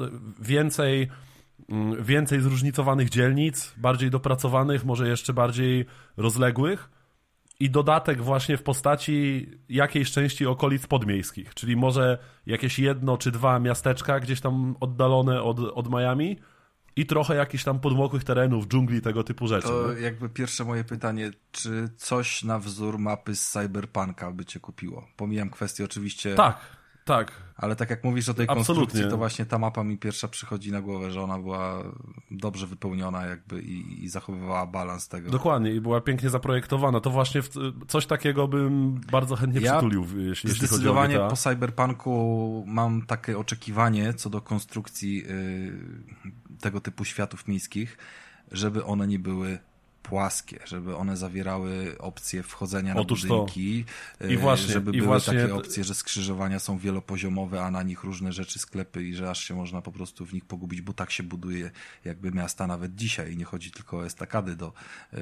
więcej zróżnicowanych dzielnic, bardziej dopracowanych, może jeszcze bardziej rozległych i dodatek właśnie w postaci jakiejś części okolic podmiejskich, czyli może jakieś 1 czy 2 miasteczka gdzieś tam oddalone od Miami i trochę jakichś tam podmokłych terenów, dżungli, tego typu rzeczy. To jakby pierwsze moje pytanie, czy coś na wzór mapy z Cyberpunka by cię kupiło? Pomijam kwestię oczywiście... Tak. Ale tak jak mówisz o tej konstrukcji, to właśnie ta mapa mi pierwsza przychodzi na głowę, że ona była dobrze wypełniona jakby i zachowywała balans tego. Dokładnie i była pięknie zaprojektowana. To właśnie coś takiego bym bardzo chętnie przytulił, jeśli chodzi o zdecydowanie po Cyberpunku mam takie oczekiwanie co do konstrukcji tego typu światów miejskich, żeby one nie były płaskie, żeby one zawierały opcje wchodzenia na budynki, żeby były takie opcje, że skrzyżowania są wielopoziomowe, a na nich różne rzeczy, sklepy i że aż się można po prostu w nich pogubić, bo tak się buduje jakby miasta nawet dzisiaj i nie chodzi tylko o estakady do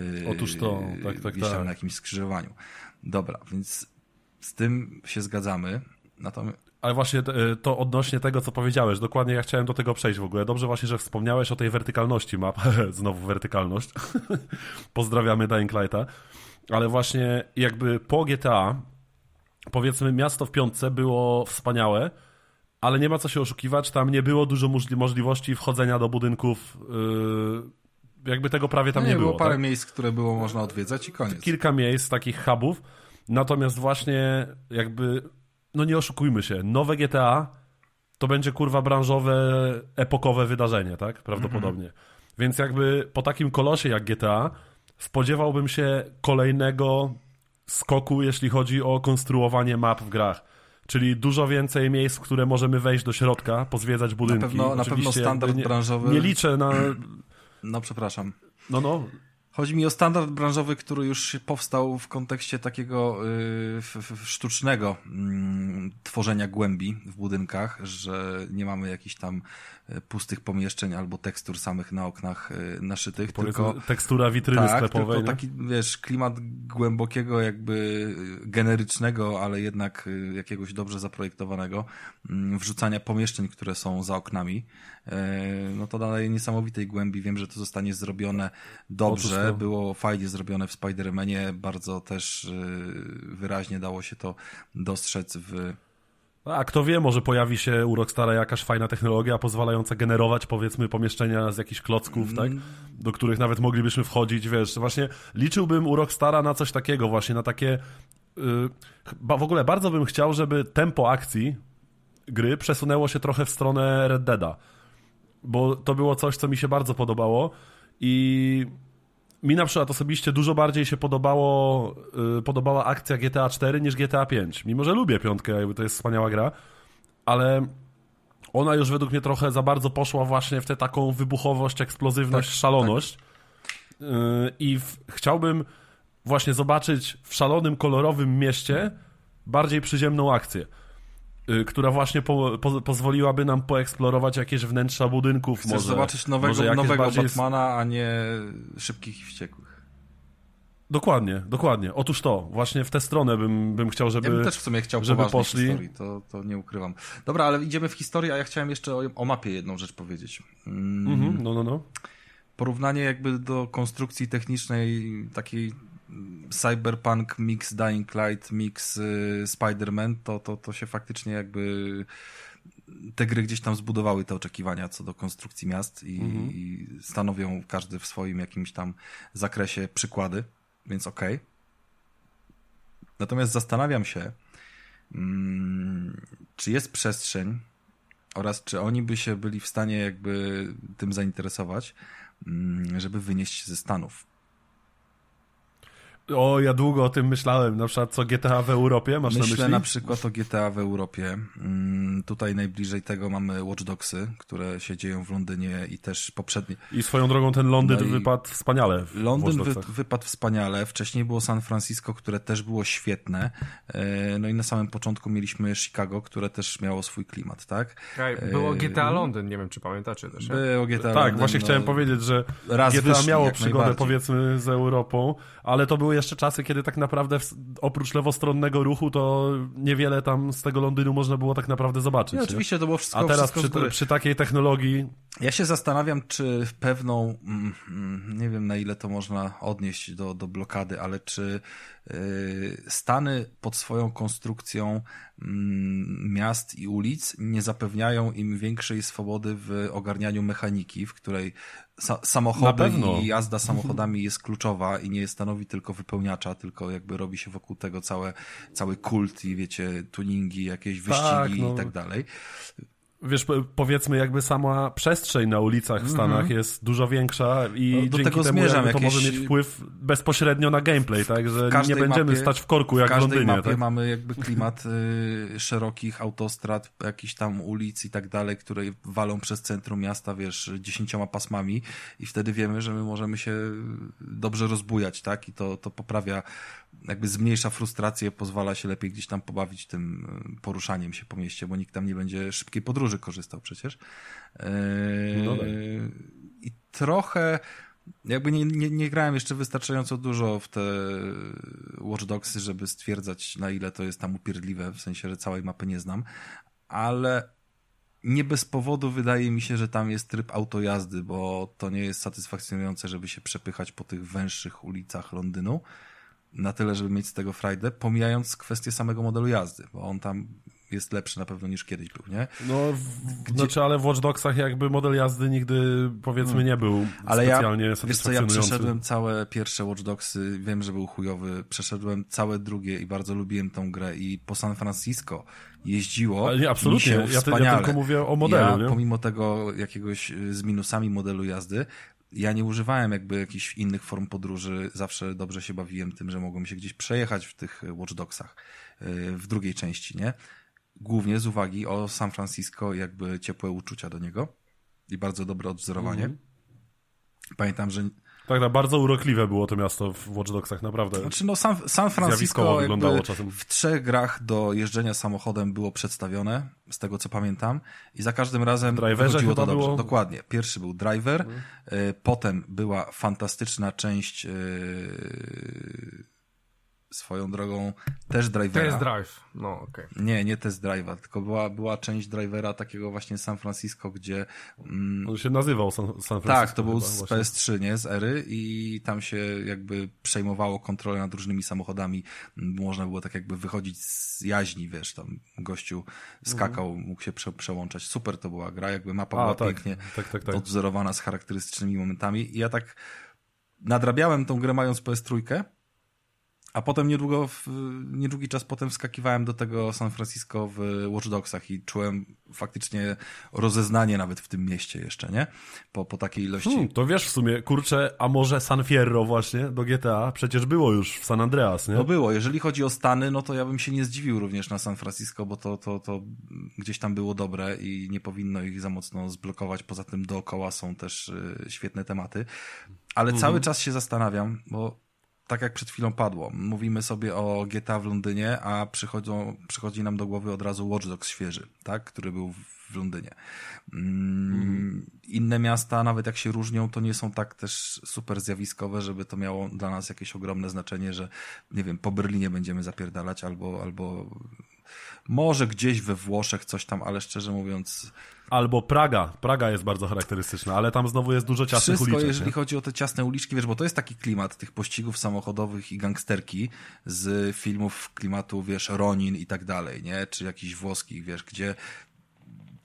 tak. na jakimś skrzyżowaniu. Dobra, więc z tym się zgadzamy. Ale właśnie to odnośnie tego, co powiedziałeś, dokładnie ja chciałem do tego przejść w ogóle. Dobrze właśnie, że wspomniałeś o tej wertykalności map. Znowu wertykalność. Pozdrawiamy Dying Lighta. Ale właśnie jakby po GTA, powiedzmy miasto w 5 było wspaniałe, ale nie ma co się oszukiwać, tam nie było dużo możliwości wchodzenia do budynków. Jakby tego prawie tam nie było. Było parę miejsc, które było można odwiedzać i koniec. Kilka miejsc, takich hubów. Natomiast właśnie jakby... No nie oszukujmy się, nowe GTA to będzie kurwa branżowe, epokowe wydarzenie, tak? Prawdopodobnie. Więc jakby po takim kolosie jak GTA spodziewałbym się kolejnego skoku, jeśli chodzi o konstruowanie map w grach. Czyli dużo więcej miejsc, w które możemy wejść do środka, pozwiedzać budynki. Na pewno standard branżowy... Nie liczę na... No przepraszam. No. Chodzi mi o standard branżowy, który już powstał w kontekście takiego sztucznego tworzenia głębi w budynkach, że nie mamy jakichś tam pustych pomieszczeń albo tekstur samych na oknach naszytych, tylko tekstura witryny sklepowej. Tylko taki, klimat głębokiego, jakby generycznego, ale jednak jakiegoś dobrze zaprojektowanego wrzucania pomieszczeń, które są za oknami. No to daje niesamowitej głębi. Wiem, że to zostanie zrobione dobrze. Było fajnie zrobione w Spider-Manie. Bardzo też wyraźnie dało się to dostrzec w... A kto wie, może pojawi się u Rockstara jakaś fajna technologia pozwalająca generować, powiedzmy, pomieszczenia z jakichś klocków, tak? Do których nawet moglibyśmy wchodzić, wiesz. Właśnie liczyłbym u Rockstara na coś takiego, właśnie na takie... w ogóle bardzo bym chciał, żeby tempo akcji gry przesunęło się trochę w stronę Red Deada. Bo to było coś, co mi się bardzo podobało i mi na przykład osobiście dużo bardziej się podobała akcja GTA 4 niż GTA 5. Mimo, że lubię 5, jakby to jest wspaniała gra, ale ona już według mnie trochę za bardzo poszła właśnie w tę taką wybuchowość, eksplozywność, szaloność. Tak. I chciałbym właśnie zobaczyć w szalonym, kolorowym mieście bardziej przyziemną akcję, która właśnie pozwoliłaby nam poeksplorować jakieś wnętrza budynków. Chcesz zobaczyć nowego Batmana, a nie Szybkich i Wściekłych. Dokładnie. Otóż to, właśnie w tę stronę bym chciał, żeby... Ja bym też w sumie chciał poważnej historii, to nie ukrywam. Dobra, ale idziemy w historię, a ja chciałem jeszcze o mapie jedną rzecz powiedzieć. No. Porównanie jakby do konstrukcji technicznej takiej Cyberpunk mix Dying Light mix Spider-Man, to się faktycznie jakby te gry gdzieś tam zbudowały te oczekiwania co do konstrukcji miast i stanowią każdy w swoim jakimś tam zakresie przykłady, więc okej. Natomiast zastanawiam się, czy jest przestrzeń oraz czy oni by się byli w stanie jakby tym zainteresować żeby wynieść się ze Stanów. O, ja długo o tym myślałem, na przykład co GTA w Europie, masz na myśli? Myślę na przykład o GTA w Europie. Tutaj najbliżej tego mamy Watch Dogsy, które się dzieją w Londynie i też poprzednie. I swoją drogą ten Londyn wypadł wspaniale. Londyn wypadł wspaniale. Wcześniej było San Francisco, które też było świetne. No i na samym początku mieliśmy Chicago, które też miało swój klimat, tak? Było GTA Londyn, nie wiem czy pamiętacie też. Było GTA tak, Londyn, właśnie chciałem powiedzieć, że GTA miało przygodę powiedzmy z Europą, ale to były jeszcze czasy, kiedy tak naprawdę oprócz lewostronnego ruchu to niewiele tam z tego Londynu można było tak naprawdę zobaczyć. Nie, oczywiście to było wszystko. A teraz przy takiej technologii... Ja się zastanawiam, czy pewną, nie wiem na ile to można odnieść do blokady, ale czy Stany pod swoją konstrukcją miast i ulic nie zapewniają im większej swobody w ogarnianiu mechaniki, w której samochody i jazda samochodami jest kluczowa i nie stanowi tylko wypełniacza, tylko jakby robi się wokół tego cały kult i wiecie, tuningi, jakieś wyścigi i tak dalej. Wiesz, powiedzmy jakby sama przestrzeń na ulicach w Stanach jest dużo większa i do dzięki tego temu zmierzam, to może mieć wpływ bezpośrednio na gameplay, tak, że nie będziemy stać w korku jak w Londynie. W każdej mapie tak? mamy jakby klimat szerokich autostrad, jakichś tam ulic i tak dalej, które walą przez centrum miasta, wiesz, 10 pasmami i wtedy wiemy, że my możemy się dobrze rozbujać, tak, i to poprawia, jakby zmniejsza frustrację, pozwala się lepiej gdzieś tam pobawić tym poruszaniem się po mieście, bo nikt tam nie będzie szybkiej podróży korzystał przecież. I trochę jakby nie grałem jeszcze wystarczająco dużo w te Watch Dogsy, żeby stwierdzać, na ile to jest tam upierdliwe, w sensie, że całej mapy nie znam, ale nie bez powodu wydaje mi się, że tam jest tryb autojazdy, bo to nie jest satysfakcjonujące, żeby się przepychać po tych węższych ulicach Londynu na tyle, żeby mieć z tego frajdę, pomijając kwestię samego modelu jazdy, bo on tam jest lepszy na pewno niż kiedyś był, nie? No, znaczy, ale w Watch Dogsach jakby model jazdy nigdy, powiedzmy, nie był specjalnie satysfakcjonujący. Wiesz co, ja przeszedłem całe pierwsze Watch Dogsy, wiem, że był chujowy, przeszedłem całe drugie i bardzo lubiłem tą grę i po San Francisco jeździło. Ale nie, absolutnie, ja tylko mówię o modelu, nie? Pomimo tego jakiegoś z minusami modelu jazdy, ja nie używałem jakby jakichś innych form podróży, zawsze dobrze się bawiłem tym, że mogłem się gdzieś przejechać w tych Watch Dogsach w drugiej części, nie? Głównie z uwagi o San Francisco, jakby ciepłe uczucia do niego i bardzo dobre odwzorowanie. Pamiętam, że... Tak, bardzo urokliwe było to miasto w Watch Dogsach, naprawdę. Znaczy no San Francisco wyglądało czasem. W 3 grach do jeżdżenia samochodem było przedstawione, z tego co pamiętam, i za każdym razem wychodziło to dobrze. Dokładnie. Pierwszy był Driver, potem była fantastyczna część swoją drogą też Drivera. Test Drive, no okej. Nie Test Drive'a, tylko była część Drivera takiego właśnie San Francisco, gdzie... On się nazywał San Francisco. Tak, to był z PS3, nie? Z ery i tam się jakby przejmowało kontrolę nad różnymi samochodami. Można było tak jakby wychodzić z jaźni, wiesz, tam gościu skakał, mógł się przełączać. Super to była gra, jakby mapa była pięknie odwzorowana z charakterystycznymi momentami i ja tak nadrabiałem tą grę mając PS3, a potem niedługi czas potem wskakiwałem do tego San Francisco w Watch Dogsach i czułem faktycznie rozeznanie nawet w tym mieście jeszcze, nie? Po takiej ilości. To wiesz w sumie, kurczę, a może San Fierro właśnie do GTA? Przecież było już w San Andreas, nie? No było. Jeżeli chodzi o Stany, no to ja bym się nie zdziwił również na San Francisco, bo to gdzieś tam było dobre i nie powinno ich za mocno zblokować. Poza tym dookoła są też świetne tematy. Ale cały czas się zastanawiam, bo tak jak przed chwilą padło, mówimy sobie o GTA w Londynie, a przychodzi nam do głowy od razu Watch Dogs świeży, tak, który był w Londynie. Inne miasta, nawet jak się różnią, to nie są tak też super zjawiskowe, żeby to miało dla nas jakieś ogromne znaczenie, że nie wiem, po Berlinie będziemy zapierdalać albo może gdzieś we Włoszech coś tam, ale szczerze mówiąc... Albo Praga. Praga jest bardzo charakterystyczna, ale tam znowu jest dużo ciasnych uliczek. Jeżeli chodzi o te ciasne uliczki, wiesz, bo to jest taki klimat tych pościgów samochodowych i gangsterki z filmów klimatu, wiesz, Ronin i tak dalej, nie? Czy jakichś włoskich, wiesz, gdzie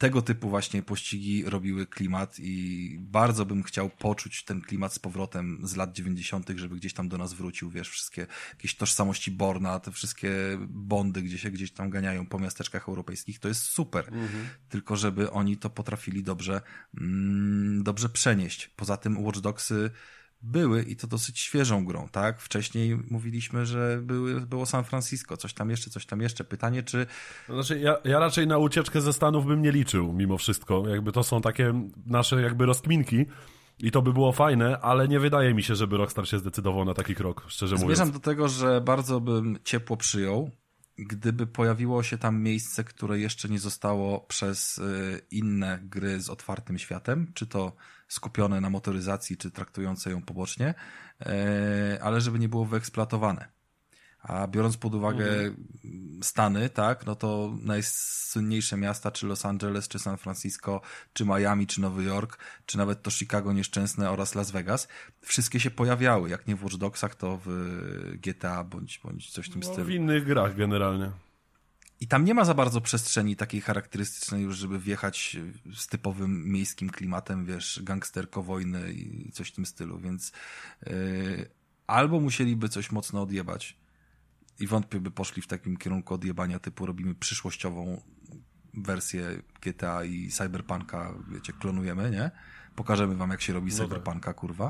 tego typu właśnie pościgi robiły klimat i bardzo bym chciał poczuć ten klimat z powrotem z lat 90., żeby gdzieś tam do nas wrócił, wiesz, wszystkie jakieś tożsamości Borna, te wszystkie Bondy, gdzie się gdzieś tam ganiają po miasteczkach europejskich, to jest super. Tylko żeby oni to potrafili dobrze przenieść. Poza tym Watch Dogsy były i to dosyć świeżą grą, tak? Wcześniej mówiliśmy, że było San Francisco, coś tam jeszcze. Pytanie, czy... Znaczy, ja raczej na ucieczkę ze Stanów bym nie liczył, mimo wszystko. Jakby to są takie nasze jakby rozkminki i to by było fajne, ale nie wydaje mi się, żeby Rockstar się zdecydował na taki krok, szczerze mówiąc. Zmierzam do tego, że bardzo bym ciepło przyjął, gdyby pojawiło się tam miejsce, które jeszcze nie zostało przez inne gry z otwartym światem, czy to skupione na motoryzacji, czy traktujące ją pobocznie, ale żeby nie było wyeksploatowane. A biorąc pod uwagę Stany, tak, no to najsłynniejsze miasta, czy Los Angeles, czy San Francisco, czy Miami, czy Nowy Jork, czy nawet to Chicago nieszczęsne oraz Las Vegas, wszystkie się pojawiały. Jak nie w Watch Dogsach, to w GTA bądź coś w tym stylu. W innych grach generalnie. I tam nie ma za bardzo przestrzeni takiej charakterystycznej już, żeby wjechać z typowym miejskim klimatem, wiesz, gangsterko, wojny i coś w tym stylu, więc albo musieliby coś mocno odjebać i wątpię, by poszli w takim kierunku odjebania typu robimy przyszłościową wersję GTA i Cyberpunka, wiecie, klonujemy, nie? Pokażemy wam, jak się robi Cyberpunka, kurwa.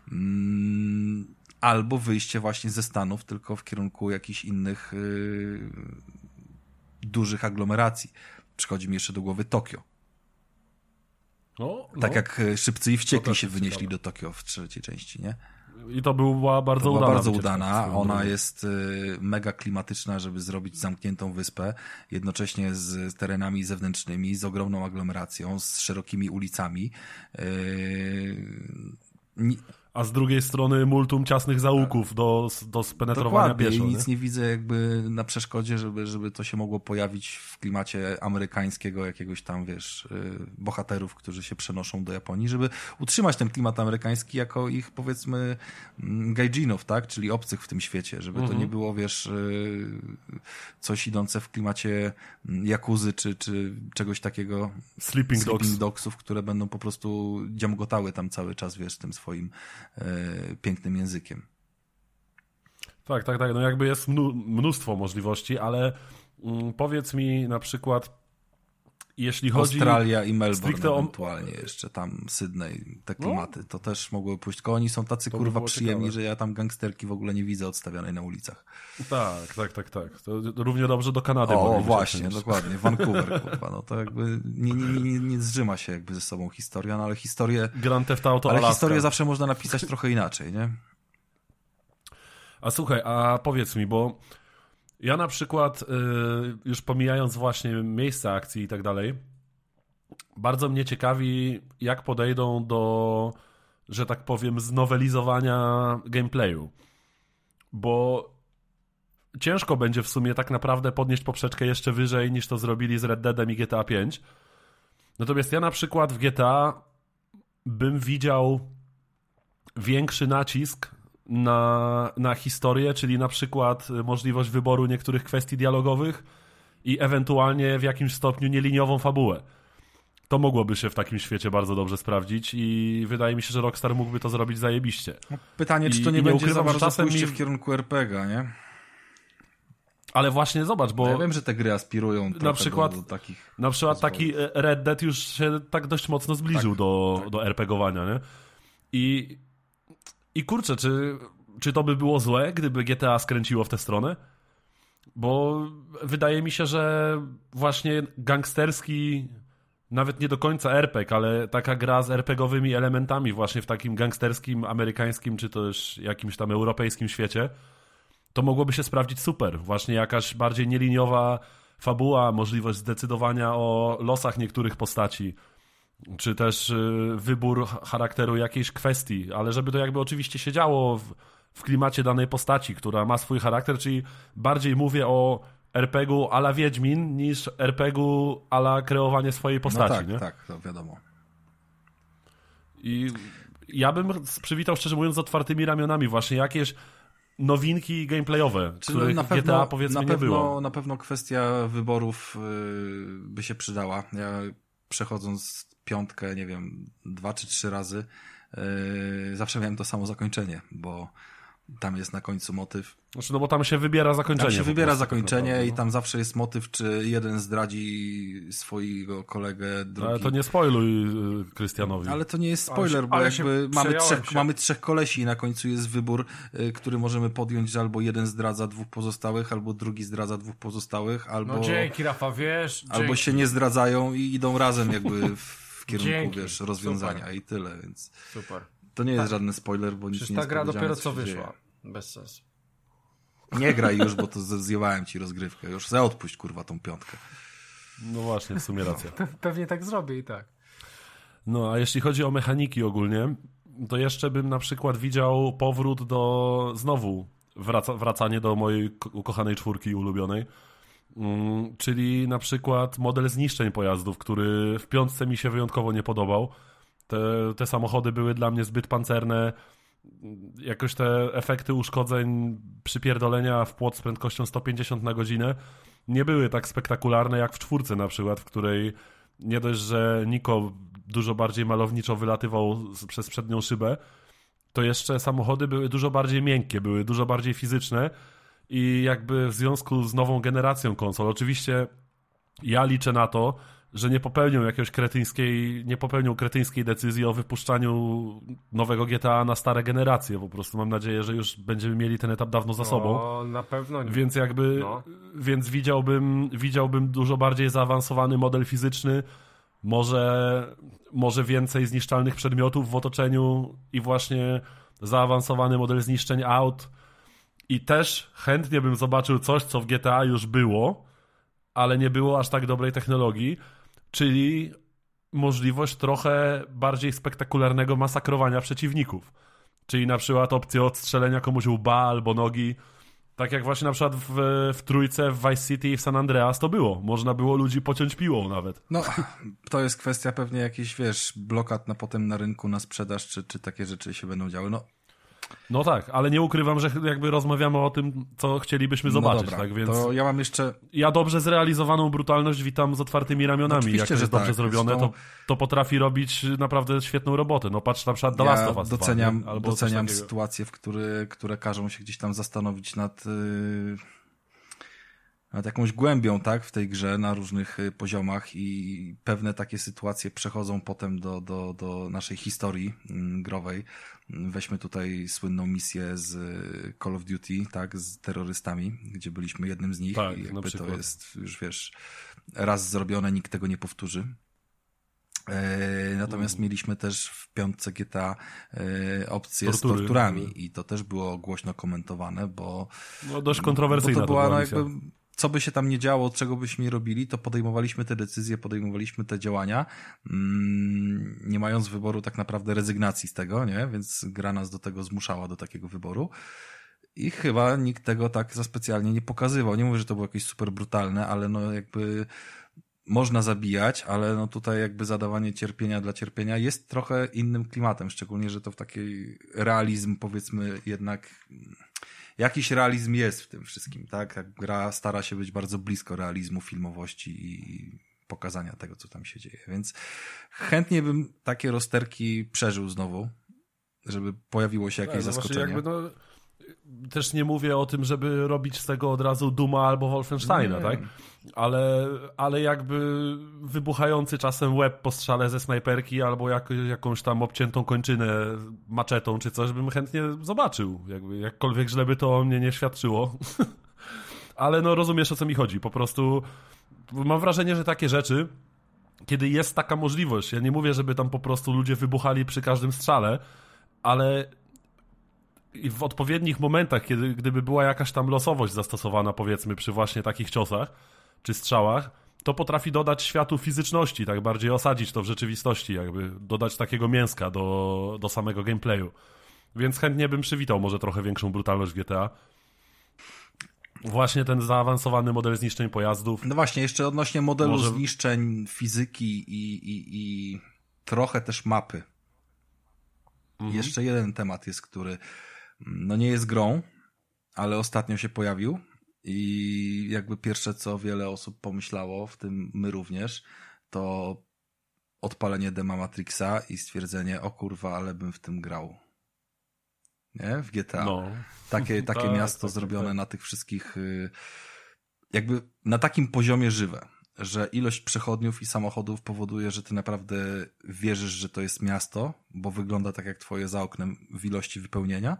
Albo wyjście właśnie ze Stanów, tylko w kierunku jakichś innych dużych aglomeracji. Przychodzi mi jeszcze do głowy Tokio. Tak jak Szybcy i Wściekli się wynieśli do Tokio w trzeciej części, nie? I to była bardzo udana. Bardzo udana. Ona jest mega klimatyczna, żeby zrobić zamkniętą wyspę, jednocześnie z terenami zewnętrznymi, z ogromną aglomeracją, z szerokimi ulicami. A z drugiej strony multum ciasnych zaułków do spenetrowania pieszo. I nic nie widzę jakby na przeszkodzie, żeby to się mogło pojawić w klimacie amerykańskiego jakiegoś tam, wiesz, bohaterów, którzy się przenoszą do Japonii, żeby utrzymać ten klimat amerykański jako ich, powiedzmy, gaijinów, tak? Czyli obcych w tym świecie, żeby to nie było, wiesz, coś idące w klimacie jakuzy, czy czegoś takiego. Sleeping Dogsów, które będą po prostu dziamgotały tam cały czas, wiesz, tym swoim pięknym językiem. Tak. No jakby jest mnóstwo możliwości, ale powiedz mi na przykład, jeśli chodzi... Australia i Melbourne ewentualnie jeszcze, tam Sydney, te klimaty, to też mogły pójść, tylko oni są tacy kurwa przyjemni, ciekawe, że ja tam gangsterki w ogóle nie widzę odstawianej na ulicach. Tak. To równie dobrze do Kanady. O, właśnie, dokładnie, Vancouver, kurwa, no to jakby nie zżyma się jakby ze sobą historia, no ale historię... Grand Theft Auto Alaska. Ale historię zawsze można napisać trochę inaczej, nie? A słuchaj, a powiedz mi, bo ja na przykład, już pomijając właśnie miejsca akcji i tak dalej, bardzo mnie ciekawi, jak podejdą do, że tak powiem, znowelizowania gameplayu. Bo ciężko będzie w sumie tak naprawdę podnieść poprzeczkę jeszcze wyżej, niż to zrobili z Red Deadem i GTA 5. Natomiast ja na przykład w GTA bym widział większy nacisk na historię, czyli na przykład możliwość wyboru niektórych kwestii dialogowych i ewentualnie w jakimś stopniu nieliniową fabułę. To mogłoby się w takim świecie bardzo dobrze sprawdzić i wydaje mi się, że Rockstar mógłby to zrobić zajebiście. Pytanie, czy to nie będzie za bardzo pójście w kierunku RPG, nie? Ale właśnie zobacz, bo... Ja wiem, że te gry aspirują na przykład, do takich... Na przykład taki Red Dead już się tak dość mocno zbliżył do RPGowania, nie? I kurczę, czy to by było złe, gdyby GTA skręciło w tę stronę? Bo wydaje mi się, że właśnie gangsterski, nawet nie do końca RPG, ale taka gra z RPGowymi elementami właśnie w takim gangsterskim, amerykańskim, czy też jakimś tam europejskim świecie, to mogłoby się sprawdzić super. Właśnie jakaś bardziej nieliniowa fabuła, możliwość zdecydowania o losach niektórych postaci, czy też wybór charakteru jakiejś kwestii, ale żeby to jakby oczywiście się działo w klimacie danej postaci, która ma swój charakter, czyli bardziej mówię o RPG-u a la Wiedźmin niż RPG-u a la kreowanie swojej postaci. No tak, nie? tak, to wiadomo. I ja bym przywitał, szczerze mówiąc, z otwartymi ramionami właśnie jakieś nowinki gameplayowe, których GTA powiedzmy nie było. Na pewno kwestia wyborów by się przydała. Ja przechodząc 5, nie wiem, 2 czy 3 razy, zawsze miałem to samo zakończenie, bo tam jest na końcu motyw. Znaczy, no bo tam się wybiera zakończenie. Tam się wybiera zakończenie naprawdę, i tam zawsze jest motyw, czy jeden zdradzi swojego kolegę, drugi... Ale to nie spoiluj Krystianowi. Ale to nie jest spoiler, bo jakby mamy 3 kolesi i na końcu jest wybór, który możemy podjąć, że albo jeden zdradza 2 pozostałych, albo drugi zdradza 2 pozostałych, albo... No dzięki, Rafa, wiesz. Albo się nie zdradzają i idą razem jakby w kierunku, wiesz, rozwiązania. Super. I tyle, więc... Super. To nie jest żadny spoiler, bo nic nie jest ta gra dopiero co wyszła. Dzieje. Bez sensu. Nie graj już, bo to zjebałem ci rozgrywkę. Już odpuść, kurwa, tą 5. No właśnie, w sumie racja. Pewnie tak zrobię i tak. No, a jeśli chodzi o mechaniki ogólnie, to jeszcze bym na przykład widział powrót do znowu wracanie do mojej ukochanej 4 ulubionej. Czyli na przykład model zniszczeń pojazdów, który w 5 mi się wyjątkowo nie podobał. Te samochody były dla mnie zbyt pancerne. Jakoś te efekty uszkodzeń, przypierdolenia w płot z prędkością 150 na godzinę nie były tak spektakularne jak w 4 na przykład, w której nie dość, że Niko dużo bardziej malowniczo wylatywał przez przednią szybę, to jeszcze samochody były dużo bardziej miękkie, były dużo bardziej fizyczne i jakby w związku z nową generacją konsol, oczywiście ja liczę na to, że nie popełnią kretyńskiej decyzji o wypuszczaniu nowego GTA na stare generacje. Po prostu mam nadzieję, że już będziemy mieli ten etap dawno za sobą. No, na pewno nie. Więc jakby, więc widziałbym dużo bardziej zaawansowany model fizyczny, może więcej zniszczalnych przedmiotów w otoczeniu i właśnie zaawansowany model zniszczeń aut. I też chętnie bym zobaczył coś, co w GTA już było, ale nie było aż tak dobrej technologii, czyli możliwość trochę bardziej spektakularnego masakrowania przeciwników. Czyli na przykład opcję odstrzelenia komuś łba albo nogi. Tak jak właśnie na przykład w 3, w Vice City i w San Andreas to było. Można było ludzi pociąć piłą nawet. No, to jest kwestia pewnie jakichś, wiesz, blokad potem na rynku, na sprzedaż, czy takie rzeczy się będą działy. No tak, ale nie ukrywam, że jakby rozmawiamy o tym, co chcielibyśmy zobaczyć. Dobra, tak? Więc to ja mam jeszcze... Ja dobrze zrealizowaną brutalność witam z otwartymi ramionami. Oczywiście, jak to jest dobrze zrobione, to potrafi robić naprawdę świetną robotę. No patrz na przykład The Last of Us. Doceniam sytuacje, które każą się gdzieś tam zastanowić nad jakąś głębią, tak, w tej grze na różnych poziomach i pewne takie sytuacje przechodzą potem do naszej historii growej. Weźmy tutaj słynną misję z Call of Duty, tak, z terrorystami, gdzie byliśmy jednym z nich tak, i jakby to jest już, wiesz, raz zrobione, nikt tego nie powtórzy. Natomiast mieliśmy też w 5 GTA opcję z torturami i to też było głośno komentowane, bo... No dość kontrowersyjna to była jakby, co by się tam nie działo, czego byśmy nie robili, to podejmowaliśmy te decyzje, podejmowaliśmy te działania, nie mając wyboru tak naprawdę rezygnacji z tego, nie? Więc gra nas do tego zmuszała, do takiego wyboru. I chyba nikt tego tak za specjalnie nie pokazywał. Nie mówię, że to było jakieś super brutalne, ale no jakby można zabijać, ale no tutaj jakby zadawanie cierpienia dla cierpienia jest trochę innym klimatem, szczególnie, że to w takiej realizm, powiedzmy, jednak jakiś realizm jest w tym wszystkim, tak? Jak gra stara się być bardzo blisko realizmu, filmowości i pokazania tego, co tam się dzieje. Więc chętnie bym takie rozterki przeżył znowu, żeby pojawiło się jakieś zaskoczenie. Jakby też nie mówię o tym, żeby robić z tego od razu Duma albo Wolfensteina, tak? Ale jakby wybuchający czasem łeb po strzale ze snajperki albo jakąś tam obciętą kończynę maczetą czy coś bym chętnie zobaczył. Jakkolwiek źle by to o mnie nie świadczyło. Ale no rozumiesz, o co mi chodzi. Po prostu mam wrażenie, że takie rzeczy, kiedy jest taka możliwość, ja nie mówię, żeby tam po prostu ludzie wybuchali przy każdym strzale, ale i w odpowiednich momentach, gdyby była jakaś tam losowość zastosowana, powiedzmy, przy właśnie takich ciosach czy strzałach, to potrafi dodać światu fizyczności, tak bardziej osadzić to w rzeczywistości, jakby dodać takiego mięska do samego gameplayu. Więc chętnie bym przywitał może trochę większą brutalność w GTA. Właśnie ten zaawansowany model zniszczeń pojazdów. No właśnie, jeszcze odnośnie modelu zniszczeń, fizyki i trochę też mapy. Jeszcze jeden temat jest, który no nie jest grą, ale ostatnio się pojawił i jakby pierwsze, co wiele osób pomyślało, w tym my również, to odpalenie dema Matrixa i stwierdzenie, o kurwa, ale bym w tym grał. Nie? W GTA. No. Takie miasto zrobione na tych wszystkich jakby na takim poziomie żywe, że ilość przechodniów i samochodów powoduje, że ty naprawdę wierzysz, że to jest miasto, bo wygląda tak jak twoje za oknem w ilości wypełnienia,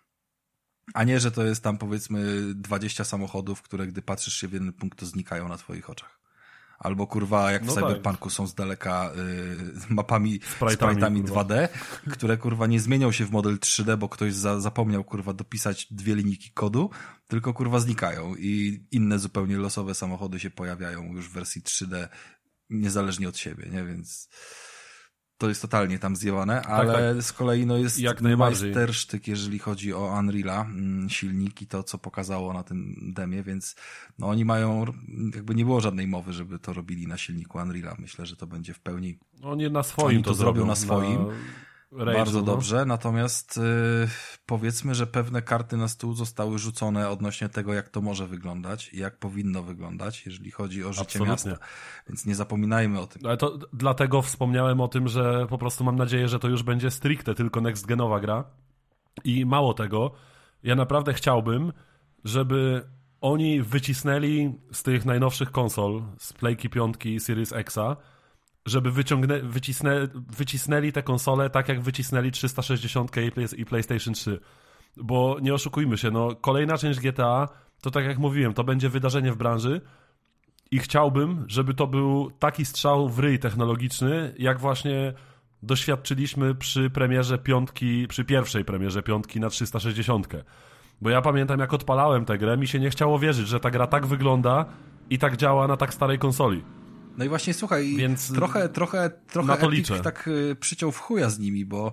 a nie, że to jest tam powiedzmy 20 samochodów, które gdy patrzysz się w jeden punkt, to znikają na twoich oczach. Albo kurwa, jak w Cyberpunku są z daleka mapami, sprite'ami 2D, które kurwa nie zmienią się w model 3D, bo ktoś zapomniał kurwa dopisać 2 linijki kodu, tylko kurwa znikają i inne zupełnie losowe samochody się pojawiają już w wersji 3D niezależnie od siebie, nie? Więc to jest totalnie tam zjebane, ale z kolei no jest majstersztyk, jeżeli chodzi o Unreal'a, silnik i to, co pokazało na tym demie, więc no oni mają, jakby nie było żadnej mowy, żeby to robili na silniku Unreal'a. Myślę, że to będzie w pełni... Oni na swoim to zrobią na swoim. Bardzo dobrze, natomiast powiedzmy, że pewne karty na stół zostały rzucone odnośnie tego, jak to może wyglądać i jak powinno wyglądać, jeżeli chodzi o życie miasta. Więc nie zapominajmy o tym. Ale to dlatego wspomniałem o tym, że po prostu mam nadzieję, że to już będzie stricte tylko next-genowa gra. I mało tego, ja naprawdę chciałbym, żeby oni wycisnęli z tych najnowszych konsol, z Playki 5 i Series X'a, żeby wycisnęli te konsole tak, jak wycisnęli 360 i PlayStation 3. Bo nie oszukujmy się, no kolejna część GTA, to tak jak mówiłem, to będzie wydarzenie w branży i chciałbym, żeby to był taki strzał w ryj technologiczny, jak właśnie doświadczyliśmy przy pierwszej premierze 5 na 360. Bo ja pamiętam, jak odpalałem tę grę, mi się nie chciało wierzyć, że ta gra tak wygląda i tak działa na tak starej konsoli. No i właśnie słuchaj, więc trochę na to Epic liczę. Tak przyciął w chuja z nimi, bo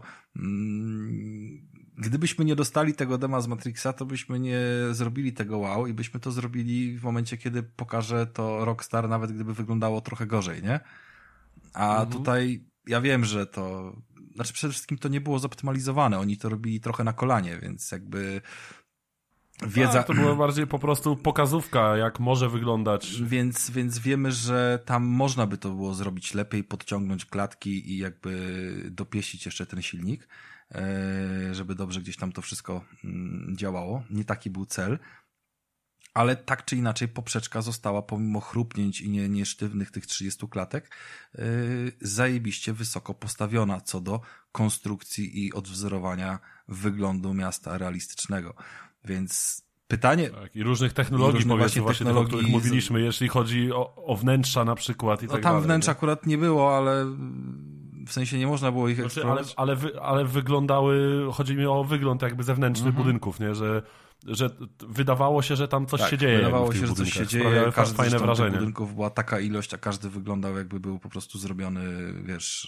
gdybyśmy nie dostali tego dema z Matrixa, to byśmy nie zrobili tego wow i byśmy to zrobili w momencie, kiedy pokaże to Rockstar, nawet gdyby wyglądało trochę gorzej, nie? A tutaj ja wiem, że to... Znaczy przede wszystkim to nie było zoptymalizowane, oni to robili trochę na kolanie, więc jakby... Wiedza... to była bardziej po prostu pokazówka, jak może wyglądać. Więc wiemy, że tam można by to było zrobić lepiej, podciągnąć klatki i jakby dopieścić jeszcze ten silnik, żeby dobrze gdzieś tam to wszystko działało. Nie taki był cel. Ale tak czy inaczej poprzeczka została, pomimo chrupnięć i niesztywnych tych 30 klatek, zajebiście wysoko postawiona co do konstrukcji i odwzorowania wyglądu miasta realistycznego. Więc pytanie... Tak, i różnych technologii, powiedzmy właśnie tych, o których mówiliśmy, jeśli chodzi o wnętrza na przykład i tak dalej. Tam wnętrza akurat nie było, ale w sensie nie można było ich eksplorować. Ale wyglądały, chodzi mi o wygląd jakby zewnętrzny budynków, nie? Że wydawało się, że tam coś się dzieje. Wydawało się, że coś się dzieje. Fajne wrażenie. Tych budynków była taka ilość, a każdy wyglądał jakby był po prostu zrobiony, wiesz,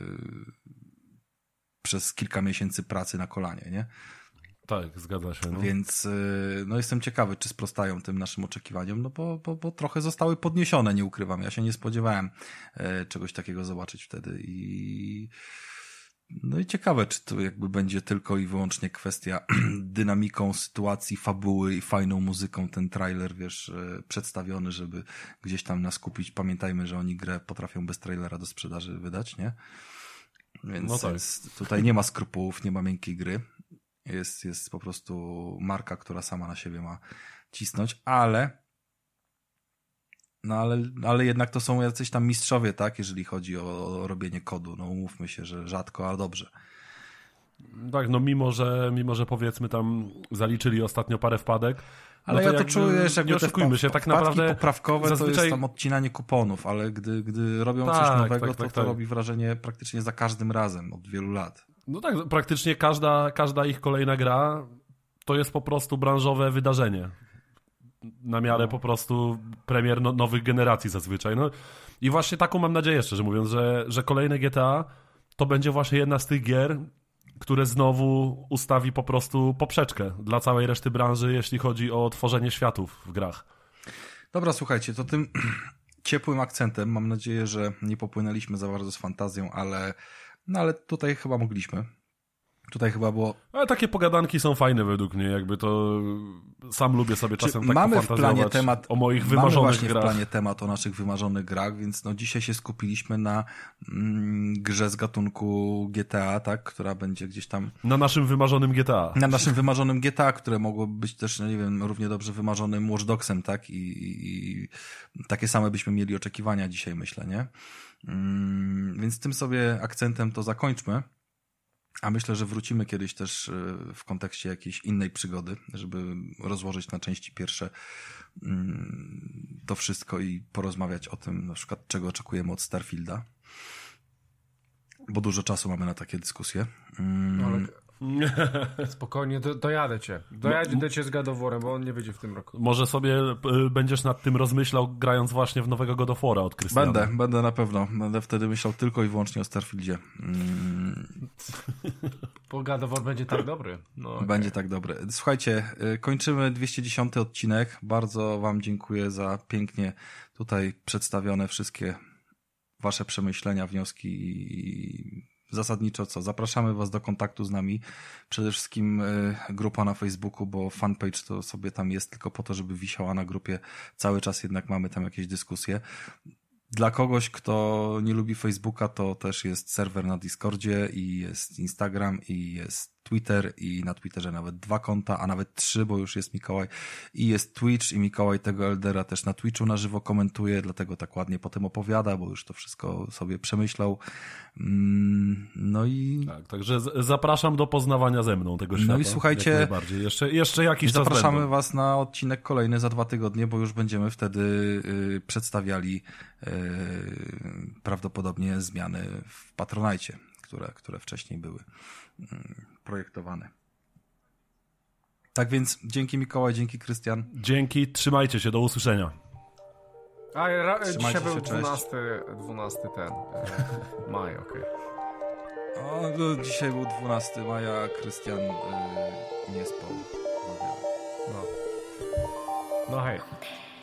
przez kilka miesięcy pracy na kolanie, nie? Tak, zgadza się. No. Więc no jestem ciekawy, czy sprostają tym naszym oczekiwaniom, no bo trochę zostały podniesione, nie ukrywam. Ja się nie spodziewałem czegoś takiego zobaczyć wtedy no i ciekawe, czy to jakby będzie tylko i wyłącznie kwestia dynamiką sytuacji, fabuły i fajną muzyką ten trailer, wiesz, przedstawiony, żeby gdzieś tam nas kupić. Pamiętajmy, że oni grę potrafią bez trailera do sprzedaży wydać, nie? Więc no tak. Tutaj nie ma skrupułów, nie ma miękkiej gry. Jest po prostu marka, która sama na siebie ma cisnąć, ale jednak to są jacyś tam mistrzowie, tak, jeżeli chodzi o robienie kodu. No umówmy się, że rzadko, ale dobrze. Tak, no mimo że powiedzmy tam zaliczyli ostatnio parę wpadek, ale no ja to czuję, że nie oszukujmy się, tak naprawdę poprawkowe zazwyczaj... to jest tam odcinanie kuponów, ale gdy robią coś nowego, to robi wrażenie praktycznie za każdym razem od wielu lat. No tak, praktycznie każda ich kolejna gra to jest po prostu branżowe wydarzenie. Na miarę po prostu premier nowych generacji zazwyczaj. No i właśnie taką mam nadzieję, szczerze mówiąc, że kolejne GTA to będzie właśnie jedna z tych gier, które znowu ustawi po prostu poprzeczkę dla całej reszty branży, jeśli chodzi o tworzenie światów w grach. Dobra, słuchajcie, to tym ciepłym akcentem mam nadzieję, że nie popłynęliśmy za bardzo z fantazją, ale tutaj chyba mogliśmy. Tutaj chyba było... Ale takie pogadanki są fajne według mnie, jakby to... Sam lubię sobie czasem tak mamy w planie temat o moich wymarzonych grach. Mamy w planie temat o naszych wymarzonych grach, więc no dzisiaj się skupiliśmy na grze z gatunku GTA, tak, która będzie gdzieś tam... Na naszym wymarzonym GTA. Na naszym wymarzonym GTA, które mogłoby być też, nie wiem, równie dobrze wymarzonym Watch Dogsem, tak, i takie same byśmy mieli oczekiwania dzisiaj, myślę, nie? Więc tym sobie akcentem to zakończmy. A myślę, że wrócimy kiedyś też w kontekście jakiejś innej przygody, żeby rozłożyć na części pierwsze to wszystko i porozmawiać o tym, na przykład czego oczekujemy od Starfielda. Bo dużo czasu mamy na takie dyskusje. Spokojnie, dojadę cię. Dojadę cię z God of War'em, bo on nie wyjdzie w tym roku. Może sobie będziesz nad tym rozmyślał, grając właśnie w nowego God of War'a od Krystiana. Będę na pewno. Będę wtedy myślał tylko i wyłącznie o Starfieldzie. Bo God of War będzie tak dobry. No, okay. Będzie tak dobry. Słuchajcie, kończymy 210 odcinek. Bardzo wam dziękuję za pięknie tutaj przedstawione wszystkie wasze przemyślenia, wnioski i zasadniczo co? Zapraszamy was do kontaktu z nami. Przede wszystkim grupa na Facebooku, bo fanpage to sobie tam jest tylko po to, żeby wisiała na grupie. Cały czas jednak mamy tam jakieś dyskusje. Dla kogoś, kto nie lubi Facebooka, to też jest serwer na Discordzie i jest Instagram i jest Twitter i na Twitterze nawet 2 konta, a nawet 3, bo już jest Mikołaj i jest Twitch i Mikołaj tego Eldera też na Twitchu na żywo komentuje, dlatego tak ładnie potem opowiada, bo już to wszystko sobie przemyślał. No i... Tak, także zapraszam do poznawania ze mną tego świata. No i słuchajcie, jeszcze jakiś czas zapraszamy was na odcinek kolejny za 2 tygodnie, bo już będziemy wtedy przedstawiali prawdopodobnie zmiany w Patronite, które wcześniej były projektowane. Tak więc dzięki Mikołaj, dzięki Krystian. Dzięki, trzymajcie się, do usłyszenia. Dzisiaj był 12 maj, okej. Dzisiaj był 12 maja, Krystian nie spał. No hej.